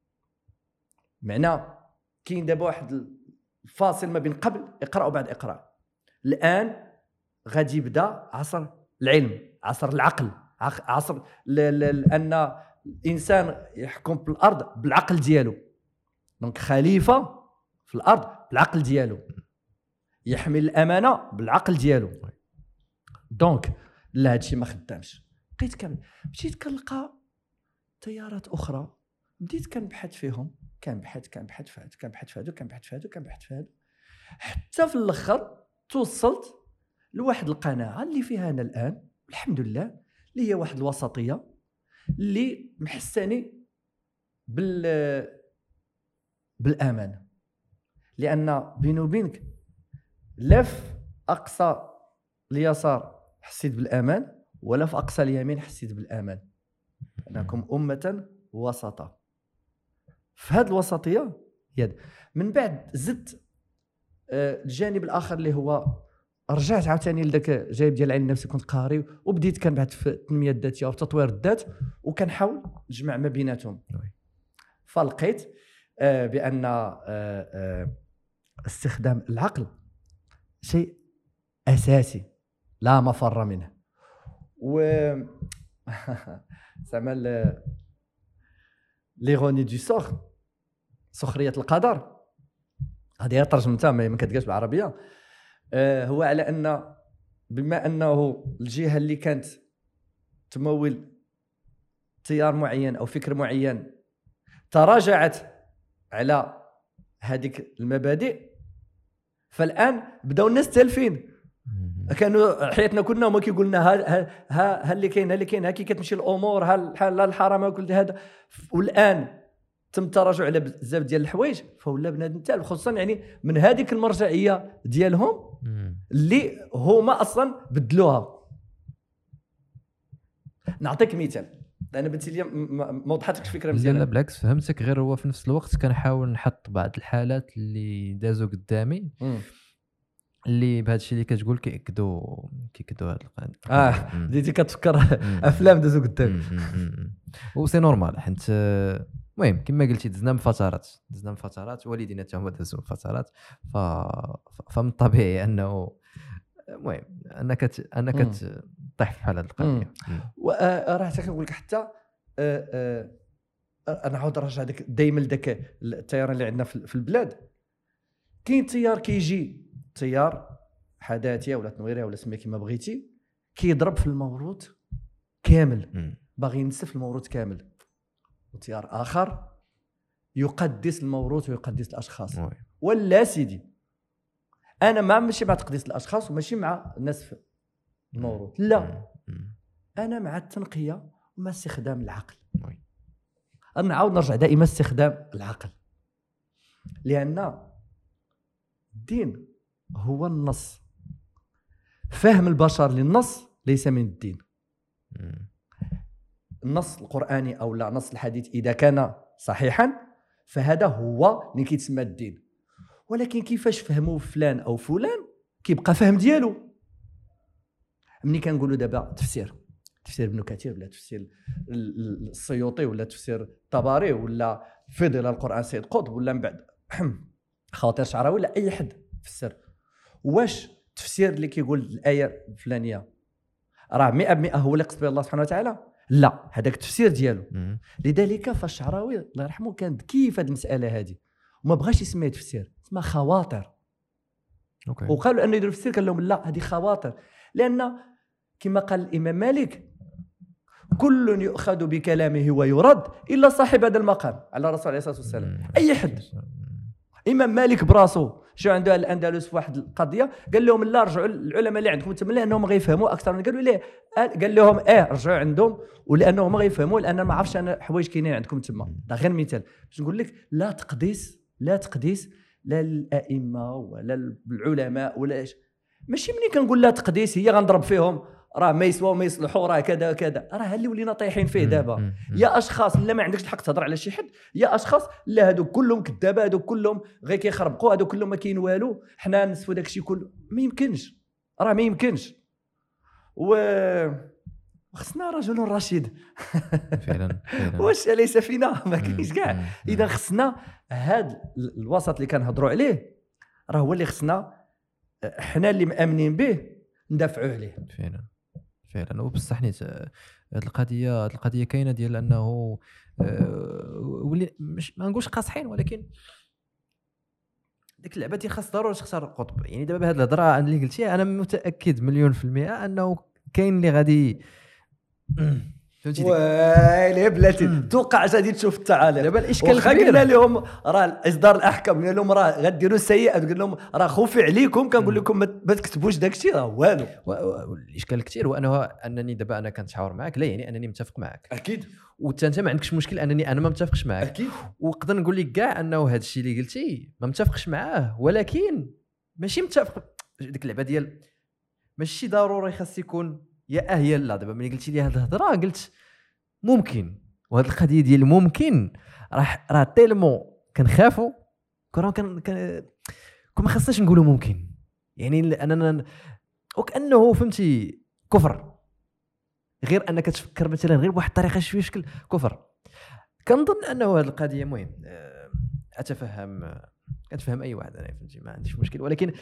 معنى كاين دابا واحد الفاصل ما بين قبل اقرا وبعد اقرا. الان غادي يبدا عصر العلم عصر العقل عصر لان الانسان يحكم في الارض بالعقل ديالو. دونك خليفه في الارض بالعقل ديالو يحمل الامانه بالعقل ديالو. دونك لا هادشي ما خدامش. مشيت كنلقى تيارات اخرى بديت كنبحث فيهم كنبحث في هادو حتى في الاخر توصلت لواحد القناعه اللي فيها انا الان الحمد لله اللي هي واحد الوسطيه اللي محساني بالامان. لان بيني وبينك لا في اقصى اليسار حسيت بالامان ولا في اقصى اليمين حسيت بالامان. انكم امه وسطا. في هذه الوسطيه من بعد زدت الجانب الاخر اللي هو رجعت عاوتاني لذاك جانب ديال العلم النفسي. كنت قاري وبديت كنبحث في التنميه الذاتيه وفي تطوير الذات وكنحاول نجمع ما بيناتهم. فلقيت بان استخدام العقل شيء اساسي لا مفر منه. و زعما ليغوني دو سور سخريه القدر هذه ترجمتها ما كتقالش بالعربيه. هو على ان بما انه الجهه اللي كانت تمول تيار معين او فكر معين تراجعت على هذيك المبادئ فالان بداو الناس تالفين. كانوا حياتنا كنا هما كيقول لنا ها اللي كاين ها كي كتمشي الامور ها الحرام وكل هذا. والان تم التراجع على بزاف ديال الحوايج فولا بنادم تاع خصوصا يعني من هذيك المرجعيه ديالهم اللي هما اصلا بدلوها. نعطيك مثال انا بنتي لي ما وضحتكش فكره مزيانه. لا بالعكس فهمتك. غير هو في نفس الوقت كنحاول نحط بعض الحالات اللي دازوا قدامي اللي بهذا الشيء اللي كتقول كيكدوا هذا القانون. بديتي كتفكر افلام دازوا قدامي وسي نورمال حيت المهم كما قلتي دزنا من فترات والدينا حتى هما دازوا من فترات فمن الطبيعي انه المهم انك تطيح في حاله القضيه. وراه حتى كنقول لك حتى انا عاود نرجع دائما لذاك التيار اللي عندنا في البلاد. كاين تيار كيجي تيار حداثيه ولا تنويريه ولا سميه كما بغيتي كيضرب في الموروث كامل باغي ينسف الموروث كامل. وتيار اخر يقدس الموروث ويقدس الاشخاص. ولا سيدي انا ماشي مع تقديس الاشخاص وماشي مع نسف الموروث. لا انا مع التنقيه ما استخدام العقل. وي. نعاود نرجع دائما استخدام العقل، لأن الدين هو النص. فهم البشر للنص ليس من الدين. النص القرآني أو لا نص الحديث إذا كان صحيحا فهذا هو اللي كيتسمى الدين، ولكن كيفاش فهموا فلان أو فلان كيبقى فهم ديالو. ملي كنقولوا دابا تفسير ابن كثير ولا تفسير السيوطي ولا تفسير الطبري ولا فضل القرآن سيد قطب ولا من بعد خاطر شعراوي ولا أي حد فسر، واش تفسير اللي كيقول الآية الفلانية راه 100% هو اللي قصد به الله سبحانه وتعالى؟ لا، هذاك التفسير ديالو. لذلك فالشعراوي الله يرحمه كان ذكي في هذه المسألة هذه وما بغاش يسميه تفسير، اسمها خواطر. وقالوا أنه يديروا تفسير، قال لهم لا، هذه خواطر، لأن كما قال الإمام مالك كل يؤخذ بكلامه ويرد إلا صاحب هذا المقام على الرسول عليه الصلاة والسلام. أي حد. إمام مالك براسو جاء عنده الأندلس في واحد القضية قال لهم لا، رجعوا العلماء اللي عندكم تما لأنهم غيفهموا أكثر من. قالوا ليه؟ قال لهم رجعوا عندهم ولأنهم غيفهموا، لأن ما عرفش أنا حوايج كاينين عندكم تما. ده غير مثال باش نقول لك لا تقديس لا الأئمة ولا العلماء ولا ماشي ملي كنقول لا تقديس هي غنضرب فيهم راه ما يسواو ما يصلحوا راه كذا كذا، راه اللي ولينا طايحين فيه دابا. يا اشخاص لا ما عندكش الحق تهضر على شي حد، يا اشخاص لا هادو كلهم كذابه، هادو كلهم غير كيخربقوا، هادو كلهم ما كاين والو، حنا نسفوا داكشي كله. ما يمكنش، راه ما يمكنش. خصنا رجل رشيد فعلا. واش ليس فينا؟ ما كاينش كاع. اذا خصنا هاد الوسط اللي كنهضروا عليه راه هو اللي خصنا حنا اللي مامنين به ندافعوا عليه. فعلا. وبصح نيت هاد القضيه كاينه ديال انه ولي مش ما نقولش قاصحين، ولكن ديك اللعبه ديال خاص ضروري تختار القطب. يعني دابا بهاد الهضره اللي قلتيها انا متاكد 100% انه كاين اللي غادي فهمتي ويلي بلاتي توقع غادي تشوف التعاليق. دابا الاشكال الكبير قلنا لهم راه اصدار الاحكام قال لهم راه غديروا سيئات، قال لهم راه خوفي عليكم كنقول لكم ما تكتبوش داكشي راه والو. الاشكال كثير هو انني دابا انا كنتحاور معك لا يعني انني متفق معك اكيد، وانت ما عندكش مشكل انني انا ما متفقش معك اكيد، ونقدر نقول لك كاع انه هذا الشيء اللي قلتي ما متفقش معاه، ولكن ماشي متفق. ديك اللعبه ديال ماشي ضروري خاص يكون يا يا لا. دابا ملي قلتي لي هذه الهضره قلت ممكن، وهذه القضيه ديال ممكن راه تيلمون كنخافوا كون ما خصناش نقولوا ممكن. يعني اننا وكانه فهمتي كفر، غير انك تفكر مثلا غير بواحد الطريقه شويه شكل كفر. كنظن انه هذه القضيه مهم كتفهم اي واحد، انا فهمتي ما عنديش مشكل. ولكن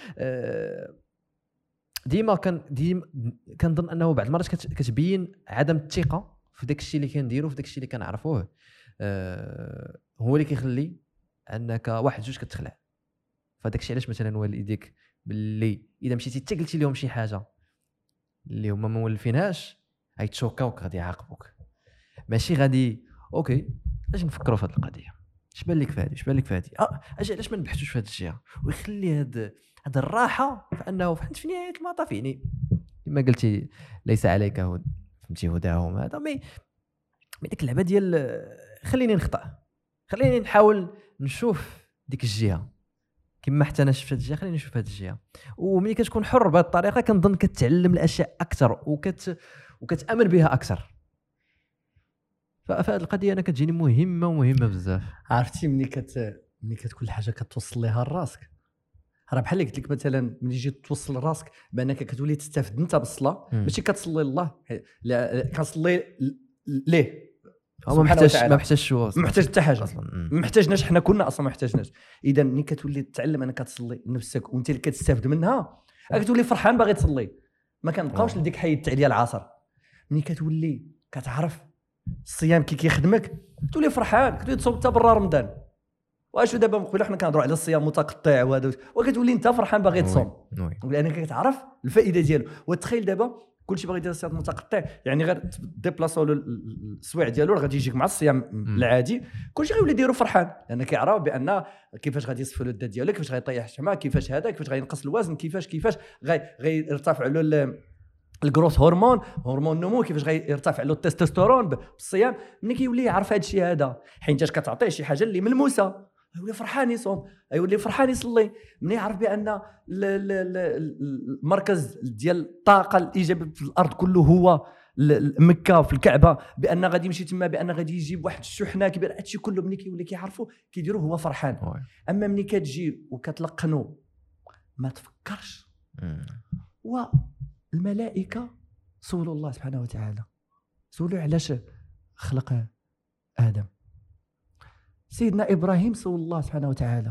ديما كنظن انه بعض المرات كتبين عدم الثقه في داك الشيء اللي كنديرو، في داك الشيء اللي كنعرفوه، هو اللي كيخلي انك واحد جوج كتخلع. فداك الشيء علاش مثلا والديك باللي اذا مشيتي حتى قلتي لهم شي حاجه اللي هما ما مولفينهاش غيتشوكاوك، غادي يعاقبوك. ماشي غادي اوكي اش نفكروا في هذه القضيه، اش بان لك في هذه، اش بان لك في هذه، اجي علاش ما نبحثوش في هذه الجهه، ويخلي هذا الراحه فانه في نهايه المطاف يعني كما قلتي ليس عليك فهمتي هداهم. هذا مي ديك اللعبه ديال خليني نخطا، خليني نحاول نشوف ديك الجهه كما حتى انا شفت هذه الجهه، خليني نشوف هذه الجهه. وملي كتكون حر بهذه الطريقه كنظن كتعلم الاشياء اكثر وكتامن بها اكثر. فهذه القضيه انا كتجيني مهمه بزاف. عرفتي ملي كتكون حاجه كتوصل ليها لراسك، راه بحال اللي قلت لك مثلا ملي تجي توصل لراسك بانك كتولي تستافد انت بالصلاه، ماشي كتصلي لله، كنصلي ليه ما محتاجش حتى حاجه اصلا، ما محتاجناش، حنا كنا اصلا ما محتاجناش. اذا ملي كتولي تتعلم انك تصلي لنفسك وانت اللي كتستافد منها، كتولي فرحان باغي تصلي، ما كنبقاوش لديك حيد تاع ديال العصر. ملي كتولي كتعرف الصيام كيخدمك تولي فرحان، كتولي تصوم حتى برا رمضان. واش دابا قبل حنا كنهضروا على الصيام متقطع وهذا، وكتولي انت فرحان باغي تصوم لانك كتعرف الفائده ديالو. وتخيل دابا كلشي باغي يدير الصيام متقطع، يعني غير ديبلاصو السويع ديالو غادي يجيك مع الصيام العادي، كلشي غيولي يديرو فرحان لان كيعرف بان كيفاش غادي يصفي له الذات ديالو، كيفاش غيطيح الشحمه، كيفاش هذا، كيفاش غينقص الوزن، كيفاش غيرتفع له الجروس هرمون النمو كيفاش غيرتفع له التستوستيرون بالصيام. ملي كيولي يعرف هذا الشيء هذا حيناش كتعطيه شي حاجه اللي ملموسه يولي فرحان يصوم، يولي فرحان يصلي. ملي يعرف بان المركز ديال الطاقه الايجابيه في الارض كله هو مكه في الكعبه، بان غادي يمشي تما، بان غادي يجيب واحد الشحنه كبيره، هادشي كله ملي كيولي كيعرفوا كيديروه هو فرحان. اما ملي كتجي وكتلقنوا ما تفكرش. والملائكه سولوا الله سبحانه وتعالى، سولوا علاش خلق ادم. سيدنا ابراهيم سول الله سبحانه وتعالى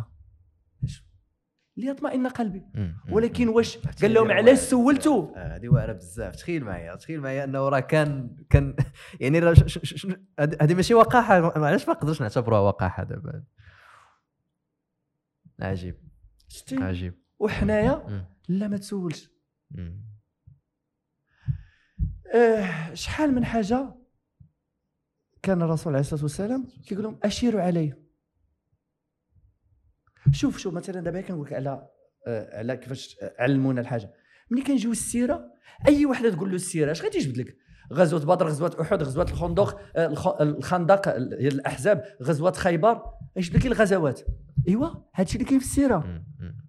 ليطمئن قلبي، ولكن واش قال لهم علاش سولتو؟ هذه واعره بزاف. تخيل معايا انه راه كان يعني هذه ماشي وقاحه، علاش ما نقدرش نعتبروها وقاحه دابا؟ عجيب. وحنايا لا ما تسولش. شحال من حاجه كان الرسول عليه الصلاه والسلام كيقول لهم اشيروا علي. شوف مثلا دابا كنقول لك على كيفاش علمونا الحاجه. ملي كنجيو السيره اي وحده تقول له السيره اش غادي يجبد لك؟ غزوه بدر، غزوه احد، غزوه الخندق ديال الاحزاب، غزوه خيبر، ايش لك الغزوات؟ ايوا هادشي اللي كاين في السيره.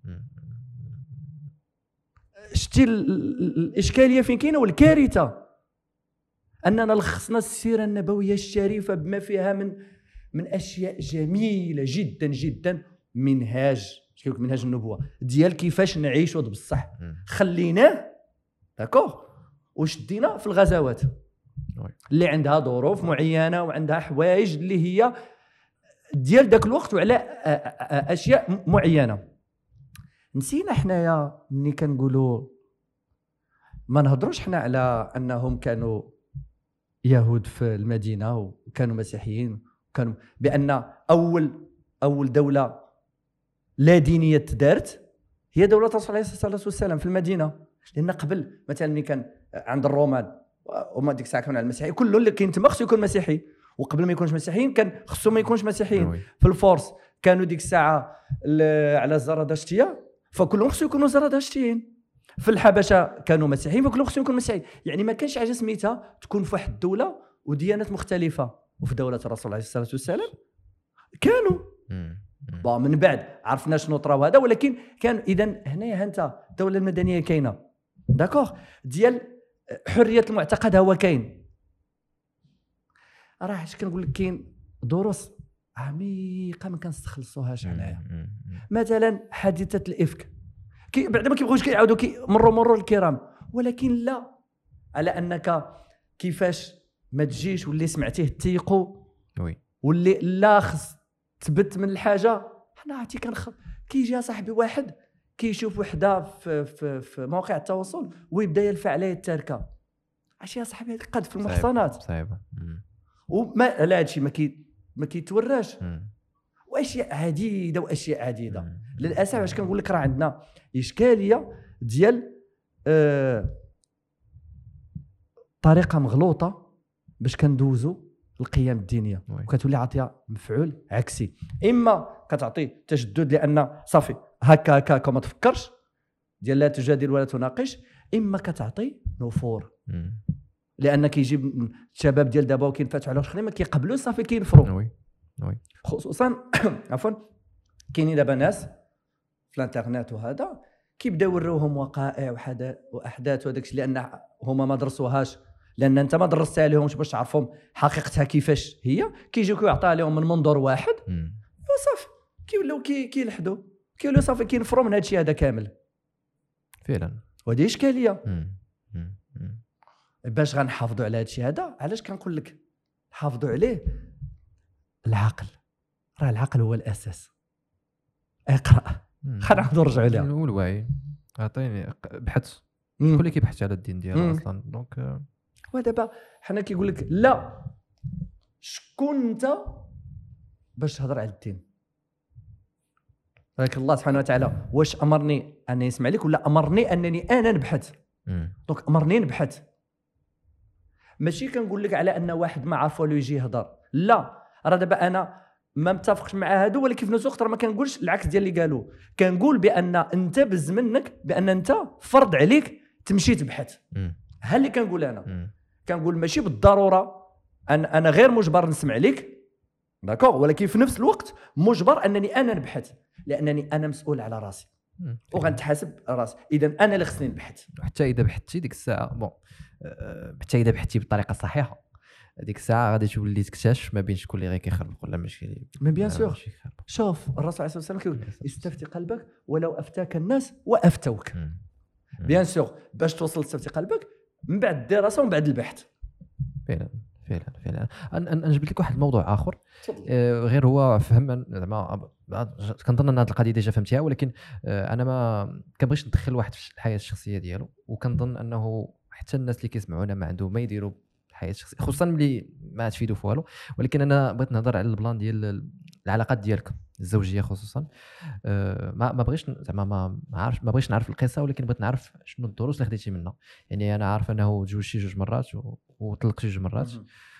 شتي الاشكاليه فين كاينه والكارثه اننا لخصنا السيره النبويه الشريفه بما فيها من اشياء جميله جدا جدا. منهاج النبوه ديال كيفاش نعيشوا بصح خليناه داكوغ وشدينا في الغزوات اللي عندها ظروف معينه وعندها حوايج اللي هي ديال داك الوقت وعلى اشياء معينه. نسينا حنايا ملي كنقولوا ما نهضروش حنا على انهم كانوا يهود في المدينه وكانوا مسيحيين، وكانوا بان اول دوله لا دينيه تدارت هي دوله الرسول عليه الصلاه والسلام في المدينه. لان قبل مثلا ملي كان عند الرومان وما ديك الساعه كانوا على المسيحيه، كل اللي كاين تما خصو يكون مسيحي، وقبل ما يكونش مسيحيين كان خصو ما يكونش مسيحيين. في الفرس كانوا ديك الساعه على الزرادشتيه، فكلهم خصو يكونوا زرادشتيين. في الحبشه كانوا مسيحيين، فكلهم خصو يكونوا مسيحيين. يعني ما كانش حاجه سميتها تكون في واحد الدوله وديانات مختلفه. وفي دوله الرسول عليه الصلاه والسلام كانوا من بعد عرفنا شنو طرا هذا، ولكن كان اذا هنايا انت الدوله المدنيه كاينه داكوغ ديال حريه المعتقد هو كاين. راه اش كنقول لك كاين دروس عميقه ما كنستخلصوهاش حنايا. مثلا حادثه الافك بعد ما كيبغيوش كيعاودوا مروا الكرام، ولكن لا على انك كيفاش ما تجيش واللي سمعتيه تيقوا واللي لا خص تثبت من الحاجه. حنا عرفتي كيجي صاحبي واحد كيشوف وحده في مواقع التواصل ويبدا يلفع عليه التركه. عرفتي يا صاحبي قد في المحصنات صعيبه وما لا هادشي ما كيتوراش واشياء عديده للاسف. علاش كنقول لك راه عندنا اشكاليه ديال طريقه مغلوطه باش كندوزوا القيم الدينيه، وكتولي عاطيه مفعول عكسي. اما كتعطي تشدد لان صافي هكا ما تفكرش ديال لا تجادل ولا تناقش، اما كتعطي نفور لان كيجيب الشباب ديال دابا وكينفتحوا على واش ما كيقبلوا صافي كينفروا. خصوصا عفوا كاينين دابا ناس في الانترنت وهذا كيبداو يوروهم وقائع واحداث وداك الشيء لان هما ما درسوهاش، لان انت ما درستها لهمش باش تعرفهم حقيقتها كيفاش هي. كيجيو كيعطيها لهم من منظور واحد وصافي كيولوا كيلحدوا كيولوا صافي كينفروا من هذا الشيء هذا كامل فعلا. وهذه اشكاليه. باش غنحافظوا على هذا الشيء هذا، علاش كنقول لك حافظوا عليه؟ العقل، راه العقل هو الاساس. اقرا غنعاودوا نرجعوا لها. والوعي عطيني بحث شكون اللي كيبحث على الدين ديالو اصلا. دونك ودابا حنا كيقول لك لا شكون انت باش تهضر على الدين؟ ولكن الله سبحانه وتعالى واش امرني انني نسمع لك ولا امرني انني انا نبحث؟ دونك امرني نبحث. ماشي كنقول لك على ان واحد ما عارف والو يجي يهضر، لا. راه دابا انا ما متفقش مع هادو، ولكن في نفس الوقت راه ما كنقولش العكس ديال اللي قالوا. كنقول بان انت بز منك بان انت فرض عليك تمشي تبحث. ها اللي كنقول انا كنقول ماشي بالضروره انا غير مجبر نسمع لك داكوغ، ولكن في نفس الوقت مجبر انني انا نبحث، لانني انا مسؤول على راسي وغنتحاسب راسي. اذا انا اللي خصني نبحث. حتى اذا بحثتي ديك الساعه بون، حتى اذا بحثتي بالطريقه الصحيحه ديك الساعه غادي تولي تكتشف ما بين شكون اللي غير كيخربق ولا ماشي. مي بيان سور، شوف الرسول عليه الصلاه والسلام كيقول استفتي قلبك ولو افتاك الناس وافتوك. بيان سور باش توصل تستفتي قلبك من بعد الدراسه ومن بعد البحث. فعلا انا جبت لك واحد الموضوع اخر غير هو فهم زعما كنظن ان هذه القضيه ديجا فهمتيها، ولكن انا ما كنبغيش ندخل واحد في الحياه الشخصيه ديالو، وكنظن انه حتى الناس اللي كيسمعونا ما عندهم ما يديروا الحياه الشخصيه، خصوصا ملي ما تفيدوا في والو. ولكن انا بغيت نهضر على البلان ديال العلاقات ديالكم الزوجيه خصوصا. ما بغيش زعما ما بغيش نعرف القصه، ولكن بغيت نعرف شنو الدروس اللي خديتي منها. يعني انا عارف انه تزوجتي 2 مرات وطلقتي 2 مرات.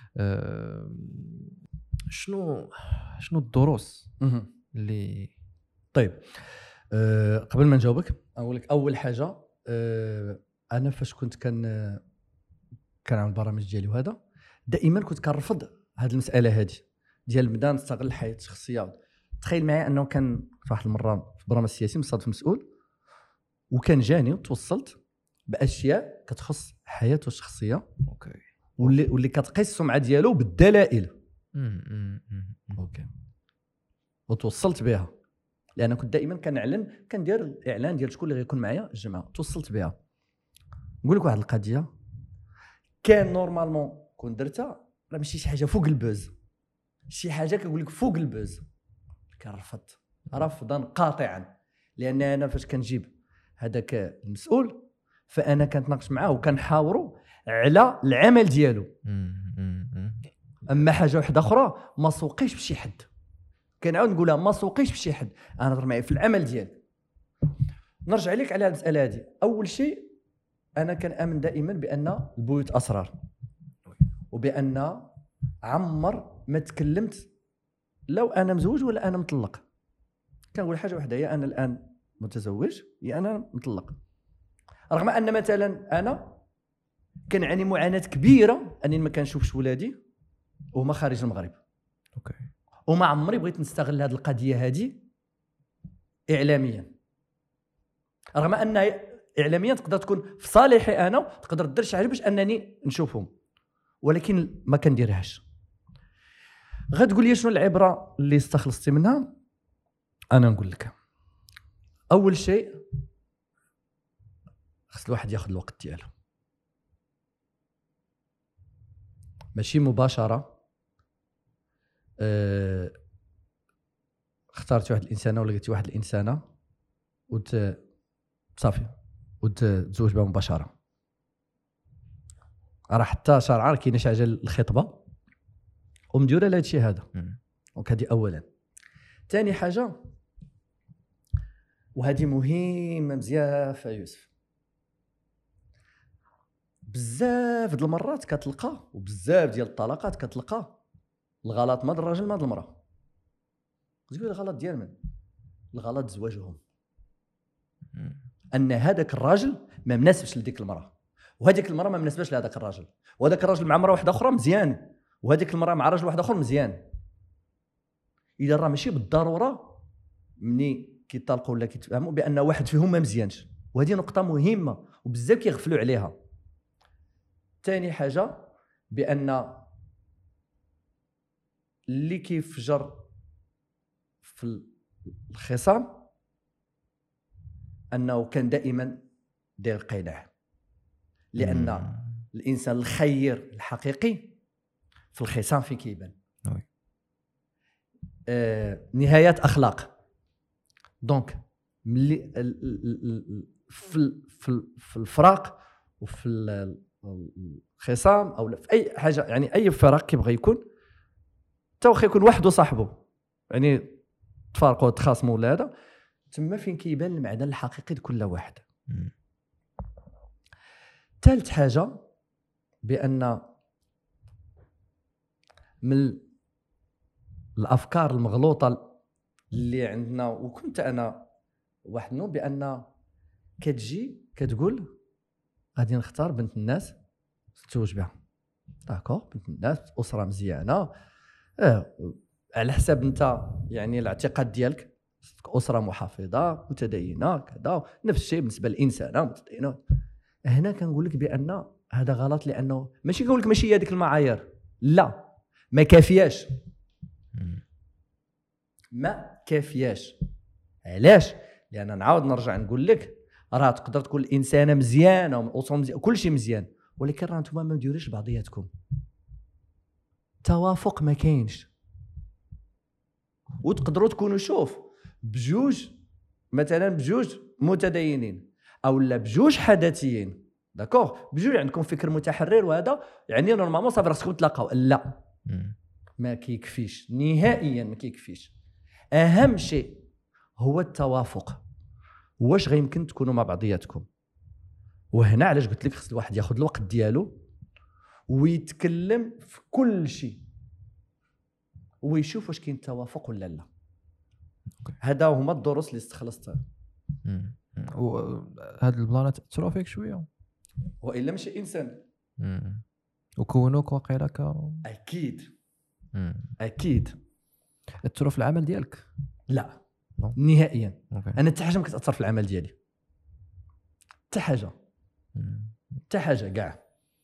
شنو الدروس اللي طيب قبل ما نجاوبك اقول لك اول حاجه. انا فاش كنت كنعمل البرامج ديالي وهذا دائما كنت كنرفض هذه المساله هذه ديال بدا نستغل الحياه الشخصيه. تخيل معايا انه كان واحد المره في برنامج سياسي مصادف مسؤول، وكان جاني وتوصلت باشياء كتخص حياته الشخصيه اوكي واللي كتقيس السمعه ديالو بالدلائل. اوكي وتوصلت بها، لان كنت دائما كنعلن كندير الاعلان ديال شكون اللي غيكون معايا الجمعه. توصلت بها. نقول لك واحد القضيه كان نورمالمون كنت درتها راه ماشي شي حاجه فوق البوز، شي حاجه كنقول لك فوق البوز. كنرفض رفضا قاطعا، لان انا فاش كنجيب هذاك المسؤول فانا كنتناقش معاه وكنحاوروا على العمل ديالو. اما حاجه واحده اخرى ما سوقيش بشي حد، كنعاود نقولها ما سوقيش بشي حد، انا نهضر معايا في العمل ديالي. نرجع لك على هذه المساله هذه. اول شيء انا كنامن دائما بان البيوت اسرار، وبان عمر ما تكلمت لو انا مزوج ولا انا مطلق. كنقول حاجه واحده، يا انا الان متزوج يا انا مطلق. رغم ان مثلا انا كنعاني معاناه كبيره اني ما كنشوفش ولادي وهما خارج المغرب. اوكي. وما عمري بغيت نستغل هذه القضيه هذه اعلاميا، رغم ان اعلاميا تقدر تكون في صالحي انا، تقدر دير شي حاجه باش انني نشوفهم، ولكن ما كنديرهاش. غتقول لي شنو العبره اللي استخلصتي منها؟ انا نقول لك اول شيء خص الواحد ياخذ الوقت ديالو، ماشي مباشره. اختارت واحد الانسانه ولا لقيتي واحد الانسانه صافي وتزوج بها مباشره. راه حتى شرعا كاينه شي حاجه الخطبه ومديوره لهذا الشيء هذا. دونك هذه اولا. ثاني حاجه وهذه مهمه بزاف يا يوسف، بزاف د المرات كتلقى وبزاف ديال الطلاقات كتلقى الغلط ما الراجل ما المراه. تقول الغلط ديال من؟ الغلط زواجهم، ان هذاك الراجل ما مناسبش لديك المراه، وهذيك المراه ما مناسباش لهذاك الراجل، وهذاك الراجل مع مراه واحده اخرى مزيان، وهذيك المراه مع راجل واحد اخر مزيان. اذا راه ماشي بالضروره مني كيطلقوا ولا كيتفاهموا بان واحد فيهم ما مزيانش، وهذه نقطه مهمه وبزاف كيغفلوا عليها. ثاني حاجه بان اللي كيفجر في الخصام انه كان دائما داير قناع، لان الانسان الخير الحقيقي في الخصام في كيبان. نهايات اخلاق. دونك ملي في الفراق وفي الخصام او في اي حاجه، يعني اي فراق كيبغى يكون تا واخا يكون وحده صاحبه، يعني تفارقوا تخاصموا ولا هذا، تما فين كيبان المعدن الحقيقي لكل واحد. ثالث حاجه بان من الافكار المغلوطه اللي عندنا، وكنت انا واحد منهم، بان كتجي كتقول غادي نختار بنت الناس نتزوج بها. داكور، بنت الناس، اسره مزيانه، على حساب انت يعني الاعتقاد ديالك، اسره محافظه متدينه كذا، نفس الشيء بالنسبه للانسانه متدينه. هنا كنقول لك بان هذا غلط، لانه ماشي كنقول لك ماشي هي هذيك المعايير، لا ما كافياش، ما كافياش. علاش؟ لان نعاود نرجع نقول لك راه تقدر تكون الانسانه مزيانه ومن اسره مزيانه كل شيء مزيان، ولكن راه نتوما ما ديروش بعضياتكم، توافق ما كاينش. وتقدروا تكونوا شوف بجوج مثلا بجوج متدينين او لا بجوج حداثيين، داكوغ، بجوج عندكم فكر متحرر، وهذا يعني نورمالمون صافي راسكم تلاقاو. لا ما كيكفيش نهائيا، ما كيكفيش. اهم شيء هو التوافق، واش غيمكن تكونوا مع بعضياتكم. وهنا علاش قلت لك خص الواحد ياخذ الوقت ديالو ويتكلم في كل شيء ويشوف واش كاين توافق ولا لا. هذا هما الدروس اللي استخلصتها. وهاد البلانات تاثروا فيك شويه والا ماشي انسان وكونوك واقيلا اكيد اكيد. تاثروا في العمل ديالك؟ لا no. نهائيا. okay. انا حتى حاجه ما كتاثر في العمل ديالي، حتى حاجه حتى حاجه كاع.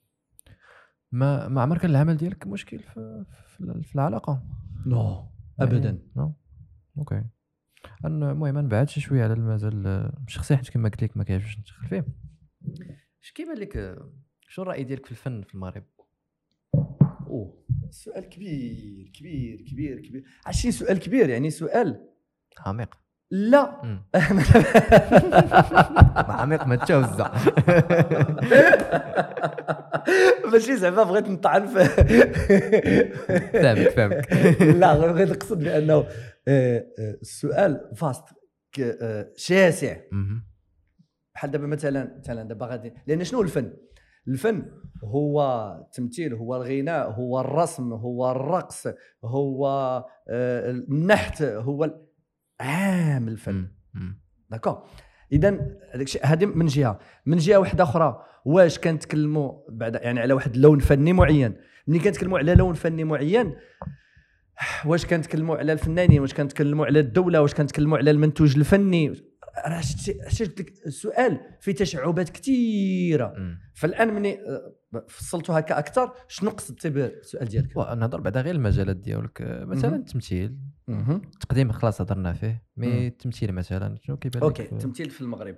ما عمر كان العمل ديالك مشكل في العلاقه؟ نو ابدا. نو اوكي. انا المهم نبعدش شويه على المجال الشخصي، حيت كما قلت لك ما كيعجبنيش ندخل فيه. اش كيبان لك شو الراي ديالك في الفن في المغرب؟ سؤال كبير كبير كبير كبير. عرفتي سؤال كبير يعني سؤال عميق. لا عميق ما تجاوزها. ماشي زعما بغيت نطعن في فهمك. لا بغيت نقصد بانه السؤال فاست شاسع. بحال دابا مثلا دابا غادي، لان شنو الفن؟ الفن هو التمثيل، هو الغناء، هو الرسم، هو الرقص، هو النحت، هو عام الفن. داكو. اذا هذاك الشيء هذه من جهه واحده اخرى. واش كنتكلموا بعد يعني على واحد اللون فني معين؟ ملي كنتكلموا على لون فني معين، واش كنتكلموا على الفنانين، واش كنتكلموا على الدوله، واش كنتكلموا على المنتوج الفني؟ راه شفت لك السؤال فيه تشعبات كثيره. فالان مني فصلته هكا اكثر، شنو قصدتي بالسؤال ديالك؟ نهضر بعدا غير المجالات ديالك، مثلا التمثيل، التقديم خلاص هضرنا فيه، مي التمثيل مثلا شنو كيبان لك؟ اوكي التمثيل في المغرب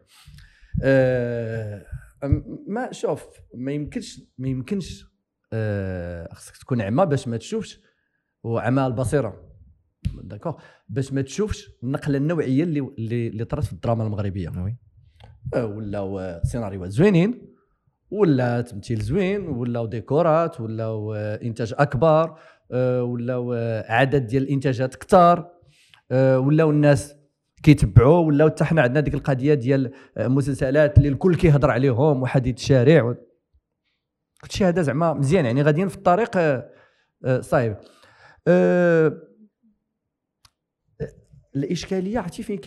ما شوف ما يمكنش خصك تكون عمى باش ما تشوفش، وعمى البصيره داكوغ، باش ما تشوفش النقله النوعيه اللي طرات في الدراما المغربيه. وي ولا سيناريوهات زوينين، ولا تمثيل زوين، ولا ديكورات، ولا انتاج اكبر، ولا عدد ديال الانتاجات كثار، ولا الناس كيتبعوا، ولا حتى حنا عندنا ديك القضيه ديال المسلسلات اللي الكل كيهضر عليهم وحديث الشارع. كلشي هذا زعما مزيان، يعني غاديين في الطريق صايب. الاشكاليه عرفتي فين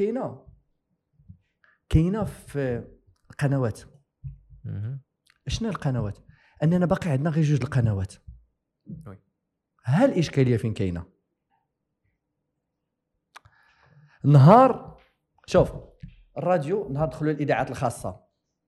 كاينه في القنوات. شنو القنوات؟ اننا باقي عندنا غير جوج القنوات. ها الاشكاليه فين كاينه؟ نهار شوف الراديو، نهار دخلوا الاذاعات الخاصه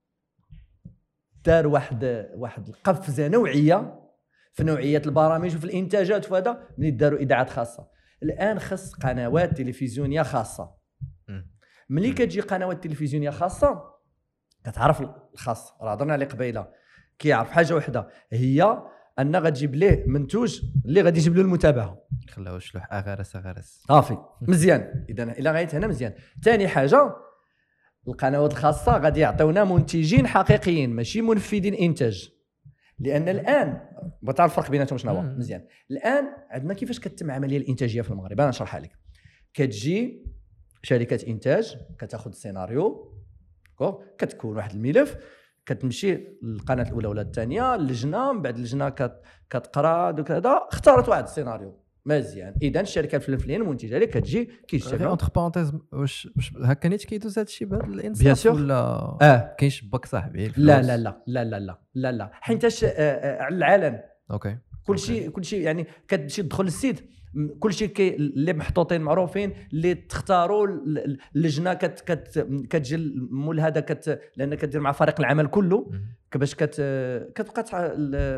دار واحد القفزه نوعيه في نوعيه البرامج وفي الانتاجات، وهذا ملي داروا اذاعات خاصه. الان خص قنوات تلفزيونيه خاصه. ملي كتجي قنوات تلفزيونيه خاصه كتعرف الخاص، راه هضرنا عليه قبيله، كيعرف حاجه واحده هي ان غتجيب ليه منتوج اللي غادي يجيب له المتابعه. خلاو شلوح اغارس صافي مزيان. اذا الى غايت هنا مزيان. ثاني حاجه القنوات الخاصه غادي يعطيونا منتجين حقيقيين ماشي منفذين انتاج، لان الان بتعرف الفرق بيناتهم شنو هو. مزيان. الان عندنا كيفاش كتتم العمليه الانتاجيه في المغرب. انا نشرحها لك. كتجي شركه انتاج كتاخذ السيناريو، كتكون واحد الملف، كتمشي للقناه الاولى ولا الثانيه، اللجنه، من بعد اللجنه كتقرا وكذا، اختارت واحد السيناريو، مزيان. اذا الشركه الفلانيه المنتجه لك كتجي كيشتغل اونتر بارونتيز واش هكا نيت كيدوز هذا الشيء بهذا Bien الانصاف sûr. ولا كاين شباك صاحبي الفلوس؟ لا لا لا لا لا لا لا لا حيتاش على العلن اوكي كل شيء يعني كتمشي تدخل للسيت كل شيء اللي محطوطين معروفين اللي تختاروا اللجنه كتجي المول هذا لان كدير مع فريق العمل كله باش كتبقى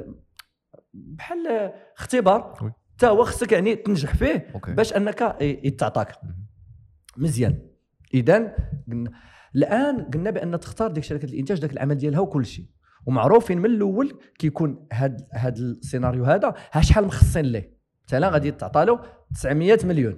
بحال اختبار حتى هو خصك يعني تنجح فيه باش انك يتعطاك مزيان. اذا الان قلنا بان تختار ديك شركه الانتاج داك العمل ديالها وكل شيء ومعروفين من الاول كيكون هاد السيناريو هذا شحال مخصصين ليه. مثلا غادي تعطى له 900 مليون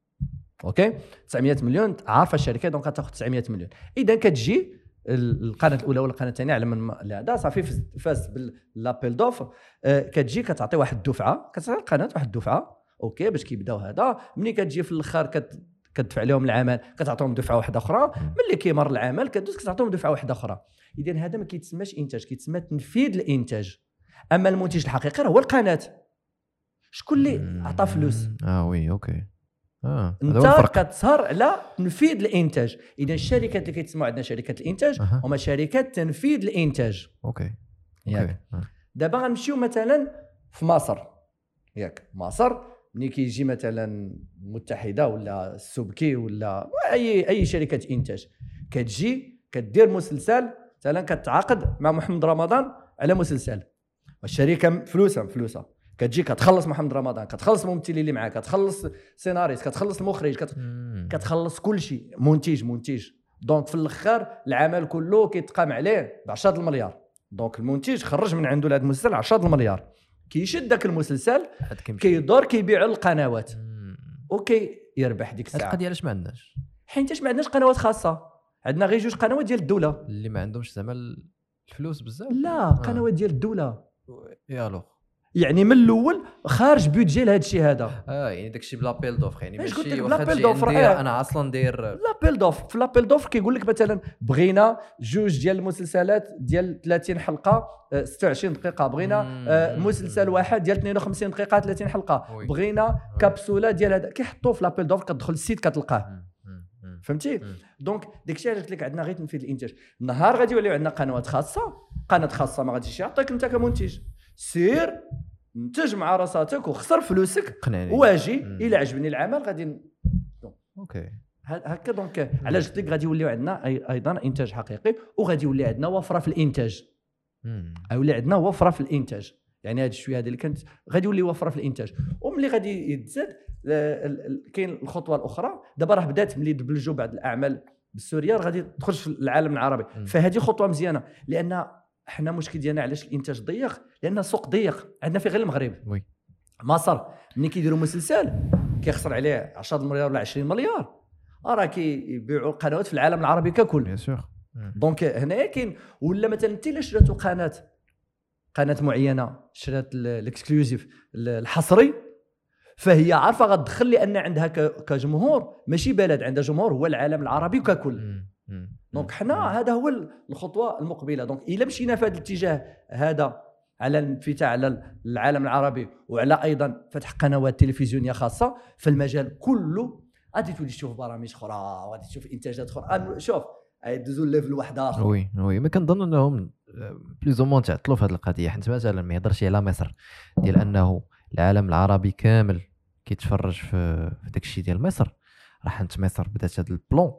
اوكي 900 مليون عارفه الشركه دونك غتاخذ 900 مليون. اذا كتجي القناه الاولى ولا القناه الثانيه على من هذا صافي فاز بالابيل دوف كتجي كتعطي واحد الدفعه كتعطي القناه واحد الدفعه اوكي باش كيبداو هذا ملي كتجي في الاخر كتدفع لهم العمل كتعطيهم دفعه واحده اخرى ملي كيمر العمل كدوز كتعطيهم دفعه واحده اخرى. اذا هذا ما كيتسماش انتاج كيتسمى تنفيذ الانتاج. اما المنتج الحقيقي هو القناه. شكون اللي عطى فلوس؟ وي اوكي انت كتسهر على تنفيذ الانتاج. اذا الشركات اللي كيتسموا عندنا شركات الانتاج هما شركات تنفيذ الانتاج. اوكي ياك دابا غنمشيو مثلا في مصر ياك مصر ملي كيجي مثلا المتحده ولا السبكي ولا اي شركه انتاج كتجي كدير مسلسل مثلا كتعاقد مع محمد رمضان على مسلسل والشركه فلوسها كتجي كتخلص محمد رمضان كتخلص الممثلين اللي معاه كتخلص سيناريست كتخلص المخرج كتخلص كل شيء منتج دونك في الاخر العمل كله كيتقام عليه ب 10 المليار. دونك المنتج خرج من عنده لهذا المسلسل 10 المليار كيشد داك المسلسل كيدور كيبيع القنوات اوكي يربح ديك الساعه. القضيه علاش ما عندناش؟ حيتاش ما عندناش قنوات خاصه عندنا غير جوج قنوات ديال الدوله اللي ما عندهمش زعما الفلوس بزاف. لا قنوات ديال الدوله يالو يعني من الاول خارج بودجي لهذا الشيء هذا يعني داكشي بلا بيل دوفر يعني ماشي واخا تجي انا اصلا ندير لا بيل دوفر في لا بيل دوفر كيقول لك مثلا بغينا جوج ديال المسلسلات ديال 30 حلقه 26 دقيقه بغينا مسلسل واحد ديال 52 دقيقه 30 حلقه بغينا كبسوله ديال هذا كيحطوه في لا بيل دوفر كتدخل السيت كتلقاه فهمتي. دونك داكشي علاش قلت لك عندنا غير تنفيذ الانتاج. النهار غادي يوليو عندنا قنوات خاصه قناه خاصه ما غاديش يعطيك انت كمنتج سير انتج مع راساتك وخسر فلوسك واجي الى عجبني العمل غادي اوكي هكا. دونك علاش قلت لك غادي يوليو عندنا ايضا انتاج حقيقي وغادي يولي عندنا وفره في الانتاج يولي عندنا وفره في الانتاج. يعني هذا الشويه هذا اللي كانت غادي يولي وفره في الانتاج. وملي غادي يتزاد كاين الخطوه الاخرى دابا راه بدات ملي دبلجوا بعض الاعمال بالسوريه غادي تخرج في العالم العربي فهذه خطوه مزيانه لان احنا مشكل ديالنا علاش الانتاج ضيق لان السوق ضيق عندنا في غير المغرب. وي مصر ملي كيديروا مسلسل كيخسر عليه 10 مليار ولا 20 مليار راه كيبيعوا قنوات في العالم العربي ككل بيان سور. دونك هنايا كاين ولا مثلا انت الا شريتو قناه معينه شرات الاكسكلوزيف الحصري فهي عارفه غتدخل لان عندها كجمهور ماشي بلد عندها جمهور هو العالم العربي ككل. دونك حنا هذا هو الخطوه المقبله. دونك الا مشينا في هذا الاتجاه هذا على الانفتاح على العالم العربي وعلى ايضا فتح قنوات تلفزيونيه خاصه فالمجال كله غادي تولي تشوف برامج اخرى وغادي تشوف انتاجات اخرى. شوف يدوزوا ليفل واحد اخر. وي ما كنظن انهم بليز او مون تعطلوا في هذه القضيه حيت مثلا ما يهضرش على مصر ديال انه العالم العربي كامل كيتفرج في داك الشيء ديال مصر. راح انت مصر بدات هذا البلون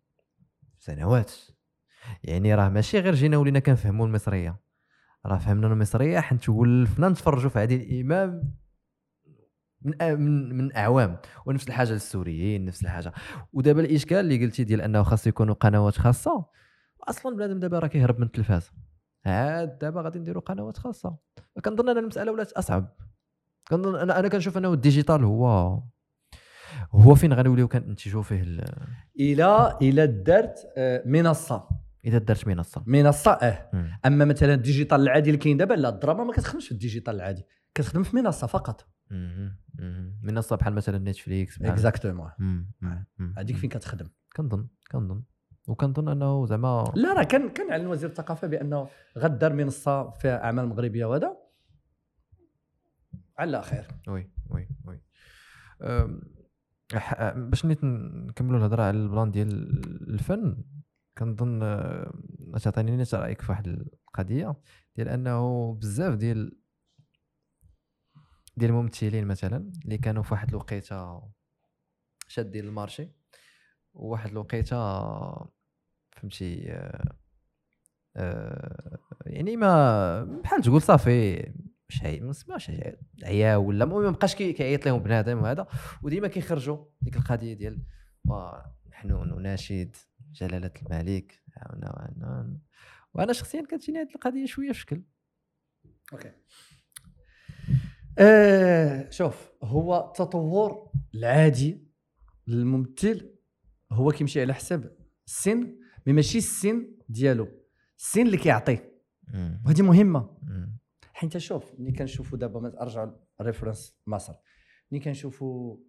سنوات يعني راه ماشي غير جينا ولينا كنفهموا المصريه راه فهمنا المصريه حيت ولفنا نتفرجوا في هذه الامام من اعوام. ونفس الحاجه للسوريين نفس الحاجه. ودابا الاشكال اللي قلتي ديال انه خاص يكونوا قنوات خاصه اصلا بنادم دابا راه كيهرب من التلفاز عاد دابا غادي نديروا قنوات خاصه. كنظن ان المساله ولات اصعب. كنظن انا كنشوف انه الديجيتال هو فين غنوليو كننتجوا فيه الى درت منصه اذا درت منصه اما مثلا الديجيتال العادي اللي كاين دابا لا الدراما ما كتخدمش في الديجيتال العادي كتخدم في منصه فقط. منصه بحال مثلا نتفليكس اكزاكتومون هذيك فين كتخدم كنظن وكنظن انه زعما لا راه كان على وزير الثقافه بانه غدار منصه فيها اعمال مغربيه وهذا على خير. وي باش نكملوا الهضره على البلان ديال الفن كنظن تعطيني انت رايك في واحد القضيه ديال انه بزاف ديال الممثلين مثلا اللي كانوا في واحد الوقيته شادين المارشي وواحد الوقيته فهمتي يعني ما بحال تقول صافي شي ما سمعش عيا ولا ما بقاش كيعيط لهم بنادم وهذا وديما كيخرجوا ديك القضيه ديال نحن نناشد جلاله الملك وانا شخصيا كتجيني هذه القضيه شويه في شكل اوكي. شوف، هو التطور العادي للممثل هو كيمشي على حساب السن، ماشي السن ديالو، السن اللي كيعطيه، وهذه مهمه. حيت شوف ملي كنشوفوا دابا ارجع ريفرنس مصر، ملي كنشوفوا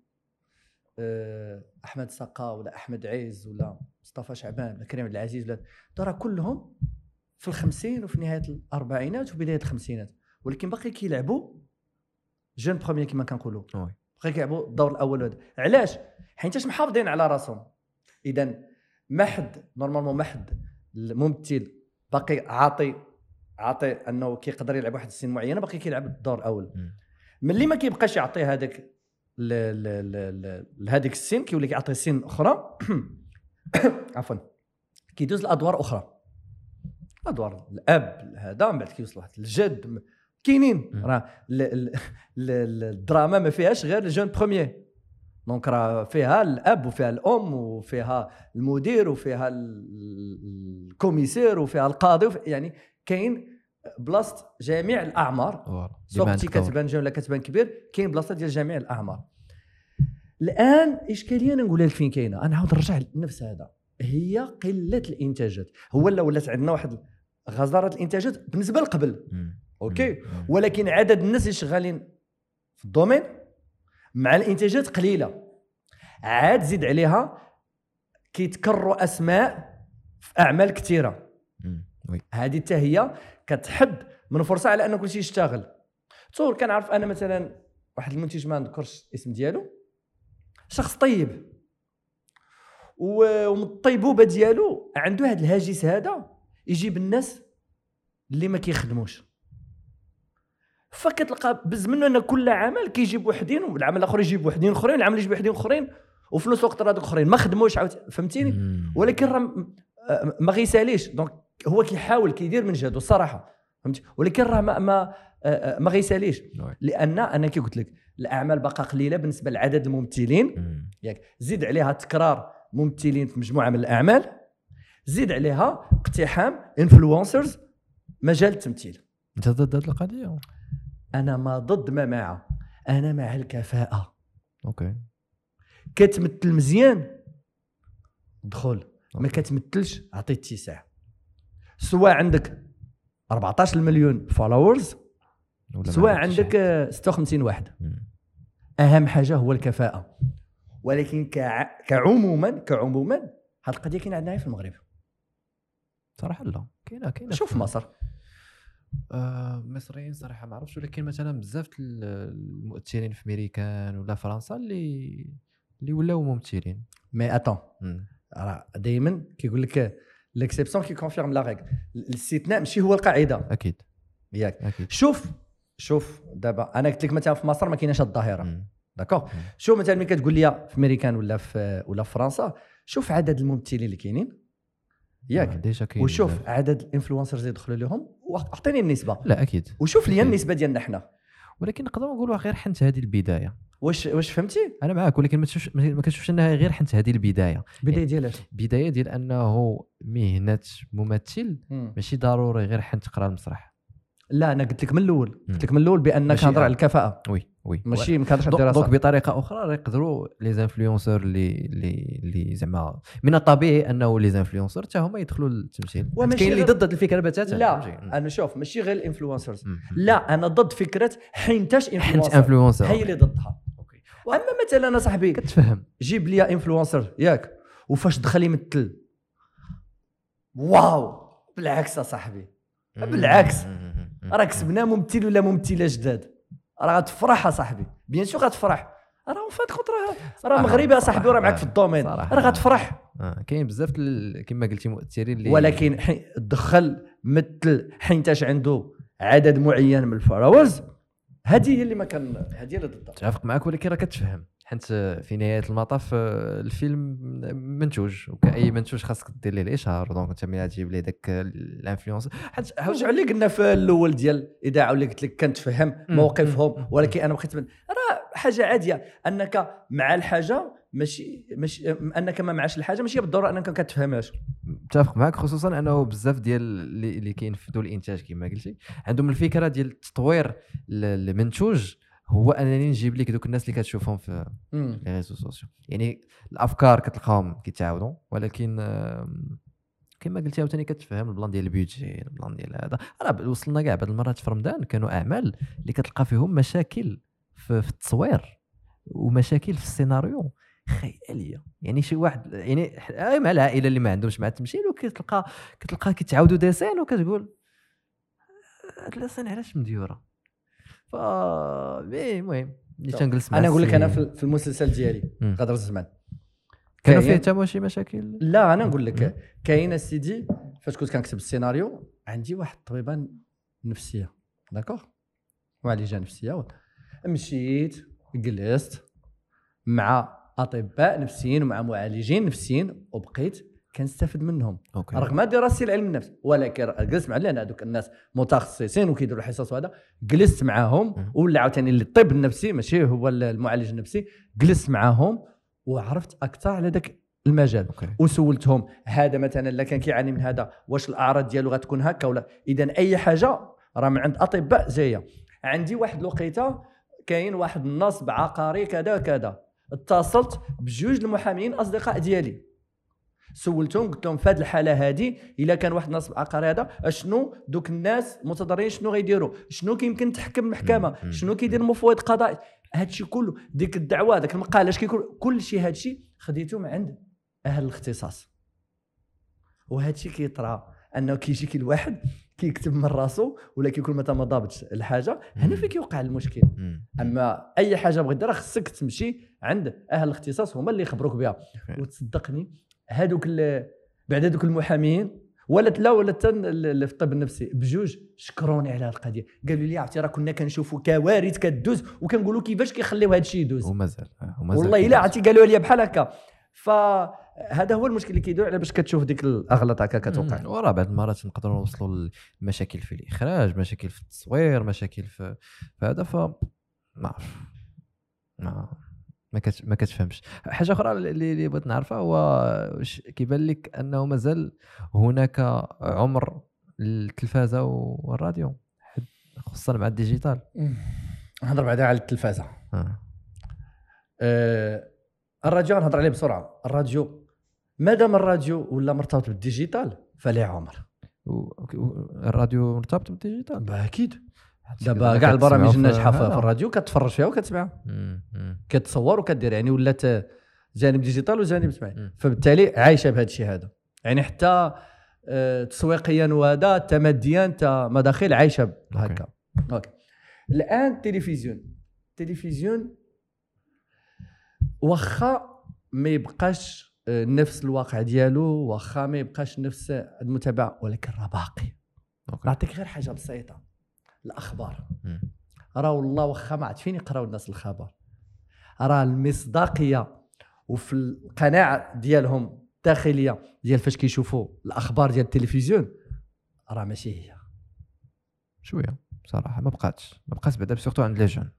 احمد سقا ولا احمد عز ولا مصطفى شعبان ولا كريم عبد العزيز ولا ترى كلهم في الخمسين وفي نهايه الاربعينات وبدايه الخمسينات، ولكن باقي كيلعبوا جون بروميير كما كنقولوا، باقي كيلعبوا الدور الاول هذا. علاش؟ حيتاش محافظين على راسهم. اذا ما حد نورمالمون ما حد الممثل باقي عاطي انه كيقدر يلعب واحد السن معينه، باقي كيلعب الدور الاول. ملي ما كيبقاش يعطي هذاك لهذيك السن، كيولي كيعطي سن اخرى عفوا كيدوز الادوار اخرى، ادوار الاب هذا من بعد كيوصل واحد الجد. كاينين راه الدراما ما فيهاش غير الجون بروميير، دونك راه فيها الاب وفيها الام وفيها المدير وفيها الكوميسير وفيها القاضي يعني كاين بلاصه جميع الاعمار. سوقتي كتبان جون ولا كتبان كبير، كاين بلاصه ديال جميع الاعمار. الان اشكاليه نقولها لك فين كاينه، انا عاود نرجع لنفس هذا، هي قله الانتاجات. هو لا ولات عندنا واحد غزاره الانتاجات بالنسبه لقبل، اوكي، ولكن عدد الناس اللي شغالين في الدومين مع الانتاجات قليله، عاد زيد عليها كيتكرروا اسماء في اعمال كثيره. هذه حتى هي كتحد من فرصه على ان كل شيء يشتغل. تصور كنعرف انا مثلا واحد المنتج ما نذكرش الاسم ديالو، شخص طيب ومن الطيبوبه ديالو عنده هذا الهاجس هذا يجيب الناس اللي ما كيخدموش، فكتلقى بز منه ان كل عمل كيجيب وحدين والعمل الاخر يجيب وحدين اخرين، العمل يجيب وحدين اخرين، وفي نفس الوقت هذوك الاخرين ما خدموش، فهمتيني؟ ولكن راه ما غيساليش، دونك هو كيحاول كيدير من جهده الصراحه، فهمتي؟ ولكن راه ما غيساليش، لان انا كي قلت لك الاعمال باقا قليله بالنسبه لعدد الممثلين، ياك زيد عليها تكرار ممثلين في مجموعه من الاعمال، زيد عليها اقتحام انفلونسرز مجال التمثيل. انت ضد هذه القضيه؟ انا ما ضد، ما مع، انا مع الكفاءه. اوكي، كتمثل مزيان دخل، ما كتمثلش عطي اتساع. سواء عندك 14 مليون فولورز سواء عندك 56 واحد، اهم حاجه هو الكفاءه. ولكن كعموما هاد القضيه كاينه عندنا في المغرب صراحه. لا كاينه شوف مصر مصريين صراحه ما عرفتش، ولكن مثلا بزاف المؤثرين في امريكان ولا فرنسا اللي ولاو ممثلين. مي اتون راه دائما كيقول لك ليكسيبسيون كي كونفيرم لا ريغل، الاستثناء ماشي هو القاعده. اكيد ياك أكيد. شوف دابا انا قلت لك مثلا في مصر ما كايناش الظاهره، داكوغ. شوف مثلا ملي كتقول لي في امريكان ولا في فرنسا، شوف عدد الممثلين اللي كاينين، ياك وشوف عدد الانفلونسرز اللي دخلوا لهم، واعطيني النسبه. لا اكيد، وشوف لي النسبه ديالنا حنا. ولكن نقدروا نقولوا غير حنت هذه البدايه. واش فهمتي؟ انا معاك، ولكن ما كتشوفش انها غير حنت هذه البدايه. البدايه ديال بدايه ديال انه مهنه ممثل ماشي ضروري غير حنت تقرا المسرح. لا انا قلت لك من الاول بان كنهضر على الكفاءه. وي ماشي ما كنهضرش على الدراسه. دونك بطريقه اخرى يقدروا لي زانفلونسور اللي زعما من الطبيعي انه لي زانفلونسور حتى هما يدخلوا للتمثيل. كاين اللي ضد الفكره بتاتا. لا انا شوف ماشي غير الانفلونسرز، لا انا ضد فكره حنت انفلونسر هي اللي ضدها. اوكي. اما مثلا انا صاحبي كتفهم جيب لي انفلونسر ياك وفاش دخل يمثل، واو بالعكس صاحبي، بالعكس راه كسبنا ممثل ولا ممثله جداد، راه غتفرح صاحبي، بيان سور غتفرح، راه فات كونت راه مغربي صاحبي وراه معاك في الدومين راه غتفرح. كاين بزاف كما قلتي مؤثرين اللي ولكن دخل مثل حينتاش عنده عدد معين من الفراوز، هذه هي اللي ما كان، هذه اللي ضدها. اتفق معك، ولكن راه كتفهم حيت في نهايه المطاف الفيلم منتوج، وكاي منتوج خاصك دير ليه الاشهار، دونك انت ملي تجيب ليه داك الانفلونس. حيت رجعوا لي قلنا في الاول ديال الاذاعه اللي قلت لك كنتفهم موقفهم، ولكن انا بغيت راه حاجه عاديه انك مع الحاجه ماشي انك ما معاش الحاجه ماشي بالضروره انك كتفهمهاش. متفق معك، خصوصا انه بزاف ديال اللي كاين في دول الانتاج كما قلتي عندهم الفكره ديال التطوير المنتوج، هو انني نجيب لك دوك الناس اللي كتشوفهم في لي ريزو سوسيو. يعني الافكار كتلقاهم كيتعاودوا، ولكن كما قلتي عاوتاني كتفهم البلان ديال البيدجي، البلان ديال هذا. راه وصلنا كاع بعض المرات في رمضان كانوا اعمال اللي كتلقى فيهم مشاكل في التصوير ومشاكل في السيناريو خياليه. يعني شي واحد يعني مع العائله اللي ما عندهمش مع التمثيل، وكتلقى كيتعاودوا ديسين وكتقول هاد لاسين علاش مديوره. المهم اللي تنجلس مع انا نقول لك انا في المسلسل ديالي غدر الزمان كانوا فيه حتى شي مشاكل. لا انا نقول لك كاين السيدي فاش كنت كنكتب السيناريو عندي واحد الطبيبه نفسيه داكوغ معالجه نفسيه، مشيت جلست مع اطباء نفسيين ومع معالجين نفسيين وبقيت كنستافد منهم رغم دراستي العلم النفس، ولكن جلست مع لان هذوك الناس متخصصين وكيديروا الحصص وهذا، جلست معاهم ولا عاوتاني الطب النفسي ماشي هو المعالج النفسي، جلست معاهم وعرفت اكثر على ذاك المجال. وسولتهم هذا مثلا اللي كان كيعاني من هذا واش الاعراض ديالو غتكون هكا ولا، اذا اي حاجه راه من عند اطباء جايه. عندي واحد الوقيته كاين واحد النصب عقاري كذا كذا، اتصلت بجوج المحامين اصدقاء ديالي سولتهم قلت لهم في هذه الحاله هذه الا كان واحد النصب عقاري هذا اشنو دوك الناس المتضررين شنو غيديروا، شنو كيمكن تحكم المحكمه، شنو كيدير المفوض القضائي، هادشي كله ديك الدعوه داك المقال اش كيكون كل شيء هادشي خديته من عند اهل الاختصاص. وهادشي كيطرا انه كيجي كي الواحد كيكتب من راسو ولا كيكون مثلا ما ضابطش الحاجه، هنا فين كيوقع المشكل. اما اي حاجه بغيت ديرها خصك تمشي عند اهل الاختصاص هما اللي يخبروك بها. وتصدقني هادوك بعد هادوك المحامين ولا في الطب النفسي بجوج شكروني على القضيه، قالوا لي عرفتي راه كنا كنشوفوا كوارث كدوز وكنقولوا كيفاش كيخليو هذا الشيء يدوز ومازال والله الا عرفتي قالوا لي بحال هكا. فهذا هو المشكل اللي كيدور على باش كتشوف ديك الاغلاط هكا كتوقع. وراه بعض المرات نقدروا نوصلوا لمشاكل في الاخراج، مشاكل في التصوير، مشاكل في هذا. ما ما كتفهمش. حاجه اخرى اللي بغيت نعرفها هو واش كيبان لك انه مازال هناك عمر للتلفازه والراديو خصوصا مع الديجيتال؟ نهضر بعدا على التلفازه. الراديو نهضر عليه بسرعه. الراديو مادام الراديو ولا مرتبط بالديجيتال فليه عمر. الراديو مرتبط بالديجيتال اكيد. دابا كاع البرامج الناجحه في الراديو كتفرج فيها وكتسمعها، كتصور وكدير، يعني ولات جانب ديجيتال وجانب سمعي، فبالتالي عايشه بهذا الشيء هذا. يعني حتى تسويقيا وهذا تماديا مداخل عايشه هكا. اوكي. الان التلفزيون واخا ما يبقاش نفس الواقع ديالو، واخا ما يبقاش نفس المتابعه، ولكن راه باقي. نعطيك غير حاجه بسيطه، الاخبار راه والله واخا ما عاد فين يقراو الناس الخبر، راه المصداقيه وفي القناعه ديالهم الداخليه ديال فاش كيشوفوا الاخبار ديال التلفزيون راه ماشي هي. شويه بصراحه ما بقاتش بعدا سورتو عند لي جون.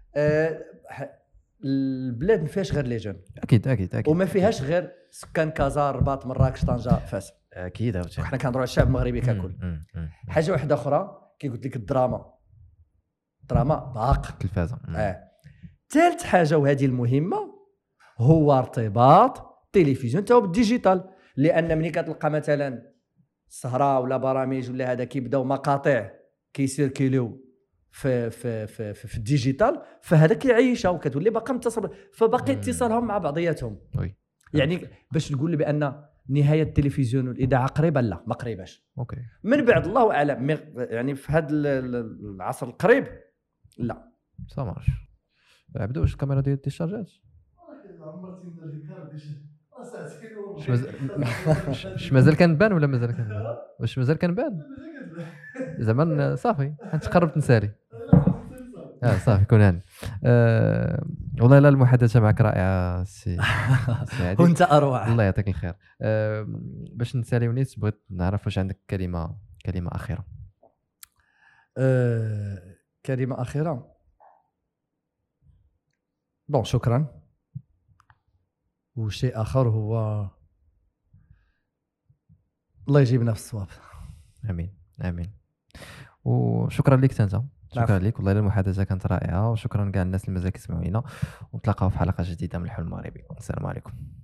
البلاد ما فيهاش غير لي جون، اكيد وما فيهاش غير سكان كازا، رباط، مراكش، طنجه، فاس. اكيد حنا كنهضروا على الشعب المغربي ككل. حاجه واحده اخرى كي قلت لك الدراما باق التلفازه. ثالث حاجه وهذه المهمه هو ارتباط التلفزيون حتى بالديجيتال، لان ملي كتلقى مثلا سهره ولا برامج ولا هذا كيبداو مقاطع كيسيركيليو في الديجيتال، فهذا كيعيشها وكتولي باقا متصل، فباقي اتصالهم مع بعضياتهم. يعني باش نقول بان نهايه التلفزيون والاذاعه قريبه، لا ما قريباش. من بعد الله اعلم، يعني في هذا العصر القريب لا سامارش. عبدو واش الكاميرا ديال التيشارجات عمرتي ندير الكار ديش ساعتين واش مازال كنبان ولا مازال كنبان واش مازال كنبان زعما صافي انت قربت نسالي صافي كون هاني والله لا المحادثه معك رائعه سي عادل وانت اروع الله يعطيك الخير باش نساليو نيت بغيت نعرف واش عندك كلمه اخيره كلمه اخيره بون شكرا وشيء اخر هو الله يجيبنا في الصواب امين وشكرا لك انت شكرا لك والله المحادثه كانت رائعه وشكرا كاع الناس اللي مازال كيسمعوا لينا ونتلاقاو في حلقه جديده من الحلم المغربي السلام عليكم